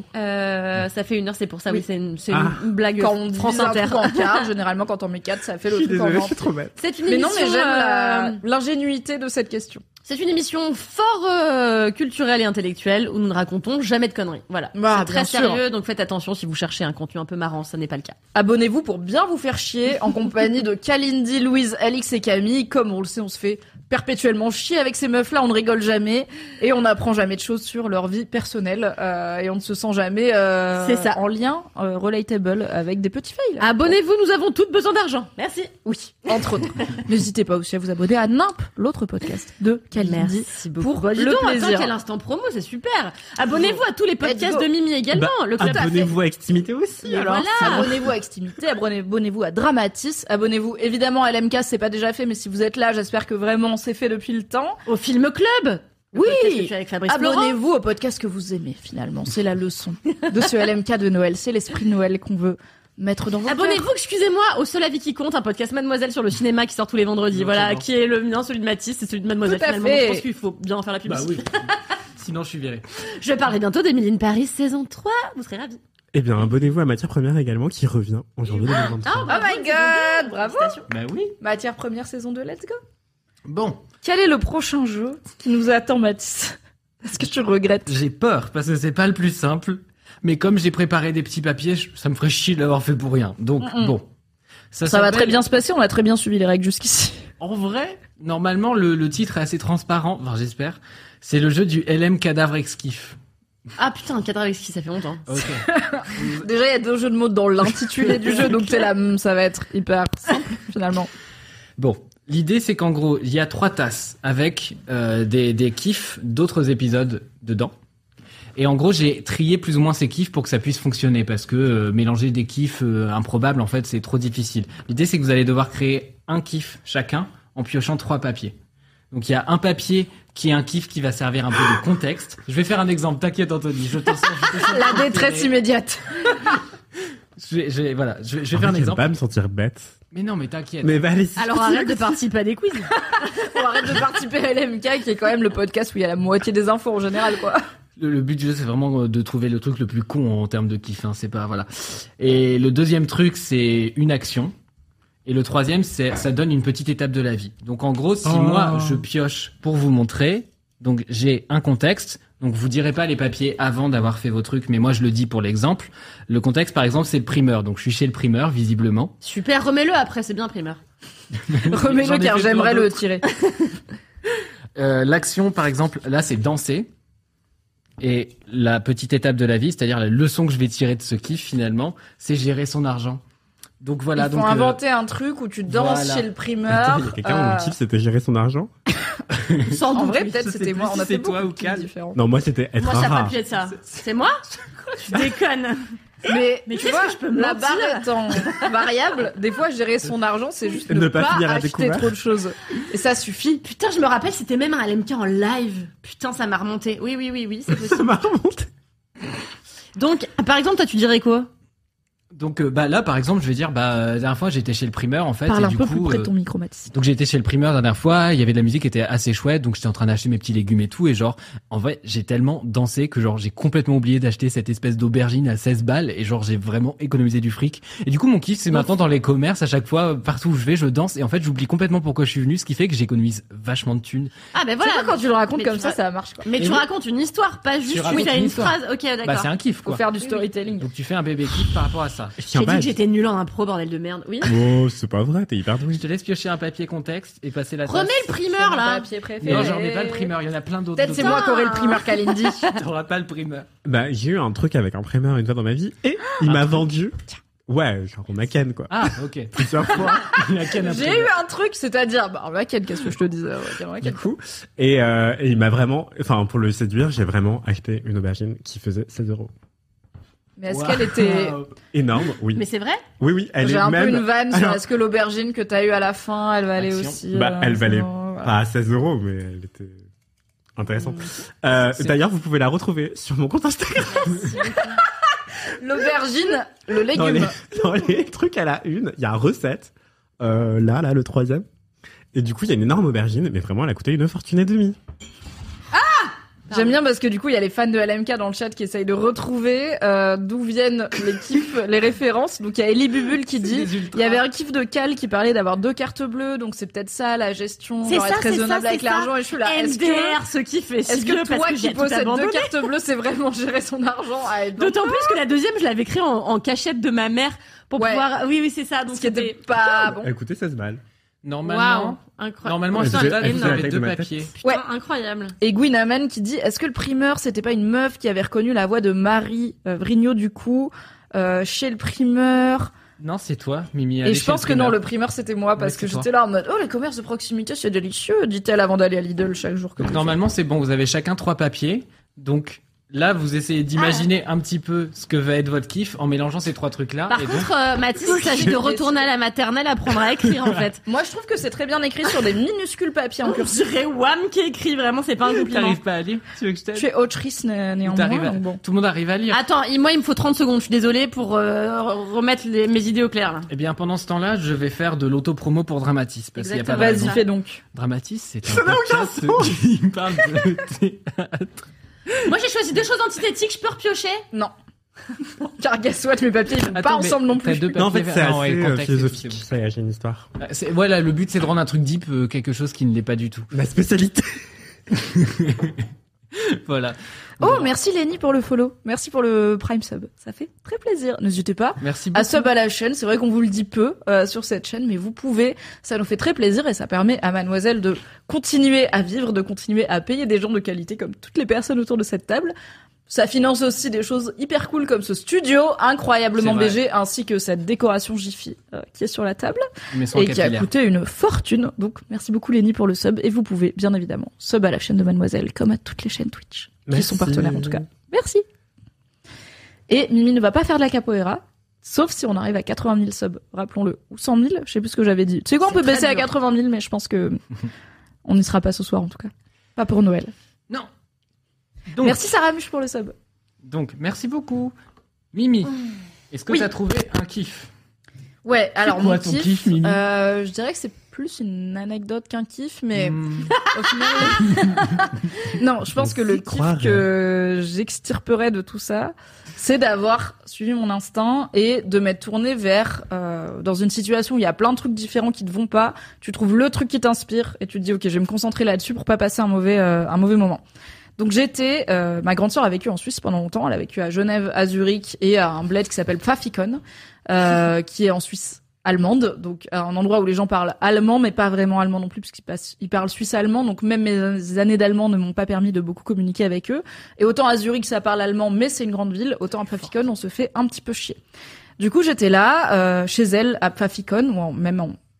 Ça fait 1 heure, c'est pour ça, oui, c'est une Ah. blague Quand on France divise un Inter. truc en 4, généralement quand on met 4, ça fait Je le suis truc en désolé, je 20. suis trop bête. C'est une Mais non, émission, mais j'aime l'ingénuité de cette question. C'est une émission fort culturelle et intellectuelle où nous ne racontons jamais de conneries. Voilà. Bah, c'est très bien sûr. sérieux, donc faites attention si vous cherchez un contenu un peu marrant, ça n'est pas le cas. Abonnez-vous pour bien vous faire chier en compagnie de Kalindi, Louise, Alix et Camille. Comme on le sait, on se fait perpétuellement chier avec ces meufs-là, on ne rigole jamais et on n'apprend jamais de choses sur leur vie personnelle et on ne se sent jamais C'est ça. en lien relatable avec des petits fails. Abonnez-vous, nous avons toutes besoin d'argent. Merci. Oui, entre autres. N'hésitez pas aussi à vous abonner à Nimp, l'autre podcast de Kalindi. Merci beaucoup. Pour Bah, dis le donc, plaisir. Attends, quel instant promo, c'est super. Abonnez-vous à tous les podcasts go. de Mimi également. Bah, le club abonnez-vous à Extimité aussi, Et alors. voilà. Abonnez-vous à Extimité, abonnez-vous à Dramatis, abonnez-vous évidemment à LMK, c'est pas déjà fait, mais si vous êtes là, j'espère que vraiment c'est fait depuis le temps. Au Film Club. Le Oui. podcast que tu fais avec Fabrice Laurent. Abonnez-vous au podcast que vous aimez finalement, c'est la leçon de ce LMK de Noël, c'est l'esprit de Noël qu'on veut mettre dans vos Abonnez-vous, excusez-moi, au Seul Avis qui compte, un podcast Mademoiselle sur le cinéma qui sort tous les vendredis. Non, voilà, c'est bon. qui est le mien, celui de Mathis, c'est celui de Mademoiselle. Tout à Finalement, fait. je pense qu'il faut bien en faire la Bah publicité. oui. Sinon, je suis viré. Je parlerai bientôt d'Emily in Paris saison 3. Vous serez ravis. Eh bien, abonnez-vous à Matière Première également, qui revient en janvier 2023. Oh my god, bravo. Bah oui. Matière première saison 2, let's go. Bon, Quel est le prochain jeu qui nous attend, Mathis? Est-ce que tu regrettes? j'ai peur parce que c'est pas le plus simple. Mais comme j'ai préparé des petits papiers, ça me ferait chier de l'avoir fait pour rien. Donc bon. Ça va s'appelle- très bien se passer, on a très bien suivi les règles jusqu'ici. En vrai, normalement, le titre est assez transparent. Enfin, j'espère. C'est le jeu du LM Cadavre Exkiff. Ah putain, un cadre avec ski, ça fait longtemps. Ok. Déjà, il y a 2 jeux de mots dans l'intitulé du jeu, donc t'es là, ça va être hyper simple, finalement. Bon. L'idée, c'est qu'en gros, il y a 3 tasses avec des kiffs d'autres épisodes dedans. Et en gros, j'ai trié plus ou moins ces kiffs pour que ça puisse fonctionner parce que mélanger des kiffs improbables, en fait, c'est trop difficile. L'idée, c'est que vous allez devoir créer un kiff chacun en piochant 3 papiers. Donc, il y a un papier qui est un kiff qui va servir un peu de contexte. Je vais faire un exemple, t'inquiète Anthony, je te sens La détresse immédiate. Je vais faire un J'aime exemple. pas me sentir bête. Mais non, mais t'inquiète. Mais bah, allez-y. Alors arrête de participer à des quiz. On arrête de participer à LMK, qui est quand même le podcast où il y a la moitié des infos en général, quoi. Le but du jeu, c'est vraiment de trouver le truc le plus con en termes de kiff. Hein, c'est pas voilà. Et le deuxième truc, c'est une action. Et le troisième, ça donne une petite étape de la vie. Donc en gros, si moi je pioche pour vous montrer, donc j'ai un contexte. Donc vous direz pas les papiers avant d'avoir fait vos trucs, mais moi je le dis pour l'exemple. Le contexte, par exemple, c'est le primeur. Donc je suis chez le primeur, visiblement. Super, remets-le après, c'est bien primeur. J'en Remets-le ai car fait j'aimerais plein le d'autres. tirer. L'action, par exemple, là, c'est danser. Et la petite étape de la vie, c'est-à-dire la leçon que je vais tirer de ce kiff, finalement, c'est gérer son argent. Donc voilà. Il faut donc inventer un truc où tu danses voilà. chez le primeur. Attends, il y a quelqu'un dont le kiff c'était gérer son argent? Sans En doute. vrai, oui. peut-être Je sais c'était plus moi. si On a fait c'est toi beaucoup ou de kiffs Cal. différents. Non, moi c'était être Moi, un ça n'a rat. pas pu être ça. C'est moi? Tu déconnes. Mais tu qu'est-ce vois, que je peux me la mentir barre étant variable, des fois gérer son argent, c'est juste Ne ne pas pas finir à acheter découvert. trop de choses. Et ça suffit. Putain, je me rappelle, c'était même un LMK en live. Putain, ça m'a remonté. Oui, c'est Ça possible. m'a remonté. Donc, par exemple, toi, tu dirais quoi? Donc là par exemple je vais dire la dernière fois j'étais chez le primeur en fait Parle et un du peu coup plus près de ton micro, Mathis. donc j'ai été chez le primeur la dernière fois, il y avait de la musique qui était assez chouette, donc j'étais en train d'acheter mes petits légumes et tout, et genre en vrai j'ai tellement dansé que genre j'ai complètement oublié d'acheter cette espèce d'aubergine à 16 balles, et genre j'ai vraiment économisé du fric. Et du coup mon kiff c'est maintenant dans les commerces, à chaque fois partout où je vais je danse, et en fait j'oublie complètement pourquoi je suis venu, ce qui fait que j'économise vachement de thunes. Ah, ben Voilà, voilà. quand tu le racontes Mais comme tu ça, ra- ça marche, quoi. Mais Et tu oui. racontes une histoire, pas juste tu racontes fais une une histoire. phrase. Ok, d'accord. Bah c'est un kiff Faut quoi. faire du storytelling. Donc tu fais un bébé kiff par rapport à ça. Je tiens J'ai pas dit à que j'étais nulle en impro, bordel de merde. Oui. Oh, c'est pas vrai, t'es hyper doué. Je te laisse piocher un papier contexte et passer la tasse. Remets le primeur, là. Papier préféré. Non, j'en ai pas le primeur, il y en a plein d'autres. Peut-être c'est moi qui aurai le primeur Kalindi. T'auras pas le primeur. Bah, j'ai eu un truc avec un primeur une fois dans ma vie, et il m'a vendu. Ouais, genre on a Ken, quoi. Ah, ok. Plusieurs fois. La canne à J'ai primeur. eu un truc, c'est-à-dire, Macken, qu'est-ce que je te disais? Du coup, et il m'a vraiment, enfin, pour le séduire, j'ai vraiment acheté une aubergine qui faisait 16 €. Mais est-ce Wow. qu'elle était... Énorme, oui. Mais c'est vrai? Oui, elle J'ai est un même. peu une vanne sur Alors- est-ce que l'aubergine que t'as eu à la fin, elle valait Action. aussi... Bah, elle valait voilà. pas 16 €, mais elle était intéressante. D'ailleurs, vous pouvez la retrouver sur mon compte Instagram. L'aubergine, le Dans légume. dans les trucs à la une, il y a recette. Là, le 3e. Et du coup, il y a une énorme aubergine, mais vraiment, elle a coûté une fortune et demie. J'aime bien parce que du coup, il y a les fans de LMK dans le chat qui essayent de retrouver d'où viennent les kiffs, les références. Donc il y a Ellie Bubule qui dit il y avait un kiff de Cal qui parlait d'avoir 2 cartes bleues, donc c'est peut-être ça la gestion, C'est genre ça, être c'est raisonnable ça, avec c'est ça. l'argent. Et je suis là, MDR, ce qui fait est-ce que toi qui possèdes 2 cartes bleues, c'est vraiment gérer son argent à être dans D'autant plus que la deuxième, je l'avais créée en cachette de ma mère pour Ouais. pouvoir. Oui, c'est ça. Donc ce qui était c'était pas bon. Elle coûtait 16 balles. Normalement, Waouh, incroyable. normalement, Elle ça, faisait- là, elle vous faisait la avez taille 2 de ma tête. papiers. Putain, Ouais. incroyable. Et Gwyn Amen qui dit est-ce que le primeur c'était pas une meuf qui avait reconnu la voix de Marie Vrigno du coup chez le primeur? Non, c'est toi, Mimi. Et allez je chez pense le que non, primeur. le primeur c'était moi parce Ouais, que c'est toi. j'étais là en mode oh les commerces de proximité c'est délicieux, dit-elle avant d'aller à Lidl chaque jour que Donc je normalement, c'est bon, vous avez chacun 3 papiers. Donc là, vous essayez d'imaginer un petit peu ce que va être votre kiff en mélangeant ces 3 trucs-là. Par et donc, contre, Mathis, il s'agit de retourner à la maternelle, apprendre à écrire, en fait. Moi je trouve que c'est très bien écrit sur des minuscules papiers en On cursive. dirait Wham qui écrit, vraiment, c'est pas un compliment. t'arrives pas à lire. Tu veux que je Je t'aide? suis autrice néanmoins. T'arrives à- donc bon. Tout le monde arrive à lire. Attends, moi, il me faut 30 secondes, je suis désolée, pour remettre mes idées au clair, là. Eh bien, pendant ce temps-là, je vais faire de l'auto-promo pour Dramatis. Parce qu'il y a pas de Vas-y raison. fais donc. Dramatis, c'est un podcast qui parle de théâtre. Moi, j'ai choisi 2 choses antithétiques, je peux repiocher? Non. Car guess what, mes papiers ils vont pas Attends, mais ensemble non t'as plus. 2 Non, en fait, papiers. c'est Non, ouais, assez le contexte, philosophique. c'est bon. Ça y est, j'ai une histoire. Voilà, le but c'est de rendre un truc deep quelque chose qui ne l'est pas du tout. Ma spécialité. Voilà. Oh merci Lenny pour le follow. Merci pour le prime sub. Ça fait très plaisir. N'hésitez pas Merci beaucoup. à sub à la chaîne. C'est vrai qu'on vous le dit peu sur cette chaîne, mais vous pouvez. Ça nous fait très plaisir et ça permet à Mademoiselle de continuer à vivre, de continuer à payer des gens de qualité comme toutes les personnes autour de cette table. Ça finance aussi des choses hyper cool comme ce studio incroyablement C'est vrai. BG ainsi que cette décoration Jiffy qui est sur la table Mais sans et qui a capillaire. coûté une fortune. Donc merci beaucoup Lenny pour le sub et vous pouvez bien évidemment sub à la chaîne de Mademoiselle comme à toutes les chaînes Twitch qui sont partenaires en tout cas. Merci. Et Mimi ne va pas faire de la capoeira, sauf si on arrive à 80 000 subs, rappelons-le. Ou 100 000, je sais plus ce que j'avais dit. Tu sais quoi, on C'est peut très baisser à dur. 80 000, mais je pense que on n'y sera pas ce soir en tout cas. Pas pour Noël. Non. Donc, Merci Sarah Muche pour le sub. donc, merci beaucoup. Mimi, est-ce que Oui. t'as trouvé un kiff? Ouais, alors quoi mon ton kiff, kiff, Mimi je dirais que c'est plus une anecdote qu'un kiff, mais Hmm. au final... non, je pense que le S'y kiff croire. que j'extirperais de tout ça, c'est d'avoir suivi mon instinct et de m'être tournée vers dans une situation où il y a plein de trucs différents qui te vont pas. Tu trouves le truc qui t'inspire et tu te dis ok, je vais me concentrer là-dessus pour pas passer un mauvais moment. Donc j'étais, ma grande sœur a vécu en Suisse pendant longtemps. Elle a vécu à Genève, à Zurich et à un bled qui s'appelle Pfaffikon, qui est en Suisse allemande, donc un endroit où les gens parlent allemand, mais pas vraiment allemand non plus, parce qu'ils parlent suisse-allemand, donc même mes années d'allemand ne m'ont pas permis de beaucoup communiquer avec eux. Et autant à Zurich ça parle allemand, mais c'est une grande ville, autant à Pfaffikon on se fait un petit peu chier. Du coup j'étais là, chez elle, à Pfaffikon, ou même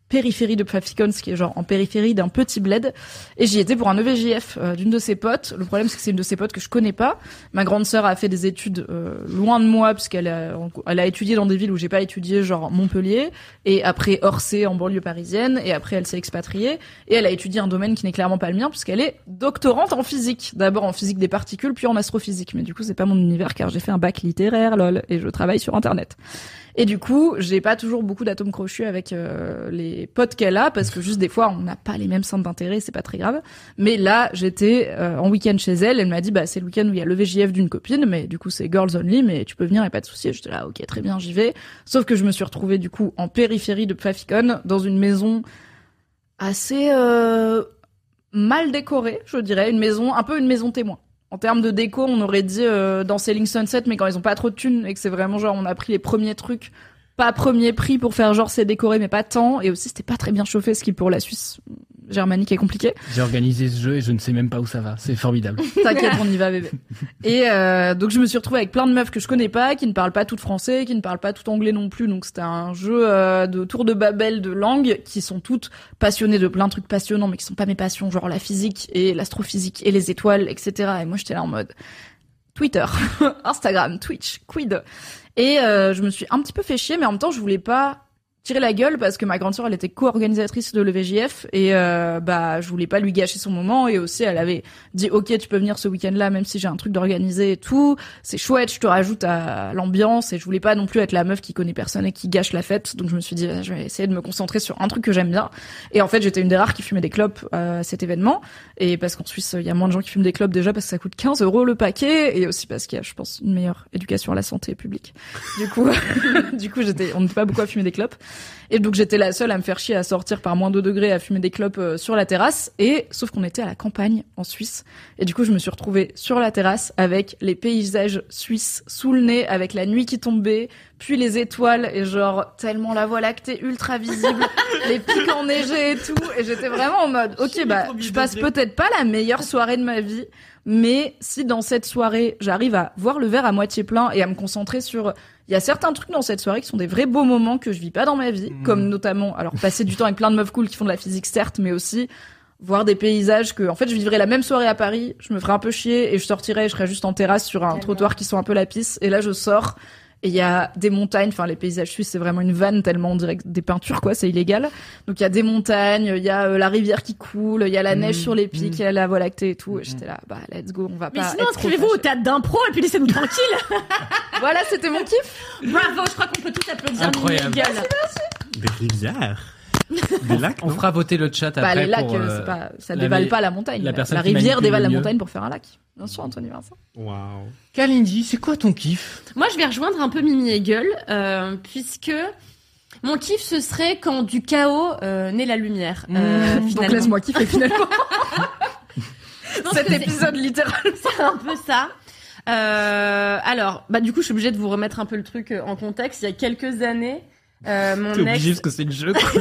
périphérie de Pfaffikon, ce qui est genre en périphérie d'un petit bled, et j'y étais pour un EVJF d'une de ses potes. Le problème, c'est que c'est une de ses potes que je connais pas. Ma grande sœur a fait des études loin de moi, parce qu'elle a étudié dans des villes où j'ai pas étudié, genre Montpellier, et après Orsay en banlieue parisienne, et après elle s'est expatriée, et elle a étudié un domaine qui n'est clairement pas le mien, puisqu'elle est doctorante en physique. D'abord en physique des particules, puis en astrophysique. Mais du coup, c'est pas mon univers, car j'ai fait un bac littéraire, lol, et je travaille sur Internet. Et du coup, j'ai pas toujours beaucoup d'atomes crochus avec les potes qu'elle a, parce que juste des fois, on n'a pas les mêmes centres d'intérêt, c'est pas très grave. Mais là, j'étais en week-end chez elle, elle m'a dit, bah c'est le week-end où il y a le VJF d'une copine, mais du coup c'est girls only, mais tu peux venir, y a pas de souci. J'étais là, ok, très bien, j'y vais. Sauf que je me suis retrouvée du coup en périphérie de Pfaffikon, dans une maison assez mal décorée, je dirais, un peu une maison témoin. En termes de déco, on aurait dit dans Selling Sunset, mais quand ils ont pas trop de thunes et que c'est vraiment genre on a pris les premiers trucs, pas premier prix pour faire genre c'est décoré mais pas tant, et aussi c'était pas très bien chauffé, ce qui pour la Suisse germanique est compliqué. J'ai organisé ce jeu et je ne sais même pas où ça va, c'est formidable. T'inquiète, on y va bébé. Et donc je me suis retrouvée avec plein de meufs que je connais pas, qui ne parlent pas toutes français, qui ne parlent pas tout anglais non plus, donc c'était un jeu de tour de Babel de langues, qui sont toutes passionnées de plein de trucs passionnants mais qui sont pas mes passions, genre la physique et l'astrophysique et les étoiles, etc. Et moi j'étais là en mode Twitter, Instagram, Twitch, quid. Et je me suis un petit peu fait chier, mais en même temps je voulais pas tirer la gueule parce que ma grande sœur elle était co-organisatrice de l'EVJF et bah je voulais pas lui gâcher son moment, et aussi elle avait dit ok tu peux venir ce week-end-là même si j'ai un truc d'organiser et tout, c'est chouette, je te rajoute à l'ambiance, et je voulais pas non plus être la meuf qui connaît personne et qui gâche la fête, donc je me suis dit je vais essayer de me concentrer sur un truc que j'aime bien. Et en fait j'étais une des rares qui fumait des clopes à cet événement, et parce qu'en Suisse il y a moins de gens qui fument des clopes déjà parce que ça coûte 15 € le paquet, et aussi parce qu'il y a je pense une meilleure éducation à la santé publique. Du coup on n'était pas beaucoup à fumer des clopes. Et donc j'étais la seule à me faire chier à sortir par moins 2 degrés à fumer des clopes sur la terrasse, et sauf qu'on était à la campagne en Suisse, et du coup je me suis retrouvée sur la terrasse avec les paysages suisses sous le nez, avec la nuit qui tombait, puis les étoiles, et genre tellement la Voie lactée ultra visible, les pics enneigés et tout, et j'étais vraiment en mode ok bah je passe peut-être pas la meilleure soirée de ma vie, mais si dans cette soirée j'arrive à voir le verre à moitié plein et à me concentrer sur... Il y a certains trucs dans cette soirée qui sont des vrais beaux moments que je vis pas dans ma vie, comme notamment, alors passer du temps avec plein de meufs cool qui font de la physique certes, mais aussi voir des paysages que, en fait, je vivrais la même soirée à Paris, je me ferais un peu chier et je sortirais, je serais juste en terrasse sur un trottoir qui sent un peu la pisse, et là je sors et il y a des montagnes, enfin les paysages suisses c'est vraiment une vanne tellement on dirait des peintures quoi, c'est illégal. Donc il y a des montagnes, il y a la rivière qui coule, il y a la neige sur les pics, il y a la Voie lactée et tout, et j'étais là bah let's go, on va pas. Mais sinon inscrivez-vous au théâtre d'impro et puis laissez-nous tranquille. Voilà, c'était mon kiff. Bravo, je crois qu'on peut tous applaudir. Incroyable. Des rivières. Des lacs, on non fera voter le chat après. Bah les lacs, pour, c'est pas, ça dévale pas la montagne. la personne La qui rivière manipule dévale le la mieux. montagne pour faire un lac. Bien sûr, Anthony Vincent. Waouh. Kalindi, c'est quoi ton kiff? Moi, je vais rejoindre un peu Mimi Hegel, puisque mon kiff, ce serait quand du chaos naît la lumière. Donc Finalement. laisse-moi kiffer finalement. Je pense Cet que c'est- épisode littéralement. C'est un peu ça. Alors, bah du coup, je suis obligée de vous remettre un peu le truc en contexte. Il y a quelques années, mon T'es obligé ex, parce que c'est le jeu. Quoi.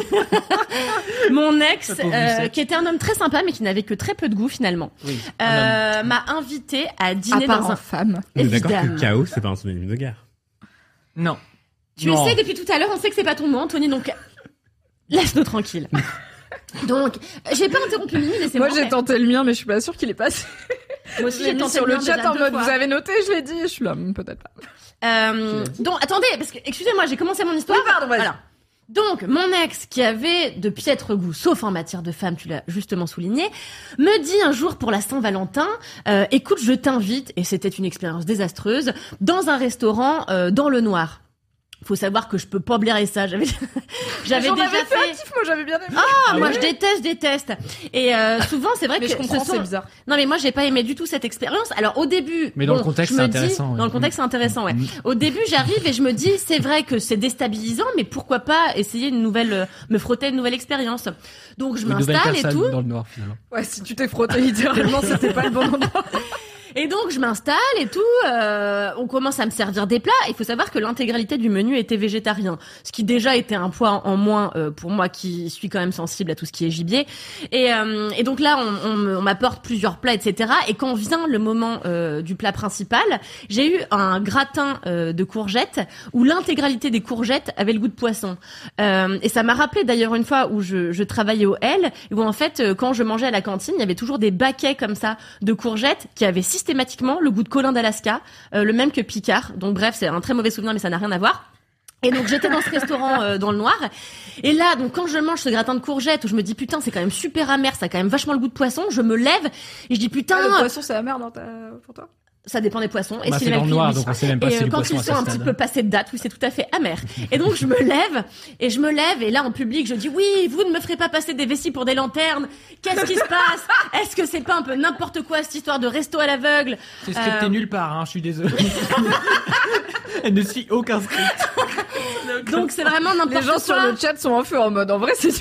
mon ex, Ça pauvre Lucette. qui était un homme très sympa, mais qui n'avait que très peu de goût finalement, Oui. m'a invité à dîner dans un. femme. On est d'accord Évidemment. que chaos, c'est pas un synonyme de guerre. Non. Tu Non. essaies depuis tout à l'heure, on sait que c'est pas ton nom, Anthony, donc laisse-nous tranquille. Donc, j'ai pas interrompu Mimi, laissez-moi. Moi j'ai tenté le mien, mais je suis pas sûre qu'il est passé. Moi aussi, Je l'ai j'ai mis tenté sur le mien chat déjà en 2 mode fois. vous avez noté, je l'ai dit, je suis là, peut-être pas. Donc, attendez, parce que, excusez-moi, j'ai commencé mon histoire. Oui, pardon, vas-y. Alors, donc, mon ex, qui avait de piètre goût, sauf en matière de femme, tu l'as justement souligné, me dit un jour pour la Saint-Valentin, écoute, je t'invite, et c'était une expérience désastreuse, dans un restaurant dans le noir. Faut savoir que je peux pas blairer ça. J'avais J'en déjà avais fait un kiff, moi j'avais bien aimé. Ah, moi je déteste. Et souvent c'est vrai Mais que je comprends, ce sont- c'est bizarre. Non mais moi j'ai pas aimé du tout cette expérience. Alors au début, Mais dans le contexte, je me c'est dis- intéressant, oui. Dans le contexte c'est intéressant, ouais. Au début j'arrive et je me dis c'est vrai que c'est déstabilisant, mais pourquoi pas essayer une nouvelle, me frotter à une nouvelle expérience. Donc je Une nouvelle m'installe et personne tout. dans le noir finalement. Ouais, si tu t'es frotté littéralement, c'était pas le bon endroit. Et donc je m'installe et tout, on commence à me servir des plats. Il faut savoir que l'intégralité du menu était végétarien, ce qui déjà était un poids en moins pour moi qui suis quand même sensible à tout ce qui est gibier. Et donc là on m'apporte plusieurs plats, etc. Et quand vient le moment du plat principal, j'ai eu un gratin de courgettes où l'intégralité des courgettes avait le goût de poisson. Et ça m'a rappelé d'ailleurs une fois où je travaillais au L, où en fait quand je mangeais à la cantine, il y avait toujours des baquets comme ça de courgettes qui avaient systématiquement le goût de colin d'Alaska, le même que Picard. Donc bref, c'est un très mauvais souvenir, mais ça n'a rien à voir. Et donc j'étais dans ce restaurant dans le noir. Et là, donc quand je mange ce gratin de courgettes, où je me dis putain, c'est quand même super amer, ça a quand même vachement le goût de poisson, je me lève et je dis putain. Le poisson, c'est amer pour toi? Ça dépend des poissons. Et c'est dans le noir, donc on sait même pas si c'est du poisson. Quand ils sont un petit peu passés de date, oui, c'est tout à fait amer. Et donc je me lève, et là en public, je dis oui, vous ne me ferez pas passer des vessies pour des lanternes. Qu'est-ce qui se passe? Est-ce que c'est pas un peu n'importe quoi cette histoire de resto à l'aveugle? C'est scripté nulle part, hein, je suis désolé. Elle ne suit aucun script. Donc c'est vraiment n'importe quoi. Les gens sur le chat sont en feu en mode en vrai c'est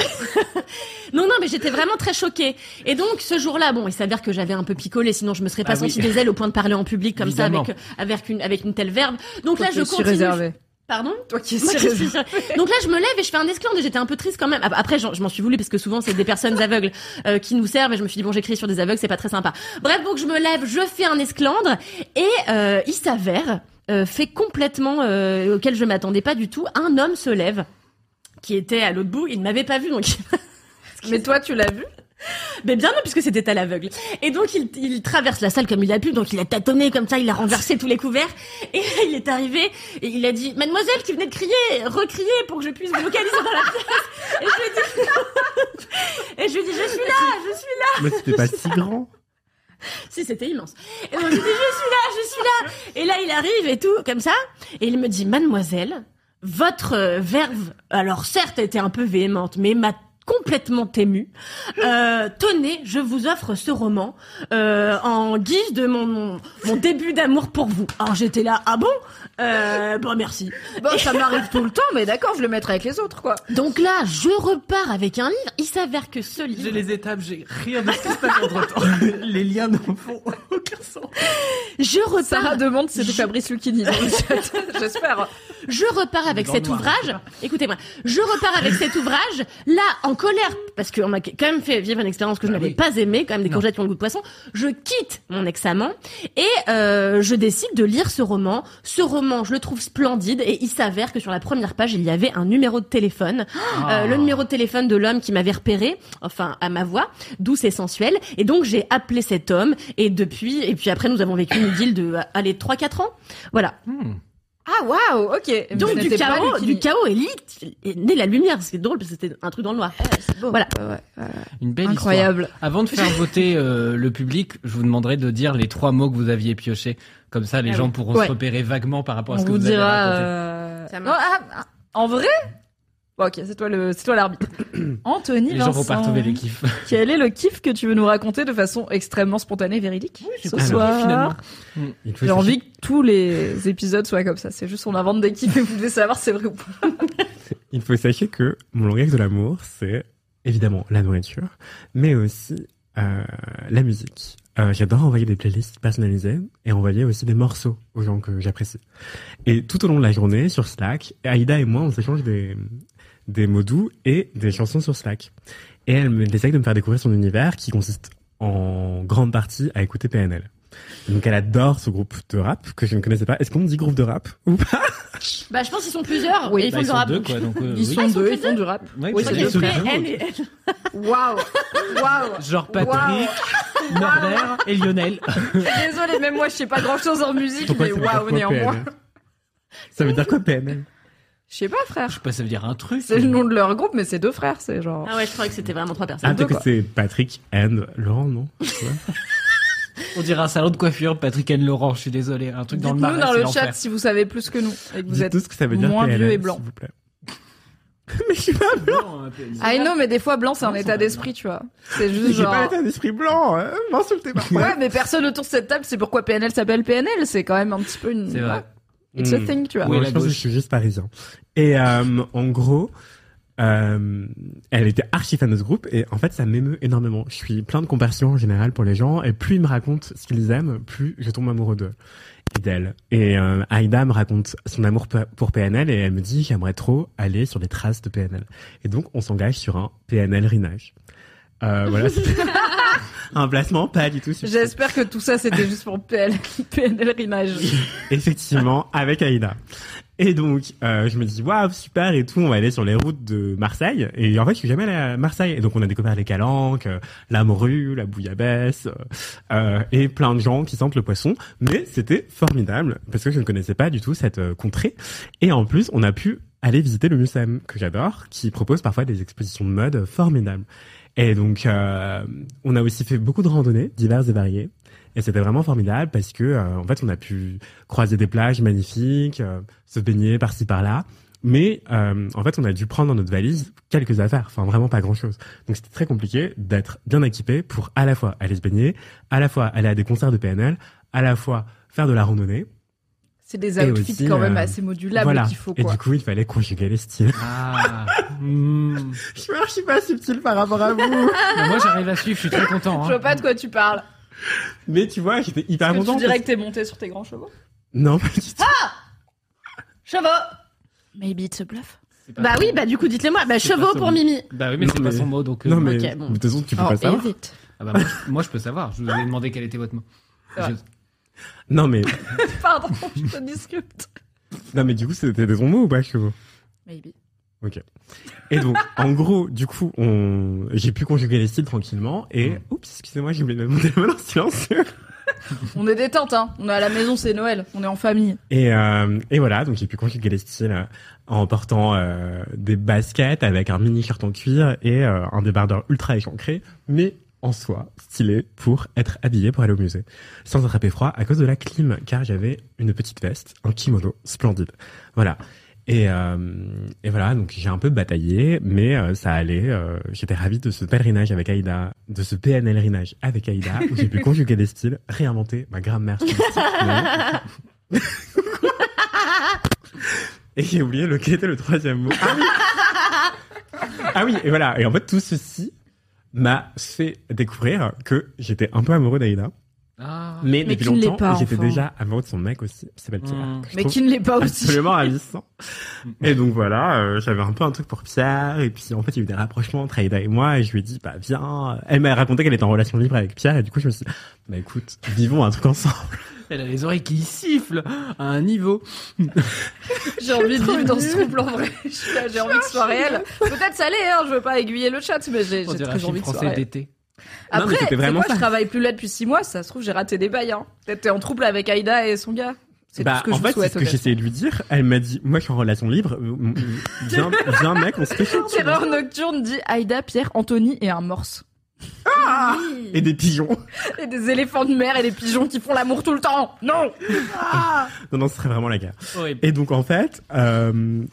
Non, mais j'étais vraiment très choquée. Et donc, ce jour-là, bon, il s'avère que j'avais un peu picolé, sinon je me serais pas sentie des ailes au point de parler en public comme Évidemment. ça, avec une telle verve. Donc là, je continue. Réservé. Pardon? Toi qui es si réservé. Donc là, je me lève et je fais un esclandre et j'étais un peu triste quand même. Après, je m'en suis voulu parce que souvent, c'est des personnes aveugles qui nous servent et je me suis dit, bon, j'écris sur des aveugles, c'est pas très sympa. Bref, donc je me lève, je fais un esclandre et il s'avère, fait complètement, auquel je m'attendais pas du tout, un homme se lève qui était à l'autre bout, il ne m'avait pas vu, donc... Mais toi, tu l'as vu? Mais bien non, puisque c'était à l'aveugle. Et donc, il traverse la salle comme il a pu, donc il a tâtonné comme ça, il a renversé tous les couverts, et là, il est arrivé, et il a dit, mademoiselle qui venait de crier, recrier pour que je puisse me localiser dans la pièce. Et je lui ai dit, je suis là. Mais c'était pas si grand. Si, c'était immense. Et donc, je lui ai dit, je suis là. Et là, il arrive et tout, comme ça, et il me dit, mademoiselle, votre verve, alors certes, était un peu véhémente, mais m'a complètement émue. Tenez, je vous offre ce roman en guise de mon début d'amour pour vous. Alors j'étais là, ah bon? Bon, merci. Bon, ça m'arrive tout le temps, mais d'accord, je le mettrai avec les autres, quoi. Donc là, je repars avec un livre. Il s'avère que ce livre... J'ai les étapes, j'ai rien de ce qui se passe entre-temps. Les liens ne font aucun sens. Je repars... Sarah demande si c'était Fabrice Lucchini dans le chat. J'espère. Je repars avec cet ouvrage. Écoutez-moi. Je repars avec cet ouvrage, là, en colère, parce qu'on m'a quand même fait vivre une expérience que je n'avais pas aimée, quand même des courgettes qui ont le goût de poisson. Je quitte mon ex-amant et je décide de lire ce roman. Ce roman, je le trouve splendide et il s'avère que sur la première page, il y avait un numéro de téléphone. Le numéro de téléphone de l'homme qui m'avait repéré, enfin, à ma voix, douce et sensuelle. Et donc, j'ai appelé cet homme et puis après, nous avons vécu une idylle de, 3-4 ans. Voilà. Ah waouh, ok. Donc du chaos est née la lumière. C'est drôle parce que c'était un truc dans le noir. C'est beau. Voilà. Une belle Incroyable. histoire. Avant de faire voter le public, je vous demanderai de dire les 3 mots que vous aviez piochés. Comme ça, les gens pourront se repérer vaguement par rapport à ce que vous avez raconté. Ça non, en vrai? Bon, ok, c'est toi l'arbitre. Anthony Les gens Vincent, vont pas retrouver les kiffs. quel est le kiff que tu veux nous raconter de façon extrêmement spontanée et véridique ce soir? Finalement. J'ai envie que tous les épisodes soient comme ça. C'est juste on invente des kiffs et vous devez savoir si c'est vrai ou pas. Il faut sachez que mon langage de l'amour, c'est évidemment la nourriture, mais aussi la musique. J'adore envoyer des playlists personnalisées et envoyer aussi des morceaux aux gens que j'apprécie. Et tout au long de la journée, sur Slack, Aïda et moi, on s'échange des mots doux et des chansons sur Slack. Et elle essaye de me faire découvrir son univers qui consiste en grande partie à écouter PNL. Donc elle adore ce groupe de rap que je ne connaissais pas. Est-ce qu'on dit groupe de rap ou pas? Bah je pense qu'ils sont plusieurs. Oui, et ils font du rap. Deux, quoi, donc, ils sont deux, ils font du rap. Ouais, Oui, c'est c'est deux. deux. Waouh. Waouh. Genre Patrick, Norbert et Lionel. Désolée, même moi je sais pas grand chose en musique, Pourquoi mais ça veut dire waouh quoi, néanmoins. PNL? Ça veut dire quoi PNL? Je sais pas, frère. Je sais pas, ça veut dire un truc. C'est le nom de leur groupe, mais c'est deux frères, c'est genre. Ah ouais, je croyais que c'était vraiment 3 personnes. Ah, peut-être quoi. que c'est Patrick and Laurent, non? Ouais. On dirait un salon de coiffure, Patrick et Laurent, je suis désolé. Un truc dans le Dites-nous marais, dans c'est le l'enfer. chat si vous savez plus que nous et que vous êtes Dites-nous ce que ça veut dire moins PNL, vieux et blanc. s'il vous plaît. Mais je suis pas blanc. I know, mais des fois blanc c'est un état d'esprit, tu vois. C'est juste J'ai genre. pas l'état d'esprit blanc, hein. M'insultez pas. Ouais, mais personne autour de cette table sait pourquoi PNL s'appelle PNL. C'est quand même un petit peu une. C'est vrai. It's a thing, tu vois. Oui, Ouais, la je pense que gauche. je suis juste parisien. Et en gros, elle était archi fan de ce groupe et en fait ça m'émeut énormément. Je suis plein de compassion en général pour les gens et plus ils me racontent ce qu'ils aiment, plus je tombe amoureux d'eux et d'elle. Et Aïda me raconte son amour pour PNL et elle me dit j'aimerais trop aller sur les traces de PNL. Et donc on s'engage sur un PNL Rinage. Voilà, c'était un placement pas du tout subtil. J'espère que tout ça c'était juste pour PNL Rinage. Effectivement, avec Aïda. Et donc, je me dis, waouh, super et tout, on va aller sur les routes de Marseille. Et en fait, je suis jamais allé à Marseille. Et donc, on a découvert les calanques, la morue, la bouillabaisse, et plein de gens qui sentent le poisson. Mais c'était formidable, parce que je ne connaissais pas du tout cette contrée. Et en plus, on a pu aller visiter le Mucem, que j'adore, qui propose parfois des expositions de mode formidables. Et donc, on a aussi fait beaucoup de randonnées, diverses et variées. Et c'était vraiment formidable parce que, en fait, on a pu croiser des plages magnifiques, se baigner par-ci par-là. Mais, en fait, on a dû prendre dans notre valise quelques affaires. Enfin, vraiment pas grand-chose. Donc, c'était très compliqué d'être bien équipé pour à la fois aller se baigner, à la fois aller à des concerts de PNL, à la fois faire de la randonnée. C'est des outfits aussi, quand même assez modulables voilà. qu'il faut, quoi. Et du coup, il fallait conjuguer les styles. Je suis pas subtil par rapport à vous. Mais moi, j'arrive à suivre, je suis très content. Je vois pas de quoi tu parles. Mais tu vois, j'étais hyper content. Tu dirais que t'es monté sur tes grands chevaux? Non, pas du tout. Ah! Chevaux! Maybe it's a bluff. Bah oui, bah du coup, dites-le moi. Bah chevaux pour Mimi. Bah oui, mais c'est pas son mot, donc... Non, mais okay, bon. de toute façon, tu peux pas savoir. Vite. Ah bah, moi, je peux savoir. Je vous ai demandé quel était votre mot. Non, mais... Pardon, je te discute. Non, mais du coup, c'était ton mot ou pas, chevaux? Maybe. Ok. Et donc, en gros, du coup, j'ai pu conjuguer les styles tranquillement et, oups, excusez-moi, j'ai oublié de mettre mon téléphone en silencieux. On est détente, hein. On est à la maison, c'est Noël. On est en famille. Et voilà, donc j'ai pu conjuguer les styles en portant des baskets avec un mini shirt en cuir et un débardeur ultra échancré, mais en soi stylé pour être habillé pour aller au musée, sans attraper froid à cause de la clim, car j'avais une petite veste, un kimono splendide. Voilà. Et voilà, donc j'ai un peu bataillé, mais ça allait. J'étais ravie de ce pèlerinage avec Aïda, de ce PNL-rinage avec Aïda, où j'ai pu conjuguer des styles, réinventer ma grammaire stylistique. Et j'ai oublié quel était le troisième mot. Ah oui, et voilà. Et en fait, tout ceci m'a fait découvrir que j'étais un peu amoureux d'Aïda. Ah. Mais depuis longtemps, pas, j'étais enfin. déjà amoureux de son mec aussi, qui s'appelle Pierre. Mais qui ne l'est pas aussi. Absolument ravissant. Et donc voilà, j'avais un peu un truc pour Pierre, et puis en fait il y a eu des rapprochements entre Aïda et moi, et je lui ai dit, bah viens. Elle m'a raconté qu'elle était en relation libre avec Pierre, et du coup je me suis dit, bah écoute, vivons un truc ensemble. Elle a les oreilles qui sifflent à un niveau. J'ai envie de vivre dans ce couple en vrai. J'ai envie que ce soit réel. Peut-être ça l'est, hein, je veux pas aiguiller le chat, mais j'ai très envie que ce soit réel. d'été. Non, Après, mais c'était vraiment c'est quoi, ça. je travaille plus là depuis 6 mois, ça se trouve, j'ai raté des bails, hein. Peut-être t'es en trouble avec Aïda et son gars. C'est tout ce que je en vous fait, c'est souhaite. ce que j'essayais de lui dire. Elle m'a dit, moi je suis en relation libre, viens mec, on se fait chier. Terreur nocturne dit Aïda, Pierre, Anthony et un morse. Et des pigeons. Et des éléphants de mer et des pigeons qui font l'amour tout le temps. Non. Non, ce serait vraiment la guerre. Horrible. Et donc en fait, elle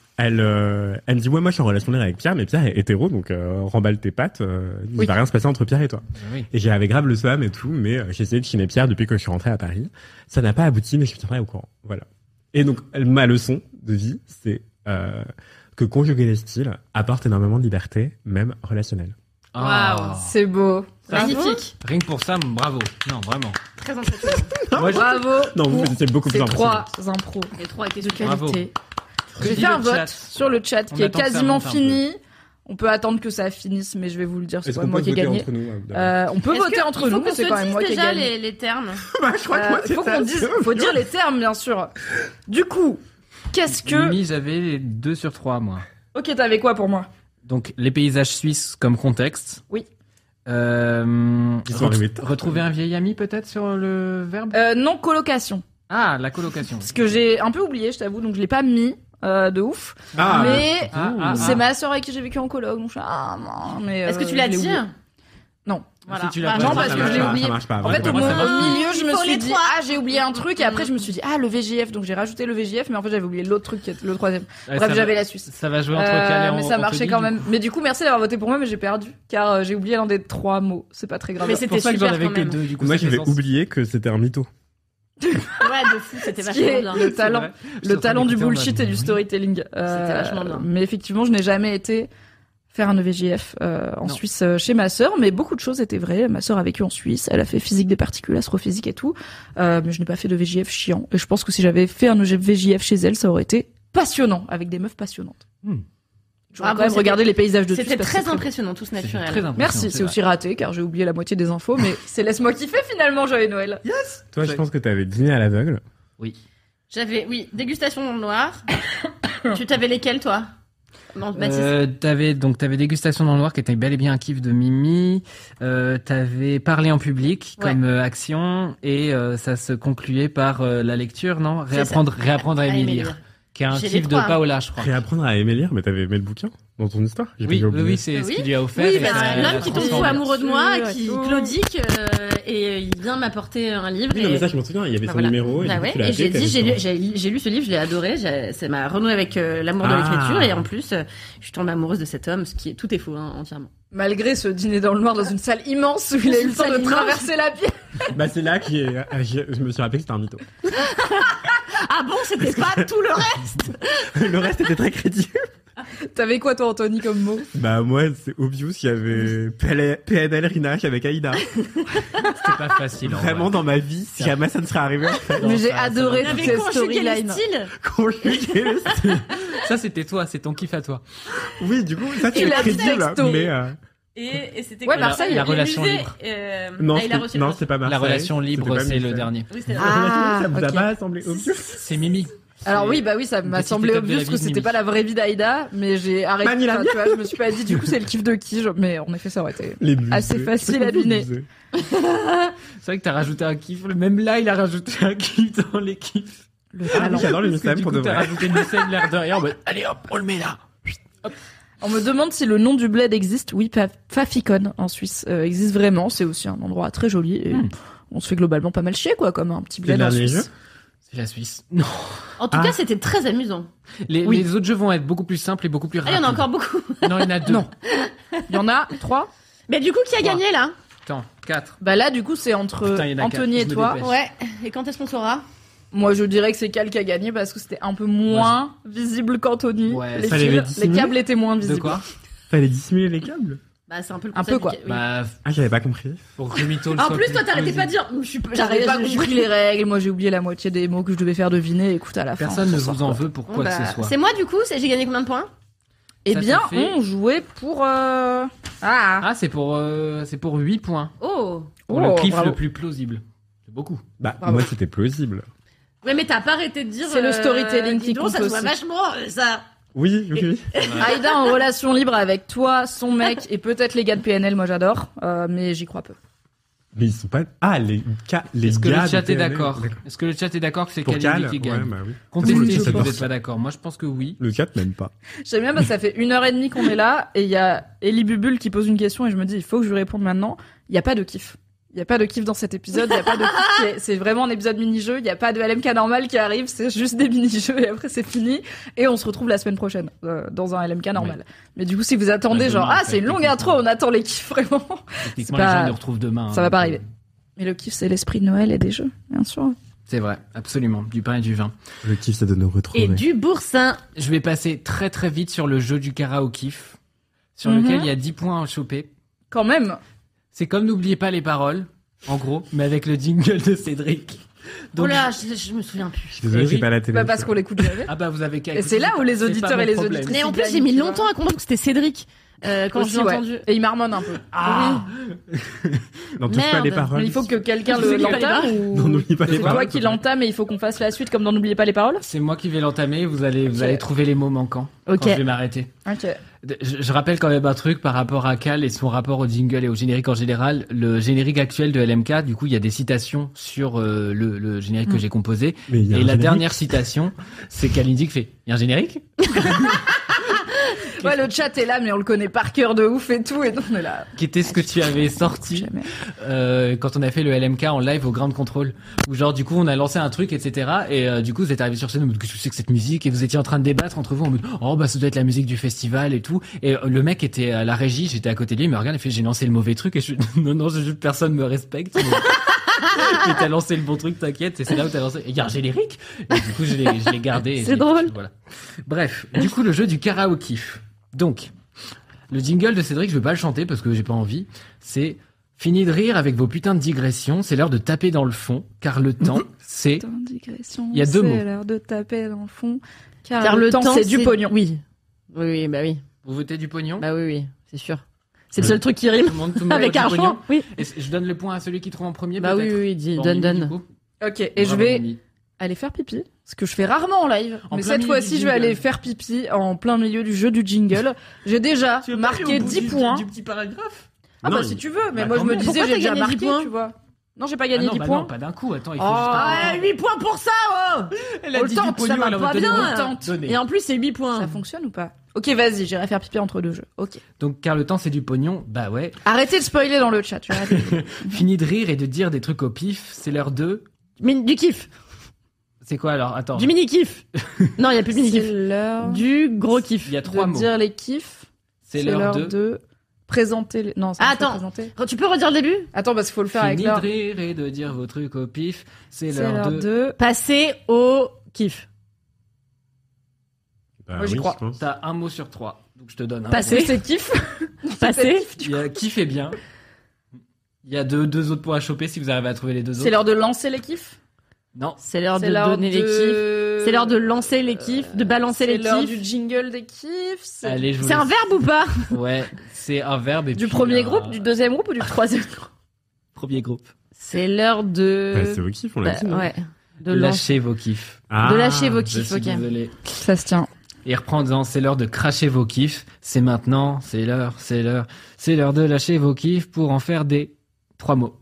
me dit ouais moi je suis en relation libre avec Pierre, mais Pierre est hétéro, donc remballe tes pattes, il va rien se passer entre Pierre et toi. Oui. Et j'avais grave le seum et tout, mais j'ai essayé de chiner Pierre depuis que je suis rentré à Paris. Ça n'a pas abouti, mais je suis tiendrai au courant. Voilà. Et donc ma leçon de vie, c'est que conjuguer les styles apporte énormément de liberté, même relationnelle. Waouh. C'est beau. Magnifique. Rien que pour ça, bravo. Non, vraiment. Très impressionnant. Moi, Bravo. Non, vous étiez beaucoup plus Ces impressionnant. 3 impros Les 3 étaient de super. Bravo. qualité. Je J'ai dis fait un le vote chat. sur le chat On qui est attend que ça quasiment monte un fini. On peut attendre que ça finisse, mais je vais vous le dire, c'est Est-ce pas qu'on moi peut qui ai voter gagné. entre nous On peut voter entre nous, mais c'est quand même moi qui ai déjà gagné. les termes. Bah, je crois que moi, Faut qu'on dise, faut dire les termes, bien sûr. Du coup, qu'est-ce que... Mimi, j'avais les 2 sur 3, moi. Ok, t'avais quoi pour moi? Donc, les paysages suisses comme contexte. Oui. Ils sont arrivés tard. Retrouver un vieil ami, peut-être, sur le verbe? Non, colocation. Ah, la colocation. Parce que j'ai un peu oublié, je t'avoue, donc je l'ai pas mis de ouf. Ah, mais ah, c'est ah. ma sœur avec qui j'ai vécu en coloc, donc je suis non, mais Est-ce que tu l'as je l'ai dit? oublié. Non. Voilà. Si tu l'as Bah, pas non, dit, parce ça que marche je l'ai pas. oublié. Ça marche pas. En fait, au Moi, ça marche. milieu, je Il me faut suis les dit, trois. j'ai oublié un truc, et après, je me suis dit, le VJF, donc j'ai rajouté le VJF, mais en fait, j'avais oublié l'autre truc qui était le troisième. Ouais, Bref, ça va- j'avais la Suisse. Ça va jouer entre Calais Mais ça marchait quand même. Mais du coup, merci d'avoir voté pour moi, mais j'ai perdu, car j'ai oublié l'un des 3 mots. C'est pas très grave. Mais C'est c'était pour ça que j'en super avais quand que même. 2, du coup. Moi, ça fait j'avais sens. oublié que c'était un mytho. Ouais, de fou, c'était Ce qui est vachement bien. le talent, vrai. Je suis le en train talent du d'écouter en bullshit mode, et du storytelling. C'était vachement bien. Mais effectivement, je n'ai jamais été faire un EVJF en Suisse chez ma sœur, mais beaucoup de choses étaient vraies. Ma sœur a vécu en Suisse, elle a fait physique des particules, astrophysique et tout, mais je n'ai pas fait de VJF chiant. Et je pense que si j'avais fait un VJF chez elle, ça aurait été passionnant, avec des meufs passionnantes. J'aurais quand même regardé les paysages de Suisse. C'était très impressionnant, tout ce naturel. Merci, c'est aussi raté, car j'ai oublié la moitié des infos, mais c'est laisse-moi kiffer finalement, Joyeux Noël. Yes. Toi, je pense que t'avais dîné à l'aveugle. Oui. J'avais, dégustation dans le noir. Tu t'avais lesquels, toi? Non, t'avais dégustation dans le noir qui était bel et bien un kiff de Mimi. T'avais parlé en public comme action et ça se concluait par la lecture, non? Réapprendre à aimer lire. Qui est un kiff de Paola, je crois. Réapprendre à aimer lire, mais t'avais aimé le bouquin dans ton histoire? Oui, c'est ce qu'il lui a offert. Oui, l'homme qui tombe fou amoureux de moi, qui claudique, et il vient m'apporter un livre. Oui, non, mais ça, je m'en souviens, il y avait son numéro. Et j'ai lu ce livre, je l'ai adoré, ça m'a renoué avec l'amour de l'écriture, et en plus, je suis tombée amoureuse de cet homme, tout est faux, entièrement. Malgré ce dîner dans le noir dans une salle immense où il a eu le temps de traverser la pièce. Bah, c'est là je me suis rappelé que c'était un mytho. Ah bon, c'était pas tout le reste? Le reste était très crédible. T'avais quoi, toi, Anthony, comme mot? Bah, moi, c'est obvious, il y avait PNL Rinache avec Aïda. C'était pas facile. Vraiment, dans ma vie, si jamais ça ne serait arrivé. Mais j'ai adoré cette storyline. Conjuguer le style. Ça, c'était toi, c'est ton kiff à toi. Oui, du coup, ça, tu es crédible, mais Et c'était ouais, Marseille, la relation libre. Non, c'est pas Marseille. La relation libre, c'est le dernier. Oui, c'était la relation libre, ça vous a pas semblé obvious? C'est Mimi. Alors oui, ça m'a semblé obvious que c'était pas la vraie vie d'Aïda, mais j'ai arrêté. Tu vois, je me suis pas dit du coup c'est le kiff de qui, mais en effet ça aurait été assez facile à deviner. C'est vrai que t'as rajouté un kiff. Même là, il a rajouté un kiff dans les kiffs. Le talent. J'adore le Muslem pour de vrai. T'as rajouté le Muslem l'air de rien. Allez hop, on le met là. Hop. On me demande si le nom du bled existe. Oui, Pfaffikon en Suisse existe vraiment. C'est aussi un endroit très joli. Et on se fait globalement pas mal chier, quoi, comme un petit bled en Suisse. C'est la Suisse. Non. En tout cas, c'était très amusant. Les autres jeux vont être beaucoup plus simples et beaucoup plus rapides. Il y en a encore beaucoup. Non, il y en a 2. Non. Il y en a 3. Mais du coup, qui a gagné, là? Attends, 4. Bah là, du coup, c'est entre Anthony et toi. Ouais. Et quand est-ce qu'on saura? Moi, je dirais que c'est Cal qui a gagné parce que c'était un peu moins visible qu'Anthony. Ouais, les câbles étaient moins visibles. De quoi? Fallait dissimuler les câbles? Bah, c'est un peu le concept. Un peu, quoi. Bah, j'avais pas compris. Pour que Mito le en plus, toi, t'arrêtais pas de dire, j'arrêtais pas j'ai pris les règles, moi j'ai oublié la moitié des mots que je devais faire deviner, écoute, à la fin. Personne ne vous en veut pour quoi que ce soit. C'est moi, du coup, j'ai gagné combien de points? Eh bien, on jouait pour, c'est pour 8 points. Oh! Pour le kiff le plus plausible. C'est beaucoup. Bah, moi c'était plausible. Ouais, mais t'as pas arrêté de dire. C'est le storytelling qui compte ça se voit aussi. vachement, ça. Oui. Aïda en relation libre avec toi, son mec et peut-être les gars de PNL, moi j'adore, mais j'y crois peu. Mais ils sont pas. Les Est-ce que gars le chat de est PNL, d'accord? Est-ce que le chat est d'accord que c'est pour Kalindi qui gagne? Ouais, bah oui. Contestez si vous n'êtes pas d'accord. Moi, je pense que oui. Le chat même pas. J'aime bien parce que ça fait 1h30 qu'on est là et il y a Ellie Bubule qui pose une question et je me dis il faut que je lui réponde maintenant. Il y a pas de kiff. Il y a pas de kiff dans cet épisode, il y a pas de kiff. C'est vraiment un épisode mini-jeu, il y a pas de LMK normal qui arrive, c'est juste des mini-jeux et après c'est fini et on se retrouve la semaine prochaine dans un LMK normal. Oui. Mais du coup si vous attendez c'est une longue intro, on attend les kiffs vraiment. Techniquement les gens nous retrouvent demain. Ça va pas arriver. Mais le kiff c'est l'esprit de Noël et des jeux, bien sûr. C'est vrai, absolument, du pain et du vin. Le kiff c'est de nous retrouver. Et du boursin. Je vais passer très très vite sur le jeu du karaoke sur lequel il y a 10 points à choper. Quand même. C'est comme N'oubliez pas les paroles, en gros, mais avec le jingle de Cédric. Donc, oh là, je me souviens plus. Je suis désolé, j'ai pas la télé. Bah parce qu'on l'écoute jamais. Ah bah vous avez qu'à écouter. Et c'est là où les auditeurs et les auditrices. Mais en plus, j'ai mis longtemps à comprendre que c'était Cédric. Quand je l'ai entendu. Et il marmonne un peu. Ah oui. Non, touche pas les paroles. Mais il faut que quelqu'un l'entame ou... Non, n'oublie pas les paroles. C'est toi qui l'entame et il faut qu'on fasse la suite comme dans N'oubliez pas les paroles? C'est moi qui vais l'entamer, vous allez trouver les mots manquants. Ok. Quand je vais m'arrêter. Ok. Je rappelle quand même un truc par rapport à Cal et son rapport au jingle et au générique en général. Le générique actuel de LMK, du coup, il y a des citations sur le générique que j'ai composé. Et la dernière citation, c'est Kalindi qui fait « Il y a un générique ?» Ouais, le chat est là, mais on le connaît par cœur de ouf et tout, et donc on est là. Qui était ce que tu avais sorti quand on a fait le LMK en live au Ground Control, où genre du coup on a lancé un truc, etc. Et du coup vous êtes arrivé sur scène, qu'est-ce que c'est que cette musique? Et vous étiez en train de débattre entre vous en mode oh bah ça doit être la musique du festival et tout. Et le mec était à la régie, j'étais à côté de lui, il me regarde, il fait j'ai lancé le mauvais truc et je non juste personne me respecte. Et t'as lancé le bon truc, t'inquiète, et c'est là où t'as lancé. Il y a un générique. Et du coup je l'ai gardé. C'est drôle. Voilà. Bref, du coup le jeu du karaoke. Donc, Le jingle de Cédric, je veux pas le chanter parce que j'ai pas envie. C'est fini de rire avec vos putains de digressions. C'est l'heure de taper dans le fond, car le temps, c'est. Putain de digression. Il y a 2 mots. C'est l'heure de taper dans le fond. Car le temps, c'est du pognon. Oui. Oui, bah oui. Vous votez du pognon? Bah oui, c'est sûr. C'est le seul truc qui rime Tout le monde avec vote du argent. pognon. Oui. Et je donne le point à celui qui trouve en premier. Bah peut-être. oui, Bon, donne, Mimi, du donne. coup. Ok, et Bravo, je vais Mimi. aller faire pipi. Ce que je fais rarement en live. En Mais plein cette milieu fois-ci, du je vais jingle. aller faire pipi en plein milieu du jeu du jingle. J'ai déjà marqué 10 points. Du petit paragraphe. Ah Non, bah si tu veux, mais Bah, moi je quand me même. disais Pourquoi j'ai t'as déjà gagné 10 marqué, points tu vois. Non, j'ai pas gagné 10 bah points. non, pas d'un coup. Attends, il faut Oh, juste. Ah, 8 points pour ça, oh Elle on a le dit tente, du pognon, ça va elle en pas va donner bien. le temps. Donnez. Et en plus, c'est 8 points. Ça fonctionne ou pas? Ok, vas-y, j'irai faire pipi entre 2 jeux. Ok. Donc, car le temps, c'est du pognon. Bah ouais. Arrêtez de spoiler dans le chat, tu vas arrêter. Fini de rire et de dire des trucs au pif. C'est l'heure de. Du kiff. C'est quoi alors? Attends. Du mini-kiff. Non, il y a plus de mini-kiff. C'est l'heure Du gros kiff. Il y a 3 de mots. dire les kiffs. C'est l'heure de. de présenter les... Non, c'est Ah, pas attends. présenter. Tu peux redire le début? Attends, parce qu'il faut le faire avec Fini de l'heure. rire et de dire vos trucs au pif. C'est C'est l'heure l'heure de. de... Passer au kiff. Bah Moi, j'y oui, crois. je pense. T'as un mot sur 3. Donc je te donne un. Passer. C'est kiff. Passer. Il y a kiff et bien. Il y a deux autres points à choper si vous arrivez à trouver les 2 autres. C'est l'heure de lancer les kiffs. Non. C'est l'heure C'est de l'heure donner les kiffs. C'est l'heure de lancer les kiffs, de balancer les C'est l'heure kiffs. du jingle des kiffs. C'est Allez, je vous C'est un laisse. verbe ou pas? Ouais, c'est un verbe et du puis, premier groupe, du deuxième groupe ou du troisième groupe? premier groupe. C'est l'heure de... Bah, c'est au kiff, on l'a Bah, dit. non ouais. De lancer. Lâchez vos kiffs. Ah, De lâcher vos Je kiffs, suis ok. désolé. Ça se tient. Et reprend en disant, c'est l'heure de cracher vos kiffs. C'est maintenant, c'est l'heure, c'est l'heure. C'est l'heure de lâcher vos kiffs pour en faire des 3 mots.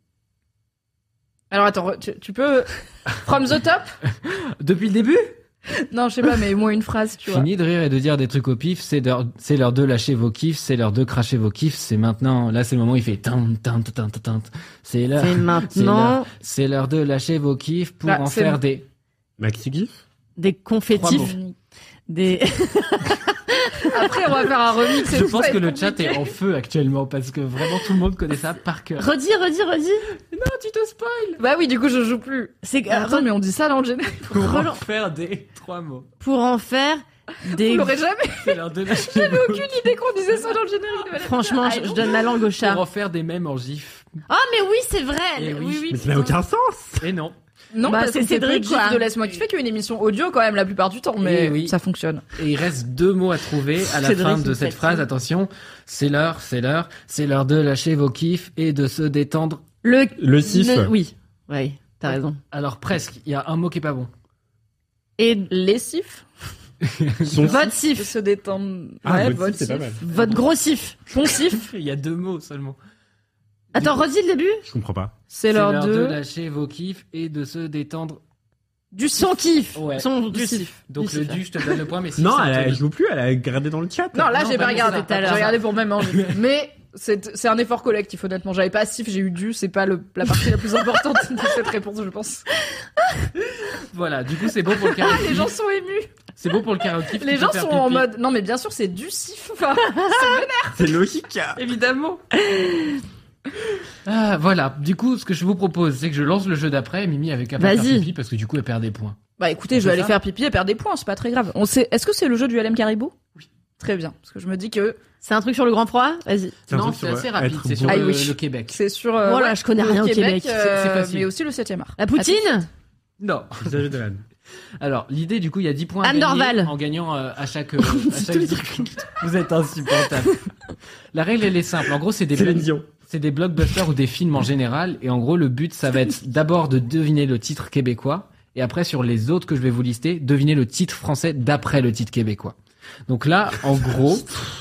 Alors attends, tu peux... From the top? Depuis le début? Non, je sais pas, mais moi une phrase, tu vois. Fini de rire et de dire des trucs au pif. C'est l'heure de lâcher vos kiffs. C'est l'heure de cracher vos kiffs. C'est maintenant. Là, c'est le moment où il fait tin, tin, tin, tin, tin. C'est l'heure. C'est maintenant C'est l'heure de lâcher vos kiffs pour Ah, en c'est faire bon. des. Maxi Gif. des confettifs. Des... Après, on va faire un remix. et Je tout, pense ça que va le être chat compliqué. est en feu actuellement parce que vraiment tout le monde connaît ça par cœur. redis. Non, tu te spoil. Bah oui, du coup, je joue plus. C'est Attends, mais on dit ça dans le générique. Pour en Relan- faire des 3 mots. pour en faire des... Vous l'aurez jamais. C'est l'heure de lâcher J'avais vos aucune idée qu'on disait ça dans le générique. de Valère. Franchement, je donne ma langue au chat. Pour en faire des mèmes en gif. Ah, mais oui, c'est vrai. Eh oui. oui, Mais ça n'a aucun sens. Et non. Non, Bah, parce c'est qu'on fait Cédric, peu de gifs quoi. de Laisse-moi kiffer qui est une émission audio quand même la plupart du temps, mais Eh oui. ça fonctionne. Et il reste 2 mots à trouver à la Cédric, fin il de me cette fatigue. phrase. Attention, c'est l'heure de lâcher vos kiffs et de se détendre. Le sif. Oui, t'as raison. Alors presque, il y a un mot qui est pas bon. Et Les sifs, Son votre de sif, se détendre. Ah, ouais, votre sif, c'est pas mal. votre gros sif. Ton sif, Il y a 2 mots seulement. Attends, redis le début. Je comprends pas. c'est l'heure de de... lâcher vos kiffs et de se détendre. Du Son kiff. Ouais. Son Du sif. Donc Du le sif. du, je te donne le point, mais si Non, ça te elle donne- joue plus, elle a regardé dans le chat. Non, là, Non, j'ai pas bah, regardé. c'était tout à l'heure. J'ai regardé pour même envie. Mais c'est un effort collectif, honnêtement. J'avais pas sif, j'ai eu du. C'est pas la partie la plus importante de cette réponse, je pense. Voilà, du coup c'est bon pour le Ah, karaoké. les gens sont émus. C'est bon pour le karaoké. Les gens sont en mode. Non, mais bien sûr, c'est du sif. Enfin, C'est logique. évidemment. Ah, voilà. Du coup, ce que je vous propose, c'est que je lance le jeu d'après. Mimi avec un faire Vas-y. pipi parce que du coup elle perd des points. Bah écoutez, On je vais fait aller ça faire pipi et perdre des points, c'est pas très grave. Est-ce que c'est le jeu du LM Caribou? Oui. Très bien, parce que je me dis que C'est un truc sur le grand froid. Vas-y. C'est un Non, truc c'est sur, assez être rapide. C'est sur Ah le, oui. le Québec. c'est sur. Voilà, ouais, je connais le rien au Québec. C'est facile. Mais aussi le 7e art. La poutine. Non. Xavier Dolan. Alors, l'idée, du coup, il y a 10 points à Anne gagner Dorval. en gagnant à chaque discussion. Vous êtes insupportable. La règle, elle est simple. En gros, c'est Céline Dion. des blockbusters ou des films en général. Et en gros, le but, ça va être d'abord de deviner le titre québécois. Et après, sur les autres que je vais vous lister, deviner le titre français d'après le titre québécois. Donc là, en gros...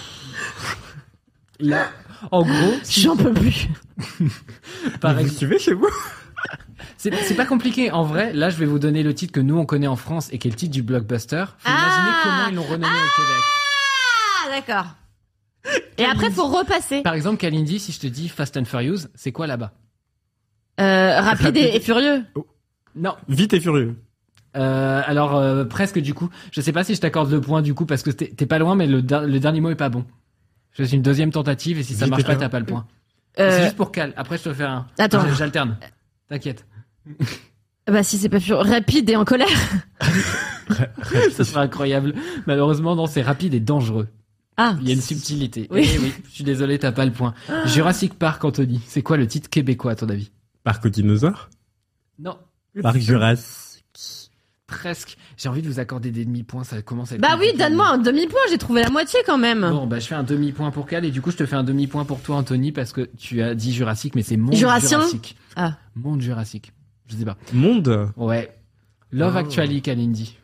J'en peux plus. par Vous exemple, suivez chez vous? c'est pas compliqué. En vrai, là, je vais vous donner le titre que nous, on connaît en France et qui est le titre du blockbuster. Faut imaginer comment ils l'ont renommé au Québec. Ah, d'accord. Et après, faut repasser. Par exemple, Kalindi, si je te dis Fast and Furious, c'est quoi là-bas? Rapide et furieux. Non. Vite et furieux. Alors, presque du coup. Je sais pas si je t'accorde le point du coup parce que t'es pas loin, mais le dernier mot est pas bon. Je fais une deuxième tentative et si ça Vite marche et pas, furieux. t'as pas le point. Euh, C'est juste pour Cal. Après, je te fais un. Attends. J'alterne. T'inquiète. Bah, si c'est pas rapide et en colère. Ça serait incroyable. Malheureusement, non, c'est rapide et dangereux. Ah. Il y a une subtilité. Oui. Eh oui, je suis désolé, t'as pas le point. Jurassic Park, Anthony. C'est quoi le titre québécois, à ton avis? Parc aux dinosaures. Non. Parc Jurassique. Presque. J'ai envie de vous accorder des demi-points, ça commence à être Bah oui, compliqué. donne-moi un demi-point, j'ai trouvé la moitié quand même. Bon, bah je fais un demi-point pour Cal et du coup je te fais un demi-point pour toi, Anthony, parce que tu as dit Jurassique, mais c'est Monde Jurassien Jurassique. Ah. Monde Jurassique. Je sais pas. Monde. Ouais. Love Oh. Actually, Kalindi.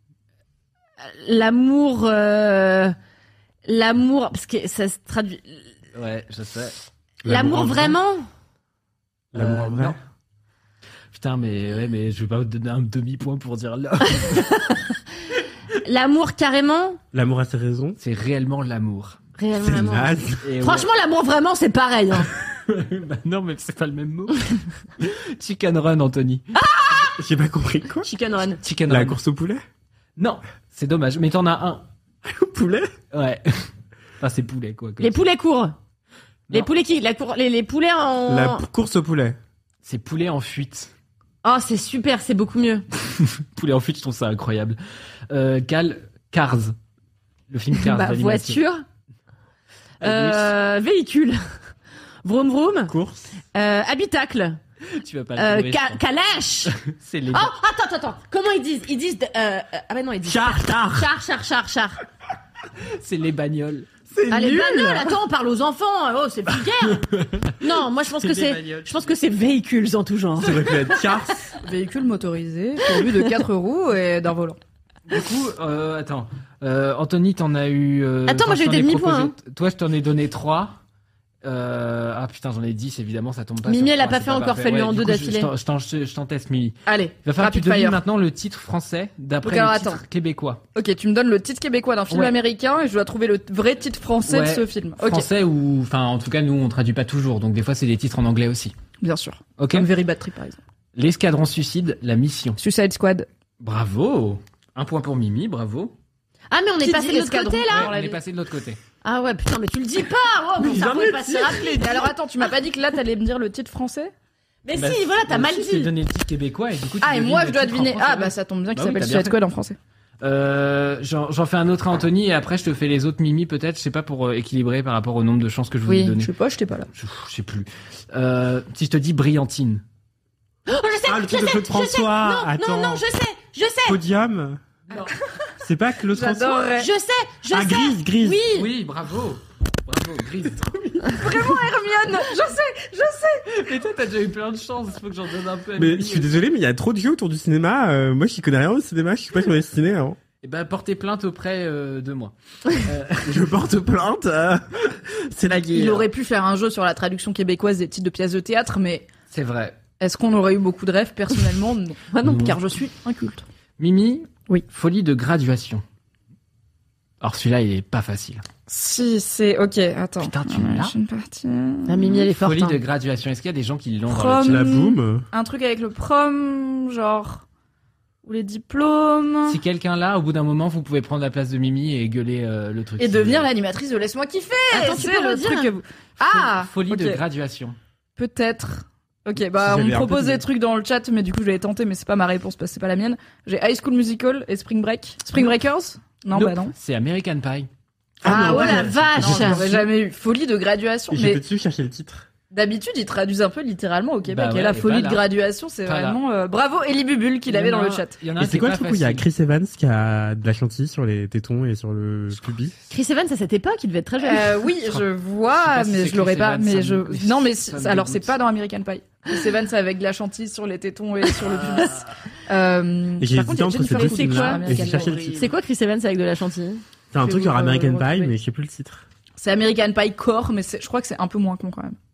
L'amour, parce que ça se traduit. Ouais, je sais. L'amour en vrai. vraiment? L'amour en vrai. non. Putain, mais je vais pas vous donner un demi-point pour dire love. L'amour carrément? L'amour a ses raisons. C'est réellement l'amour. Réellement C'est l'amour. naze. Et Franchement, l'amour vraiment, c'est pareil. Hein. ouais. Bah non, mais c'est pas le même mot. Chicken Run, Anthony. J'ai pas compris quoi. Chicken Run. Chicken La Run. course au poulet. Non, c'est dommage, mais t'en as un. Au poulet. Ouais. Enfin, c'est poulet, quoi. Les poulets courts. Les Non. poulets qui, les poulets en. La course au poulet. C'est poulet en fuite. Oh, c'est super, c'est beaucoup mieux. Poulet en fuite, je trouve ça incroyable. Cal, Cars. Le film Cars. Bah, d'animation. voiture. Véhicule. Vroom vroom. Course. Habitacle. Tu vas pas le trouver, je pense. Calèche. C'est les... Oh, attends. Comment ils disent? Ils disent, ah bah non, ils disent. Char. Char. C'est les bagnoles. C'est Ah, les nul. bagnoles, attends, on parle aux enfants. Oh, c'est vulgaire. Non, moi, je pense que C'est des c'est, bagnoles. je pense que c'est véhicules en tout genre. Ça aurait pu être Cars. Véhicule motorisé, pourvu de 4 roues et d'un volant. Du coup, attends. Anthony, t'en as eu... Attends, moi, j'ai eu des demi-points, Toi, je t'en ai donné 3. Ah putain, j'en ai 10, évidemment, ça tombe pas. Mimi, sur elle a trois, pas c'est fait encore, fais-lui en du deux coup, d'affilée. Je t'en teste, Mimi. Allez, Il va falloir que tu rapid devines fire. maintenant le titre français d'après Ok, le alors, titre attends. québécois. Ok, tu me donnes le titre québécois d'un film Ouais. américain et je dois trouver le vrai titre français de Ouais. ce film. Ok, Français ou... Enfin, en tout cas, nous, on traduit pas toujours, donc des fois, c'est des titres en anglais aussi. bien sûr. Ok. Comme Very Bad Trip par exemple. L'escadron suicide, la mission. Suicide Squad. Bravo. Un point pour Mimi, bravo. Ah, mais on est Qui passé dit de l'autre escadron côté, là? Ouais, on est passé de l'autre côté. Ah ouais, putain, mais tu le dis pas! Oh, mon cerveau est passé rapide! Et alors attends, tu m'as pas dit que là t'allais me dire le titre français? Mais Bah, si, voilà, t'as mal Je t'ai dit! donné le titre québécois et du coup, tu Ah et devines moi le je dois titre en deviner. français, Ah ouais. bah ça tombe bien qu'il Bah oui, s'appelle t'as bien Suicide fait. Squad en français. J'en fais un autre à Anthony et après je te fais les autres Mimi peut-être, je sais pas, pour équilibrer par rapport au nombre de chances que je vous ai Oui. donné. Je sais pas, j'étais pas là. Je sais plus. Si je te dis brillantine. Oh, je sais, Ah, le truc de Claude François. Non, Attends. non, je sais! Podium. C'est pas Claude François. J'adorerais. Je sais! Ah, Grise. Oui! Oui, bravo. Bravo, Grise. Hermione, je sais. Mais toi, t'as déjà eu plein de chance, il faut que j'en donne un peu à Mais Mimi je suis aussi. désolé, mais il y a trop de vieux autour du cinéma. Moi, je connais rien au cinéma. Je suis pas sur les ciné. Hein. Eh ben, portez plainte auprès de moi. Je porte plainte. C'est la guerre. Il aurait pu faire un jeu sur la traduction québécoise des titres de pièces de théâtre, mais C'est vrai. est-ce qu'on aurait eu beaucoup de rêves? Personnellement, non. Ah non. Car je suis inculte. Mimi. Oui. Folie de graduation. Alors celui-là, il est pas facile. Si, c'est... Ok, attends. Putain, tu Ah, l'as. je suis une partie... La Mimi, elle est forte. Folie hein. de graduation. Est-ce qu'il y a des gens qui l'ont dans Prom. le chat? La boum. Un truc avec le prom, genre... Ou les diplômes... Si quelqu'un là, au bout d'un moment, vous pouvez prendre la place de Mimi et gueuler le truc. Et Si devenir vous voulez. l'animatrice de Laisse-moi kiffer. Attends, tu C'est peux le redire truc que vous... Ah Folie ok. de graduation. Peut-être. Ok, bah Si on me j'avais un peu propose de- des trucs dans le chat, mais du coup je vais tenter, mais c'est pas ma réponse parce que c'est pas la mienne. J'ai High School Musical et Spring Break. Spring Breakers? Non, Nope. bah non. C'est American Pie. Ah, non, oh la Non, vache! j'aurais jamais eu. Folie de graduation. J'étais Mais dessus chercher le titre. d'habitude, ils traduisent un peu littéralement au Québec. Bah ouais, et la et folie pas de là. graduation, c'est Pas là. vraiment... Bravo Ellie Bubule qui l'avait dans le chat. Il y en a un Et qui c'est est quoi le pas truc où il y a facile. Chris Evans qui a de la chantilly sur les tétons et sur le pubis? Chris Evans, à cette époque, il devait être très jeune. Oui, je Je sais vois, pas si mais c'est je l'aurais Chris pas. Evans, Mais ça je... me- Non, mais ça me alors dégoûte. c'est pas dans American Pie. Chris Evans avec de la chantilly sur les tétons et sur le pubis. Et j'ai Par contre, il y hésité a entre ces Jennifer deux Aniston c'est quoi films-là dans et j'ai American cherché le Pie. titre. C'est quoi Chris Evans avec de la chantilly? C'est un Je truc vais genre vous American retrouver. Pie, mais je sais plus le titre. C'est American Pie Core, mais je crois que c'est un peu moins con quand même.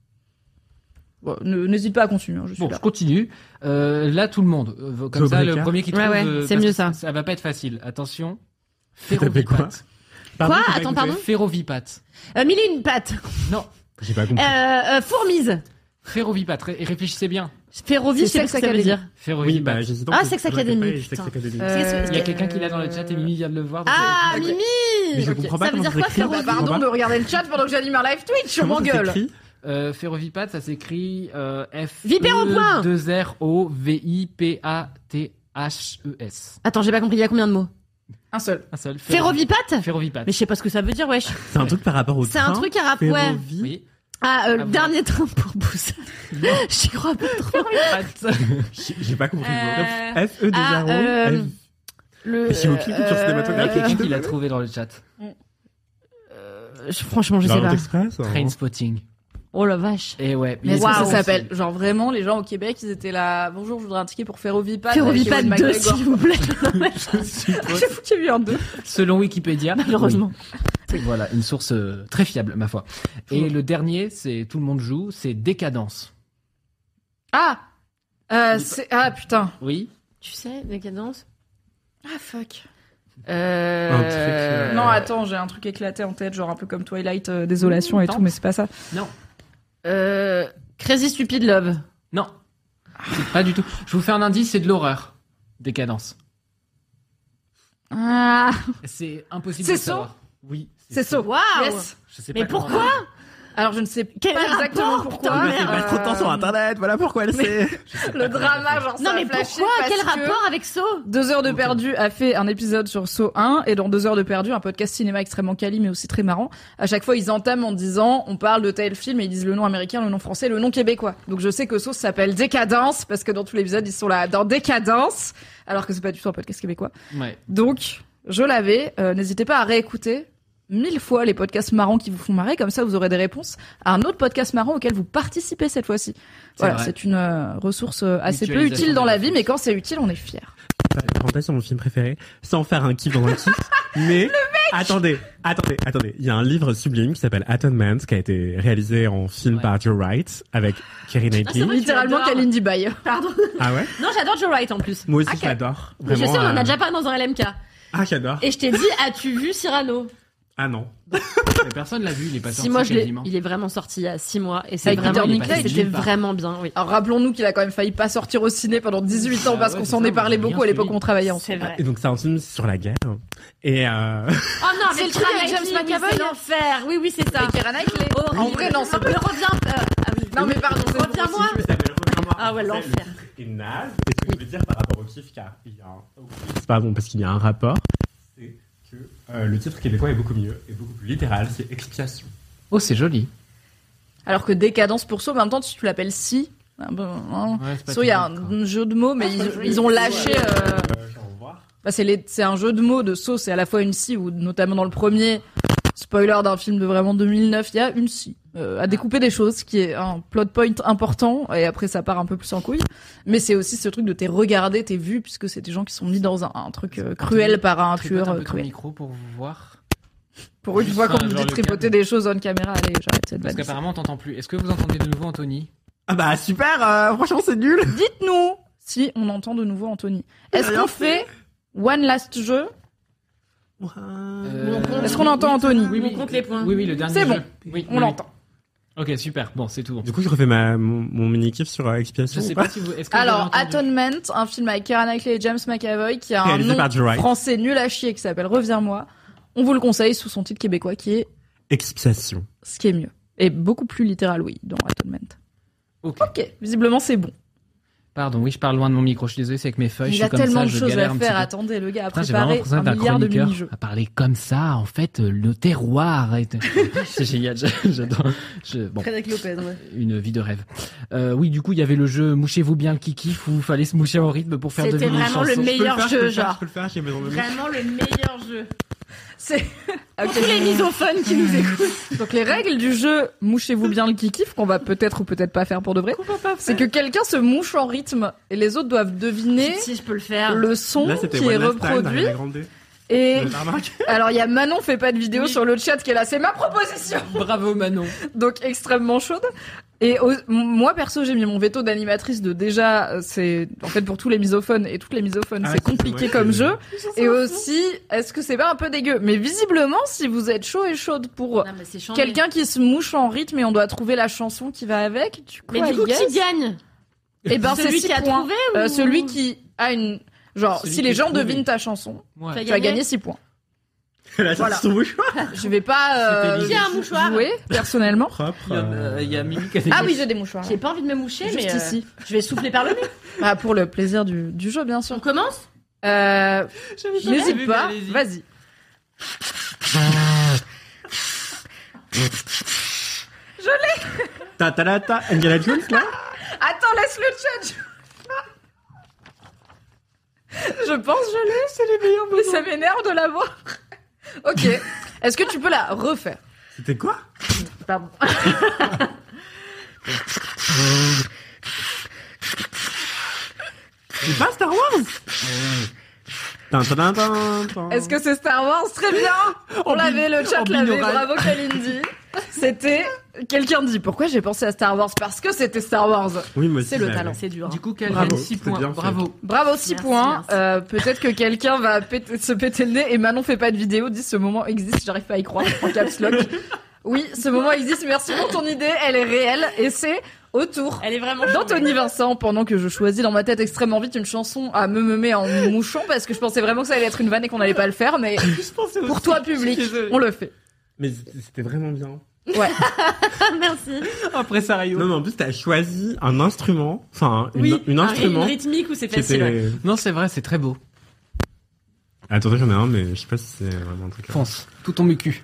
Bon, n'hésite pas à continuer, hein, je suis Bon, là. je continue. Là, tout le monde. Comme ça, Zobreka. le premier qui Ouais, trouve... ouais, c'est parce mieux que ça. Ça va pas être facile. Attention. T'as fait quoi? Ferrovipat. Pardon, Quoi? j'ai pas Attends, écouté. pardon? Ferrovipat. Mille et une pattes. Non. J'ai pas compris. Fourmise. Ferrovipat. Et réfléchissez bien. Ferrovie, je sais pas ce que ça veut dire. Ferrovipat. Oui, bah, j'hésite Ah, entre Sex American Academy, Pie et Sex putain. Academy. Il y a quelqu'un qui l'a dans le chat et Mimi vient de le voir. donc Ah, c'est- Mimi! Mais je Ok. comprends pas Ça veut comment dire ça quoi, s'écrit. Ferrovipat? Bah, pardon de regarder le chat pendant que j'anime un live Twitch, je Comment ça m'engueule. s'écrit? Ferrovipat, ça s'écrit F Vipère au point. 2 R O V I P A T H E S. Attends, j'ai pas compris, il y a combien de mots? Un seul. Ferrovipat. Ferrovipat. Mais je sais pas ce que ça veut dire, wesh. C'est un truc par rapport au C'est train. un truc à rapport. Ouais. Ferrovie. Oui. Le dernier train pour Busan. J'y crois pas trop. J'ai pas compris le mot. F-E-2-R-O. Le. J'ai aucune culture Il y a cinématographique. quelqu'un qui l'a trouvé dans le chat. Franchement, je sais pas. Express. Trainspotting. Oh la vache. Et ouais. Mais est-ce que Waouh. ça s'appelle genre vraiment les gens au Québec ils étaient là bonjour je voudrais un ticket pour Ferrovipat Ferrovipat avec Ewan 2, McGregor. s'il vous plaît. J'avoue qu'il y a eu un 2. Selon Wikipédia. Malheureusement. Oui. Voilà, une source très fiable, ma foi. Et le dernier, c'est tout le monde joue, c'est Décadence. Ah putain. Oui. Tu sais, Décadence. Ah fuck. Un truc, Non attends j'ai un truc éclaté en tête genre un peu comme Twilight Désolation et tout mais c'est pas ça. Non. Crazy Stupid Love. Non. C'est pas du tout. Je vous fais un indice, c'est de l'horreur. Décadence. Ah C'est impossible C'est de Saw savoir. Oui. c'est ça. Waouh. Yes. Je sais Mais pas comment- pourquoi? Alors je ne sais Quel pas exactement rapport, pourquoi. putain, Elle passe trop de temps sur internet, voilà pourquoi elle sait. Le drama genre ça Non a mais flashé pourquoi? parce Quel que rapport avec Saw? 2 heures de perdu a fait un épisode sur Saw 1 et dans 2 heures de perdu un podcast cinéma extrêmement quali mais aussi très marrant. À chaque fois ils entament en disant on parle de tel film et ils disent le nom américain, le nom français, le nom québécois. Donc je sais que Saw s'appelle Décadence parce que dans tous l'épisode ils sont là dans Décadence alors que c'est pas du tout un podcast québécois. Ouais. Donc je l'avais. N'hésitez pas à réécouter 1000 fois les podcasts marrants qui vous font marrer, comme ça vous aurez des réponses à un autre podcast marrant auquel vous participez cette fois-ci. Voilà, vrai. c'est une ressource assez peu Mutualisation utile dans des la vie, réponses. mais quand c'est utile, on est fiers. Parenthèse sur mon film préféré, sans faire un kiff dans un kiff. Mais attendez. Il y a un livre sublime qui s'appelle Atonement, qui a été réalisé en film Ouais. par Joe Wright avec Keira Knightley. vrai. Littéralement, tu l'adores. Kalindi Bay. Pardon. Ah ouais? Non, j'adore Joe Wright en plus. Moi aussi, je l'adore. Je Vraiment, sais, on en a déjà parlé dans un LMK. Ah, j'adore. Et je t'ai dit, as-tu vu Cyrano? Ah non. Mais personne l'a vu, il est pas sorti 6 mois, quasiment. il est vraiment sorti il y a 6 mois. Et c'est Avec vraiment, Peter Dinklage, c'était nulle part. vraiment bien, oui. Alors rappelons-nous qu'il a quand même failli pas sortir au ciné pendant 18 ans Ah parce ouais, qu'on c'est s'en ça, est parlé on a bien beaucoup à l'époque où suivi. on travaillait C'est ensemble. vrai. Et donc, c'est un film sur la guerre. Et Oh non, C'est mais le truc avec James Knightley, oui, McAvoy. c'est l'enfer. Oui, oui, c'est ça. Avec Keira Knightley. Horrible. En vrai, non, c'est Mais reviens. Ah oui. Non, mais pardon, c'est Reviens-moi. ça s'appelle Reviens-moi. Ah ouais, En l'enfer. français, le titre est naze. Et ce que je veux dire par rapport au kiff, car il y a un... Pardon, parce qu'il y a un rapport, c'est que le titre québécois est beaucoup mieux, et beaucoup plus littéral, c'est Expiation. Oh, c'est joli. Alors que Décadence pour Saw, en même temps, si tu l'appelles Si, un peu, hein. Ouais, c'est pas Saw, il y a terrible, quoi. un jeu de mots, mais ils ont lâché. Au revoir. Bah, c'est un jeu de mots de Saw, c'est à la fois une scie, ou notamment dans le premier, spoiler d'un film de vraiment 2009, il y a une scie à découper des choses, qui est un plot point important, et après ça part un peu plus en couille. Mais c'est aussi ce truc de t'es regardé, t'es vu, puisque c'est des gens qui sont mis dans un truc cruel par un Tripote tueur un peu ton cruel. micro pour vous voir. Pour une fois qu'on Enfin, me genre dit le tripoter câble. des choses on caméra, allez, j'arrête cette Parce vanne. qu'apparemment, on t'entend plus. Est-ce que vous entendez de nouveau Anthony? Ah bah super, franchement c'est nul. Dites-nous si on entend de nouveau Anthony. Est-ce qu'on fait one last jeu? Est-ce qu'on entend Anthony? On compte les points. Oui, oui, le dernier C'est bon. jeu. Oui, On oui, l'entend. oui. Ok, super. Bon, c'est tout bon. Du coup, je refais mon mini-kiff sur Expiation. Je sais ou pas pas si vous. Est-ce que vous Alors, avez entendu Atonement, un film avec Keira Knightley et James McAvoy qui a un Réalisé nom par Joe Wright. français nul à chier qui s'appelle Reviens-moi. On vous le conseille sous son titre québécois qui est Expiation. ce qui est mieux. Et beaucoup plus littéral, oui, dans Atonement. Ok. Ok, visiblement c'est bon. Pardon, oui, je parle loin de mon micro. Je suis désolé, c'est avec mes feuilles. Il je a suis comme tellement ça, de je choses galère à un faire. petit peu. Attendez, le gars a Putain, j'ai vraiment préparé l'impression un d'être un milliard de chroniqueur mini-jeux. à parler comme ça, en fait, le terroir. C'est génial, j'adore. Bon, Frédéric Lopez, ouais. une vie de rêve. Oui, du coup, il y avait le jeu Mouchez-vous bien le kiki où il fallait se moucher au rythme pour faire C'était deviner une vraiment le chanson. meilleur jeu, genre. Je peux le faire, j'ai besoin de Vraiment le meilleur jeu. C'est Pour tous les misophones qui nous écoutent. donc les règles du jeu mouchez-vous bien le kikif qu'on va peut-être ou peut-être pas faire pour de vrai. C'est que quelqu'un se mouche en rythme et les autres doivent deviner Si je peux le faire. le son Là, c'était qui est One Last Time reproduit. d'Ariana Grande. Et Vous avez remarqué alors il y a Manon fait pas de vidéo Oui. sur le chat qui est là, c'est ma proposition. Bravo Manon. Donc extrêmement chaude. Et moi perso j'ai mis mon veto d'animatrice de déjà c'est en fait pour tous les misophones et toutes les misophones Ah, c'est c'est compliqué moi, comme c'est- jeu. Et aussi est-ce que c'est pas un peu dégueu? Mais visiblement si vous êtes chaud et chaude pour Non, mais c'est chambé. quelqu'un qui se mouche en rythme et on doit trouver la chanson qui va avec, du coup, Mais du I coup, guess, qui gagne? eh ben c'est Celui 6 qui a points. trouvé ou Celui qui a une genre Celui si qui les est gens trouvé. devinent ta chanson, Ouais. tu vas gagner 6 points. Elle a sorti Voilà. son mouchoir. Je vais pas C'était Qui a un mouchoir? jouer personnellement. Propre. Il y a Mimi qui a des Ah oui, j'ai des mouchoirs. J'ai pas envie de me moucher, Juste mais ici. je vais souffler par le nez. Bah, pour le plaisir du jeu bien On sûr. commence? N'hésite pas, allez-y. vas-y. Ta Indiana Jones là. Attends, laisse le chat. Je pense je l'ai. C'est les meilleurs moments. Mais ça m'énerve de l'avoir. Ok. Est-ce que tu peux la refaire? C'était quoi? Pardon. C'est pas Star Wars? Est-ce que c'est Star Wars? Très bien. On l'avait, le chat l'avait. Bravo Kalindi. C'était quelqu'un dit. Pourquoi j'ai pensé à Star Wars? Parce que c'était Star Wars. Oui, moi aussi. C'est le je l'avais. talent, c'est dur. Du coup, Bravo, Calvin, 6 c'est points. bien fait. Bravo. Bravo, 6 Merci, points. merci. Peut-être que quelqu'un va se péter le nez et Manon fait pas de vidéo, dit ce moment existe, j'arrive pas à y croire, en caps lock. Oui, ce moment existe, merci pour ton idée, elle est réelle et c'est au tour Elle est vraiment d'Anthony Vincent pendant que je choisis dans ma tête extrêmement vite une chanson à me meumer en mouchant parce que je pensais vraiment que ça allait être une vanne et qu'on allait pas le faire, mais pour toi public, on le fait. Mais c'était vraiment bien. Ouais. Merci. Après Sarayo. Non, mais en plus, t'as choisi un instrument, enfin, Oui, une instrument. Une rythmique où c'est qui facile. était... Ouais. Non, c'est vrai, c'est très beau. Attendez, j'en ai un, mais je sais pas si c'est vraiment un truc. Fonce. Tout ton mucu.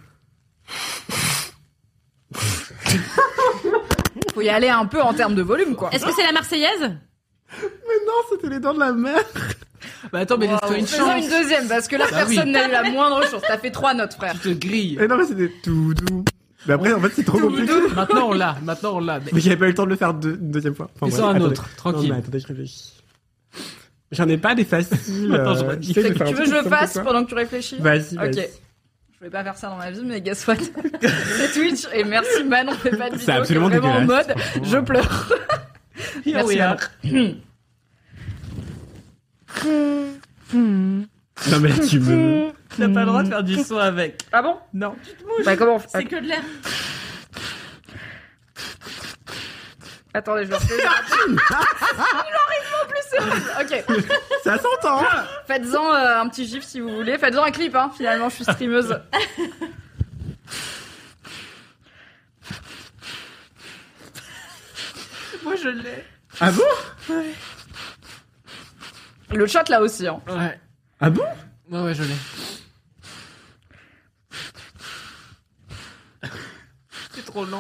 Faut y aller un peu en termes de volume, quoi. Est-ce que c'est la Marseillaise? Mais non, c'était les dents de la mer. Bah attends, mais laisse-toi une Faisons chance. une deuxième parce que là Bah personne oui. n'a eu la moindre chance. T'as fait 3 notes, frère. Tu te grilles. Mais non, mais c'était tout doux. Mais après, en fait, c'est trop compliqué. Maintenant on l'a. Maintenant on l'a. Mais Mais j'avais pas eu le temps de le faire une deuxième fois. Enfin, Fais-en un attendez. autre, tranquille. Non, mais attendez, je réfléchis. J'en ai pas des faciles. Attends, je vois. tu sais, je vais faire un Tu veux truc que je le simple fasse pour toi. pendant que tu réfléchis? Vas-y, Ok. vas-y. Je vais pas faire ça dans ma vie, mais guess what? C'est Twitch et merci Manon, fait pas de vidéo. C'est absolument qui est vraiment en dégueulasse. mode, je pleure. Here Merci we are. Non, mais là, tu me... T'as pas le droit de faire du son avec. Ah bon? Non. Bah comment on fait? C'est que de l'air. Attendez, je le refais. Il en plus, c'est horrible. Ok. Ça s'entend. Faites-en un petit gif si vous voulez. Faites-en un clip, hein. Finalement, je suis streameuse. Moi je l'ai. Ah bon? Le chat là aussi, hein. Ouais. Ah bon? Ouais, je l'ai. C'est trop long.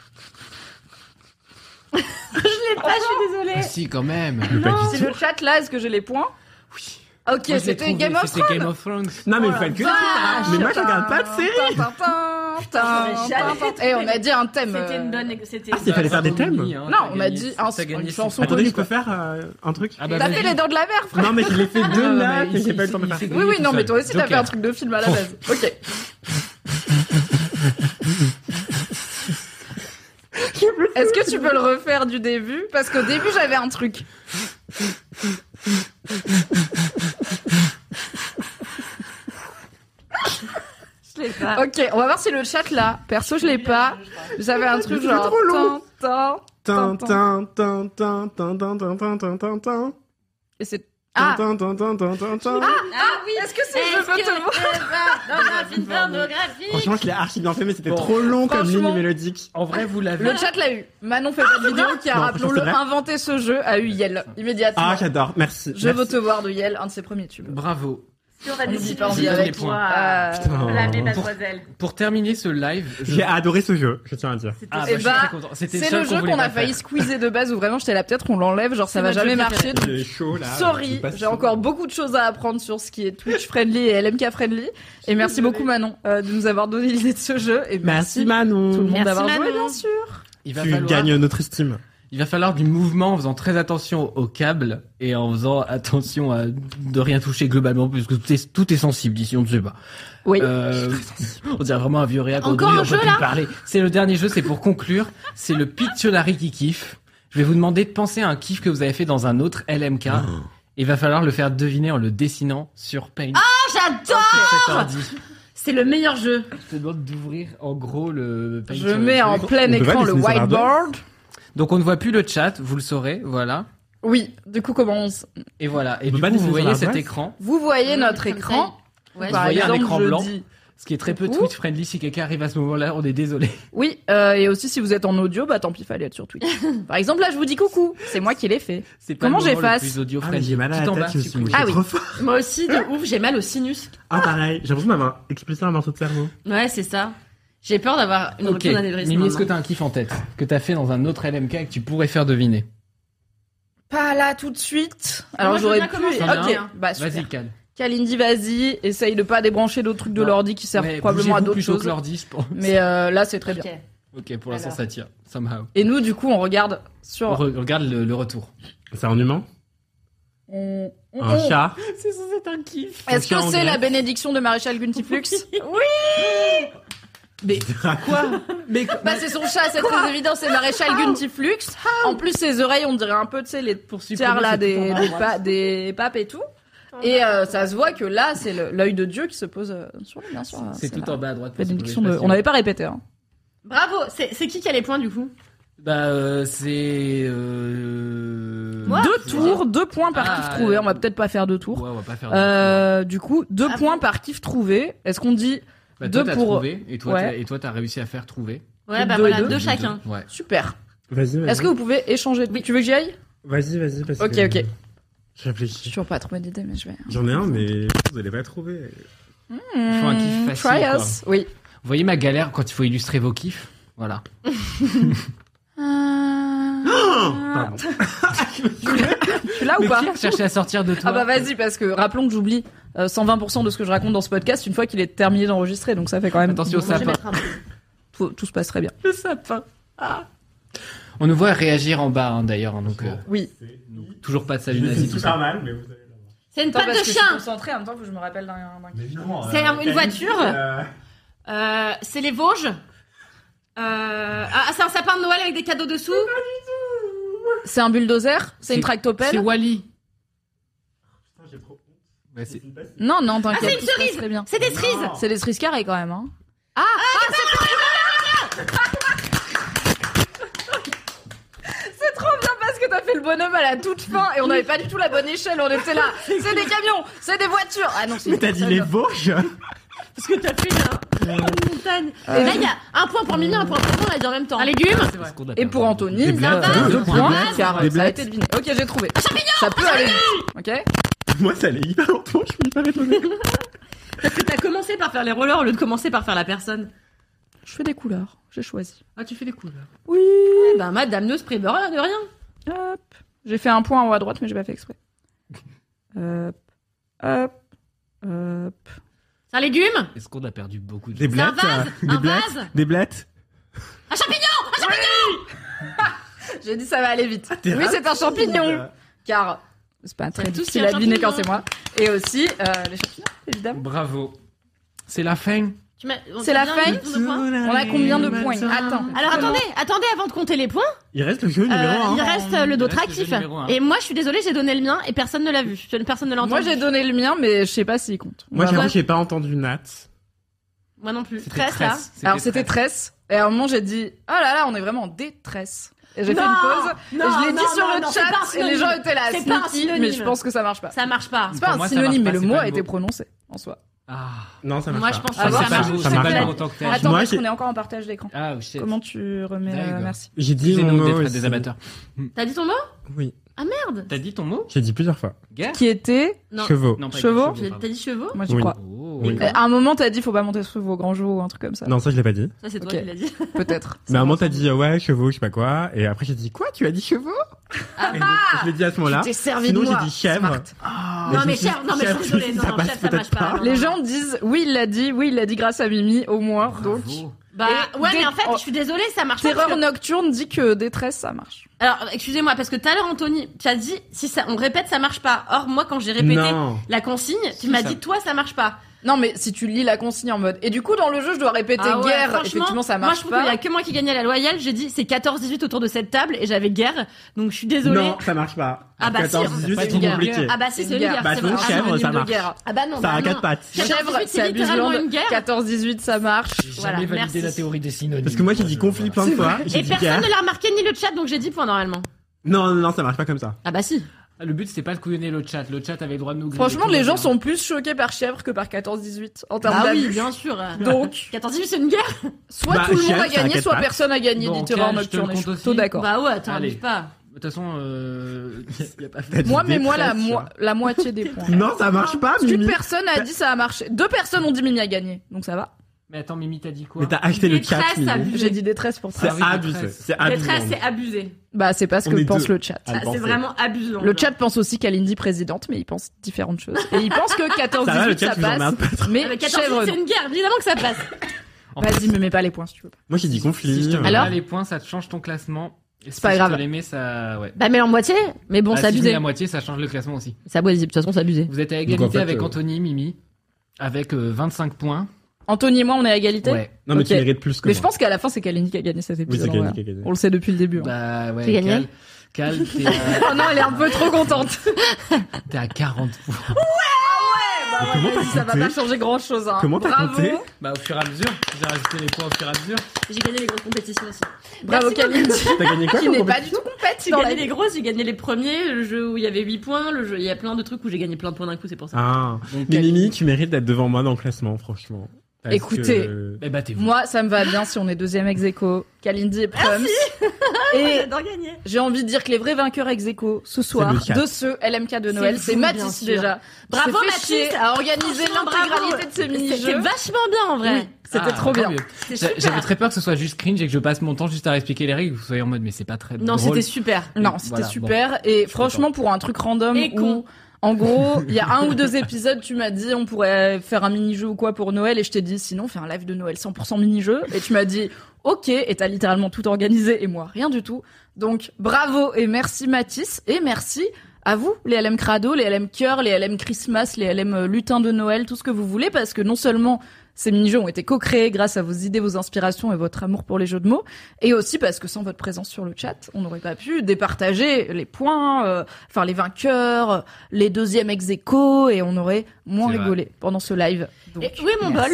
Je l'ai pas, je suis désolée. Mais si, quand même. C'est le chat là, est-ce que j'ai les points? Oui. Ok, Moi, je l'ai c'était trouvé, Game of c'était Thrones. Game of Thrones. Non, mais Oh vous faites que la ça. vache. Mais moi, je regarde pas de série. j'aurais jamais fait Et on a dit un thème. C'était une bonne. C'était. Ah, il fallait faire des thèmes. Non, on a dit une chanson Attendez, connue. je peux faire un truc? Ah bah T'as vas-y. fait les dents de la mer, frère. Non, mais je l'ai fait deux Non, là, mais et j'ai il pas eu le temps de s'est- faire. il s'est- Oui, oui, tout non, mais seul. toi aussi, t'as Joker. fait un truc de film à la base. Ok. Est-ce que tu peux le refaire du début? Parce qu'au début, j'avais un truc. Je l'ai pas. Ok, on va voir si le chat là. Perso, je l'ai pas. J'avais un truc C'est genre. trop long. Tin, tin, tin, tin. Tin, tin, tin, tin, tin, tin, tin, tin, tin. Et c'est. Tin, Ah! tin, tin, tin, tin, tin, tin. Ah oui. Est-ce que c'est Je veux te voir? Dans un film pornographique. Franchement, je l'ai archi bien fait, mais c'était Bon. trop long comme Franchement. ligne mélodique. En vrai, vous l'avez. Le chat l'a eu. Manon fait pas de vidéo qui a, Non, rappelons-le, c'est vrai. inventé ce jeu, a eu Yel. Immédiatement. Ah, j'adore, merci. Je veux te voir de Yel, un de ses premiers tubes. Bravo. On va On dit décider pas, on dit avec avec toi. Putain. La mademoiselle. Pour terminer ce live, J'ai adoré ce jeu, je tiens à dire. Ah, bah, Eh je suis bah, très content. C'était C'est seul le jeu voulait qu'on a pas failli faire. squeezer de base où vraiment j'étais là, peut-être qu'on l'enlève, genre ça va notre jeu jamais préféré. marcher. J'ai chaud là. Sorry, je passe j'ai chaud. encore beaucoup de choses à apprendre sur ce qui est Twitch friendly et LMK friendly. Et merci beaucoup Manon de nous avoir donné l'idée de ce jeu. Et Merci tout le Manon. monde Merci, d'avoir joué, Manon. bien sûr. Il va Tu falloir. gagnes notre estime. Il va falloir du mouvement en faisant très attention au câble et en faisant attention à de rien toucher globalement puisque tout est sensible ici, on ne sait pas. Oui. On dirait vraiment un vieux réac. Encore on un peut jeu, plus là parler. C'est le dernier jeu, c'est pour conclure. C'est le Pictionary qui kiffe. Je vais vous demander de penser à un kiff que vous avez fait dans un autre LMK. Il va falloir le faire deviner en le dessinant sur Paint. J'adore. Cet ordi. C'est le meilleur jeu. Je te demande d'ouvrir en gros le Paint. Je mets en plein On peut pas écran le dessiner sur whiteboard. Donc on ne voit plus le chat, vous le saurez, voilà. Oui, du coup comment Et voilà. Et On peut du pas coup, vous dessiner sur voyez la cet base écran. Vous voyez notre Comme écran. ça. Ouais, Vous Par voyez un exemple, écran je blanc. dis Ce qui est très peu Coucou. Twitch friendly. Si quelqu'un arrive à ce moment-là, on est désolé. Oui, et aussi si vous êtes en audio, bah tant pis, fallait être sur Twitch. Par exemple, là, je vous dis coucou. C'est moi qui l'ai fait. C'est pas Comment le moment j'efface le plus audio Ah, mais friendly. j'ai mal à Tout la en tête, bas, je me tu suis couches. mouché Ah oui. trop fort. Moi aussi, de ouf, j'ai mal au sinus. Ah, pareil. J'ai l'impression d'avoir expulsé un morceau de cerveau. Ouais, c'est ça. J'ai peur d'avoir une Ok. rupture d'anévrisme. Mimi, est-ce que maintenant. t'as un kiff en tête que t'as fait dans un autre LMK et que tu pourrais faire deviner? Pas là tout de suite. Alors Moi, je veux j'aurais bien pu. commencer, Ok, hein. bah super. Vas-y, Cal. Kalindi, vas-y. Essaye de pas débrancher d'autres trucs de Non. l'ordi qui servent Ouais, probablement à bougez-vous d'autres plutôt choses. que l'ordi, je pense. Mais là, c'est très bien. Ok. Ok, pour l'instant, Alors. ça tire. Somehow. Et nous, du coup, on regarde sur. Regarde le retour. C'est en humain? Un chat? C'est censé être un kiff. Est-ce chat que en c'est la grec. bénédiction de Maréchal Guntiflux? Mais quoi? Mais Bah c'est son chat, c'est très évident, c'est Maréchal Guntiflux. En plus ses oreilles, on dirait un peu, tu sais, les tiers là des papes et tout. Et ça se voit que là, c'est l'œil de Dieu qui se pose sur lui, bien sûr. c'est tout la en bas à droite. bénédiction de. On n'avait pas répété. Hein. Bravo. C'est qui a les points du coup? Bah c'est Moi 2 tours, 2 points par Ah, kiff trouvé. On va peut-être pas faire 2 tours. Ouais, on va pas faire. Du coup, 2 Ah points bon par kiff trouvé. Est-ce qu'on dit Bah, deux toi, t'as pour- trouvé et toi, Ouais. t'as réussi à faire trouver. Ouais, bah Deux et voilà, deux. deux chacun. Ouais. super? Vas-y. Est-ce que vous pouvez échanger? Tu veux que j'y aille? Vas-y, parce Ok, que... ok. Je J'ai réfléchis. toujours pas trouvé d'idée, mais je vais. J'en ai un, mais vous allez pas trouver. Il faut un kiff facile. Try quoi. us. Oui. Vous voyez ma galère quand il faut illustrer vos kiffs? Voilà. Pardon. Tu es là ou Mais pas? qui a cherché à sortir de toi? Ah bah vas-y, parce que rappelons que j'oublie 120% de ce que je raconte dans ce podcast une fois qu'il est terminé d'enregistrer, donc ça fait quand même. Attention au Moi, je vais sapin. mettre un peu. Tout se passe très bien. Le sapin. Ah. On nous voit réagir en bas hein, d'ailleurs, hein, donc Oui. toujours pas de salut Je nazi suis tout super ça. mal, mais vous allez l'avoir. C'est une Attends, patte parce de que je suis chien. concentrée en même temps que je me rappelle d'un. C'est une voiture. C'est les Vosges. C'est un sapin de Noël avec des cadeaux dessous. C'est un bulldozer? C'est une C'est tractopelle? Wally. J'ai trop honte. Ouais, c'est- Non, Ah, t'inquiète. c'est une tout se passe cerise. très bien. C'est des cerises. C'est des cerises carrées quand même, hein. C'est trop bien parce que t'as fait le bonhomme à la toute fin et on n'avait pas du tout la bonne échelle, on était là. C'est des camions, c'est des voitures. Ah non, c'est Mais t'as dit les Vosges? Parce que t'as fait une montagne. Et là, il y a un point pour Mimi, un point pour moi, on l'a dit en même temps. Un légume. Est-ce qu'on a Et perdu pour Anthony, Des blattes, deux des points, blattes, car des ça a blattes. été deviné. Ok, j'ai trouvé. Ça peut aller vite. Ok. Moi, ça allait hyper longtemps, je suis hyper étonné. Parce que t'as commencé par faire les rollers au lieu de commencer par faire la personne. Je fais des couleurs. J'ai choisi. Ah, tu fais les couleurs. Oui. Eh ben, madame ne se prépare de rien. Hop. J'ai fait un point en haut à droite, mais j'ai pas fait exprès. Hop. Hop. Hop. C'est un légume. Est-ce qu'on a perdu beaucoup de Des C'est un blattes? vase. Des Un blattes? vase. Des blattes? Un champignon. J'ai dit ça va aller vite. t'es Oui, c'est un champignon. Euh, Car c'est pas très C'est tout ce difficile qui est à deviner champignon. quand c'est moi. Et aussi les champignons, évidemment. Bravo. C'est la fin. C'est la fin. On a combien de points? Attends. Alors attendez, avant de compter les points, Il reste le jeu numéro 1. il reste le Dotra reste le jeu kiff. numéro un. Et moi, je suis désolée, j'ai donné le mien et personne ne l'a vu. Personne ne l'a entendu. Moi j'ai donné le mien, mais je sais pas s'il compte. Moi, On va j'avoue, voir. j'ai pas entendu Nat. Moi non plus. C'était 13 là. Alors c'était tresse. Et à un moment j'ai dit oh là là, on est vraiment en détresse. Et j'ai fait Non, une pause. non, et je l'ai non, dit sur non, le non, c'est pas un chat et les synonyme. gens étaient là. C'est pas un sneaky, synonyme. mais je pense que ça marche pas. Ça marche pas. C'est pas Pour un moi, ça synonyme, marche mais pas, le c'est mot pas a le été mot. prononcé en soi. Ah. Non, ça marche Moi, pas. je pense Ah, que bah, ça ça marche. marche. Ça C'est marche pas pas. le autant que t'as. Attends, Moi, parce j'ai- qu'on est encore en partage d'écran. Ah, shit. Comment tu remets There you go. merci. J'ai dit mon Excusez-nous mot d'être aussi. des amateurs. T'as dit ton mot? Oui. Ah merde. T'as dit ton mot? J'ai dit plusieurs fois. Guerre? Qui était Non. Chevaux. Non, pas Chevaux? dit T'as dit chevaux? moi j'y Oui. crois. Oh. Oui. À un moment t'as dit faut pas monter sur vos grands chevaux ou un truc comme ça. Non, ça, je l'ai pas dit. Ça c'est toi Ok. qui l'as dit. Peut-être. Mais à un moment, t'as dit, ouais, chevaux, je sais pas quoi. Et après, j'ai dit, quoi? Tu as dit chevaux? Et donc, je l'ai dit à ce moment-là. T'es servi Sinon, de moi. j'ai dit chèvre. Smart. Et Non je mais me suis chèvre, non mais je suis chèvre, désolée, ça non, passe chèvre ça peut-être marche pas. non, Les non. gens disent oui il l'a dit grâce à Mimi au moins. Donc Bravo. Bah Et ouais, dès- mais en fait, oh. je suis désolée, ça marche pas. Terreur parce que- nocturne dit que détresse ça marche. Alors, excusez-moi, parce que tout à l'heure, Anthony, tu as dit, si ça, on répète, ça marche pas. Or, moi, quand j'ai répété Non. la consigne, tu Si, m'as ça- dit, toi, ça marche pas. Non mais si tu lis la consigne en mode et du coup dans le jeu je dois répéter Ah ouais, guerre, franchement, effectivement ça Moi, marche je trouve qu'il y pas. a que moi qui gagnais à la loyale. J'ai dit, c'est 14-18 autour de cette table et j'avais guerre. Donc, je suis désolée. Non, ça marche pas. Ah bah si, 14, c'est 18, pas c'est une guerre. compliqué. Ah bah si, c'est une guerre. guerre. Bah, c'est sinon, vrai. chèvre, synonyme ça de marche. guerre. Ah bah non, Ça a bah quatre non. pattes. Chèvre, 14-18, c'est littéralement Abusland. une guerre. 14-18 ça marche. J'ai Voilà, jamais validé merci. la théorie des synonymes. Parce que moi, j'ai dit conflit plein de fois. J'ai Et dit personne guerre. ne l'a remarqué ni le chat, donc j'ai dit point normalement. Non, ça marche pas comme ça. Ah bah si. Le but, c'était pas de couillonner le chat. Le chat avait le droit de nous griller. Franchement, les gens sont plus choqués par Chièvre que par 14-18 en termes Ah d'abus. oui, bien sûr. Donc, 14-18, c'est une guerre. soit Bah, tout le monde Chièvre, a c'est un gagné, soit 4-4. personne a gagné Bon, du terrain Cal, je te le nocturne. Et je suis compte plutôt aussi. d'accord. Bah ouais, attends, Allez. abuse pas. De toute façon, y a pas T'as dit Moi, mais moi, détresse, tu vois. la moitié des points. Non, ça marche pas, Parce qu'une Mimi. personne a dit ça a marché. 2 personnes ont dit Mimi a gagné. Donc ça va. Mais attends, Mimi, t'as dit quoi? Mais t'as acheté le chat, Détresse, Mimi. abusé. J'ai dit détresse pour C'est ça. oui, abusé. détresse. C'est abusé. Détresse, c'est abusé. Bah, c'est pas ce On que est pense deux. le chat. À le C'est penser. vraiment abusant. Le chat pense aussi qu'Alindy présidente, mais il pense différentes choses. Et il pense que 14-18 Ça va, le chat, ça je vous emmerde passe. pas trop. Mais Mais 14 chèvre, c'est une guerre, évidemment que ça passe. vas-y, me mets pas les points si tu veux pas. Moi, j'ai dit Si conflit. je te mets Alors pas les points, ça te change ton classement. Et si pas grave. je te les mets, ça, ouais. Bah, mais en moitié. Mais bon, Ah, c'est si je mets abusé. la moitié, ça change le classement aussi. C'est abusé. De toute façon, c'est abusé. Vous êtes à Donc, égalité en fait, avec Anthony, Mimi, avec 25 points. Anthony et moi, on est à égalité. Ouais. Non, mais Ok. tu mérites plus que Mais moi. je pense qu'à la fin, c'est Kalindi qui a gagné cet Oui, épisode. c'est en Kalindi vrai. qui a gagné. On le sait depuis le début. hein. Bah, ouais. J'ai gagné. Cal, t'es Oh non, elle est un peu trop contente. t'es à 40 points. Bah comment ouais, t'as vas-y, ça va compté pas changer grand chose. Hein. Comment t'as Bravo. compté Bah, au fur et à mesure. J'ai rajouté les points au fur et à mesure. J'ai gagné les grosses compétitions aussi. Bravo Merci beaucoup. Kalindi. T'as gagné quoi Qui comme n'est pas du compétition tout compète J'ai dans la gagné vie. les grosses, j'ai gagné les premiers, le jeu où il y avait 8 points, le jeu, il y a plein de trucs où j'ai gagné plein de points d'un coup, c'est pour ça. Ah. Donc, Mais Mimi, tu mérites d'être devant moi dans le classement, franchement. Parce Écoutez, que- Eh, battez-vous. Moi, ça me va bien si on est deuxième ex aequo. Kalindi et Prums. Et J'adore gagner. j'ai envie de dire que les vrais vainqueurs ex aequo ce soir le chat. de ce LMK de Noël, C'est c'est vous, bien Mathis sûr. déjà. Bravo, Qui s'est fait Mathis. chier à organiser Franchement, l'intégralité bravo. de ces C'était mini-jeux. vachement bien en vrai. Oui, c'était Ah, trop tant bien. mieux. C'était super. J'avais très peur que ce soit juste cringe et que je passe mon temps juste à expliquer les règles. Vous soyez en mode, mais c'est pas très Non, drôle. c'était super. Non, c'était Voilà, super. Et franchement, pour un truc random Et con. où, en gros, il y a 1 ou 2 épisodes, tu m'as dit on pourrait faire un mini-jeu ou quoi pour Noël, et je t'ai dit sinon, fais un live de Noël 100% mini-jeu. Et tu m'as dit ok, et t'as littéralement tout organisé, et moi, rien du tout. Donc, bravo et merci Mathis, et merci à vous, les LM Crado, les LM Cœur, les LM Christmas, les LM Lutin de Noël, tout ce que vous voulez, parce que non seulement ces mini-jeux ont été co-créés grâce à vos idées, vos inspirations et votre amour pour les jeux de mots, et aussi parce que sans votre présence sur le chat, on n'aurait pas pu départager les points, enfin les vainqueurs, les deuxièmes ex aequo, et on aurait moins C'est vrai. rigolé pendant ce live. Donc, Et où est mon bol?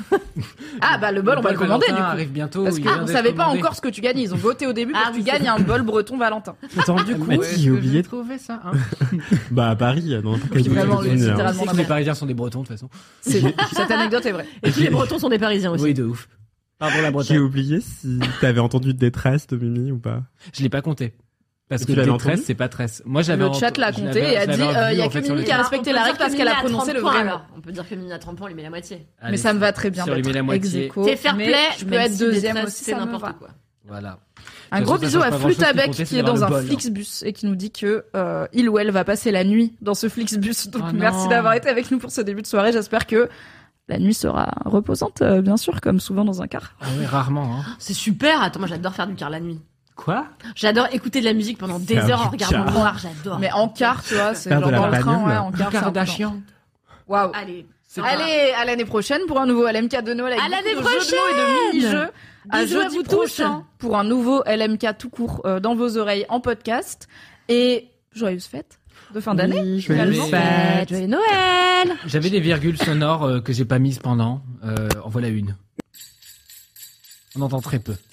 ah bah le bol, on va le commander du Valentin coup. arrive bientôt. Parce il vient qu'on d'être savait pas commandé. encore ce que tu gagnais. Ils ont voté au début pour Ah que oui, tu c'est gagnes un bol breton Valentin. Attends, du coup, Mathis, j'ai oublié. trouvé ça, hein. Bah, à Paris, dans n'importe quelle ville Vraiment, aux États-Unis, c'est hein. littéralement C'est que les Parisiens sont des Bretons, de toute façon. Cette anecdote est vraie. Et tous les Bretons sont des Parisiens aussi. Oui, de ouf. Pardon, la J'ai Bretagne. oublié si t'avais entendu détresse de Mimi ou pas. Je l'ai pas compté. Parce Et que tu l'avais détresse, entendu c'est pas tresse. Moi, j'avais Le chat l'a compté et a dit il y a que Mimi qui a respecté la règle parce qu'elle a prononcé le vrai mot. On peut dire que Mimi a 30 points, on lui met la moitié. Mais ça me va très bien Si on lui met la d'être moitié. ex aequo, C'est fair mais play, je peux même être si deuxième détresse, aussi, c'est ça me n'importe va. quoi. Voilà. Un De gros toute façon, bisou ça à change pas grand-chose, ce Flutabec qui comptait, qui est c'est dans d'avoir un le bol. Flixbus et qui nous dit que il ou elle va passer la nuit dans ce Flixbus. Donc Oh merci non. d'avoir été avec nous pour ce début de soirée. J'espère que la nuit sera reposante, bien sûr, comme souvent dans un car. Ah ouais, rarement, hein. C'est super. Attends, moi j'adore faire du car la nuit. Quoi? J'adore écouter de la musique pendant des Faire heures en du regardant car. le noir, j'adore. Mais en car, tu vois, c'est Faire genre de la dans le train, bagnole. ouais, en car. c'est un peu Kardashian. Waouh. Allez. Allez, à l'année prochaine pour un nouveau LMK de Noël avec À l'année beaucoup de jeux de mots et de mini-jeux. À Bisous à jeudi vous prochain pour un nouveau LMK tout court dans vos oreilles en podcast. Et joyeuses fêtes de fin d'année. Oui, finalement. joyeuses fêtes. Joyeux Noël. J'avais des virgules sonores que j'ai pas mises pendant. En voilà une. On entend très peu.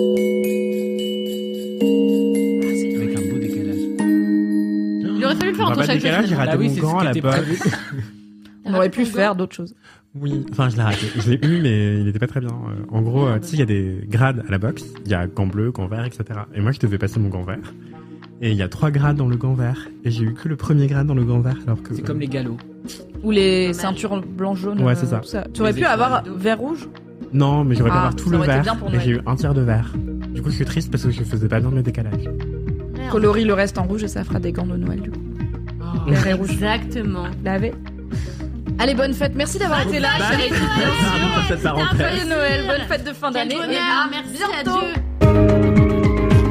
Avec un beau décalage. Il aurait fallu le faire On entre va pas chaque décalage, j'ai jeu. raté Ah oui, mon c'est gant ce à qui la était boxe. prévu. On aurait pu faire d'autres choses. Oui, enfin je l'ai raté. Je l'ai eu, mais il était pas très bien. En gros, tu sais, il y a des grades à la boxe. Il y a gant bleu, gant vert, etc. Et moi, je devais passer mon gant vert. Et il y a 3 grades dans le gant vert. Et j'ai eu que le premier grade dans le gant vert, alors que. C'est comme les galops. Ou les ceintures blanc-jaune. Ouais, c'est ça. tout Tu aurais Les pu avoir étoiles. vert rouge. Non, mais j'aurais pu Ah, avoir tout ça le aurait été vert. bien pour Et Noël. j'ai eu un tiers de vert. Du coup, je suis triste parce que je faisais pas bien mes décalages. Colorie le reste en rouge et ça fera des gants de Noël du coup. Vert et rouge. Exactement. Lavé. Allez, bonne fête. Merci d'avoir été là. Bye. chère équipe, bien sûr. Pour cette parenthèse. Joyeux Noël, bonne fête de fin Quel d'année. bonheur. Et à Merci, bientôt. adieu.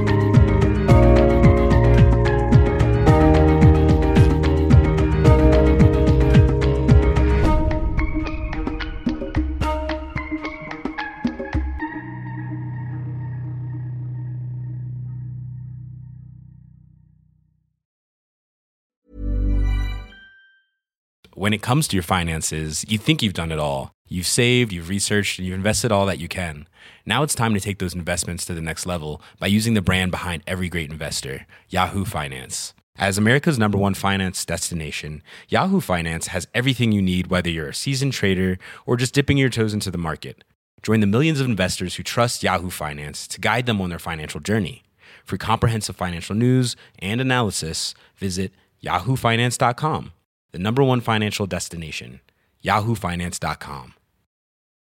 When it comes to your finances, you think you've done it all. You've saved, you've researched, and you've invested all that you can. Now it's time to take those investments to the next level by using the brand behind every great investor, Yahoo Finance. As America's #1 finance destination, Yahoo Finance has everything you need, whether you're a seasoned trader or just dipping your toes into the market. Join the millions of investors who trust Yahoo Finance to guide them on their financial journey. For comprehensive financial news and analysis, visit yahoofinance.com, the #1 financial destination, yahoofinance.com.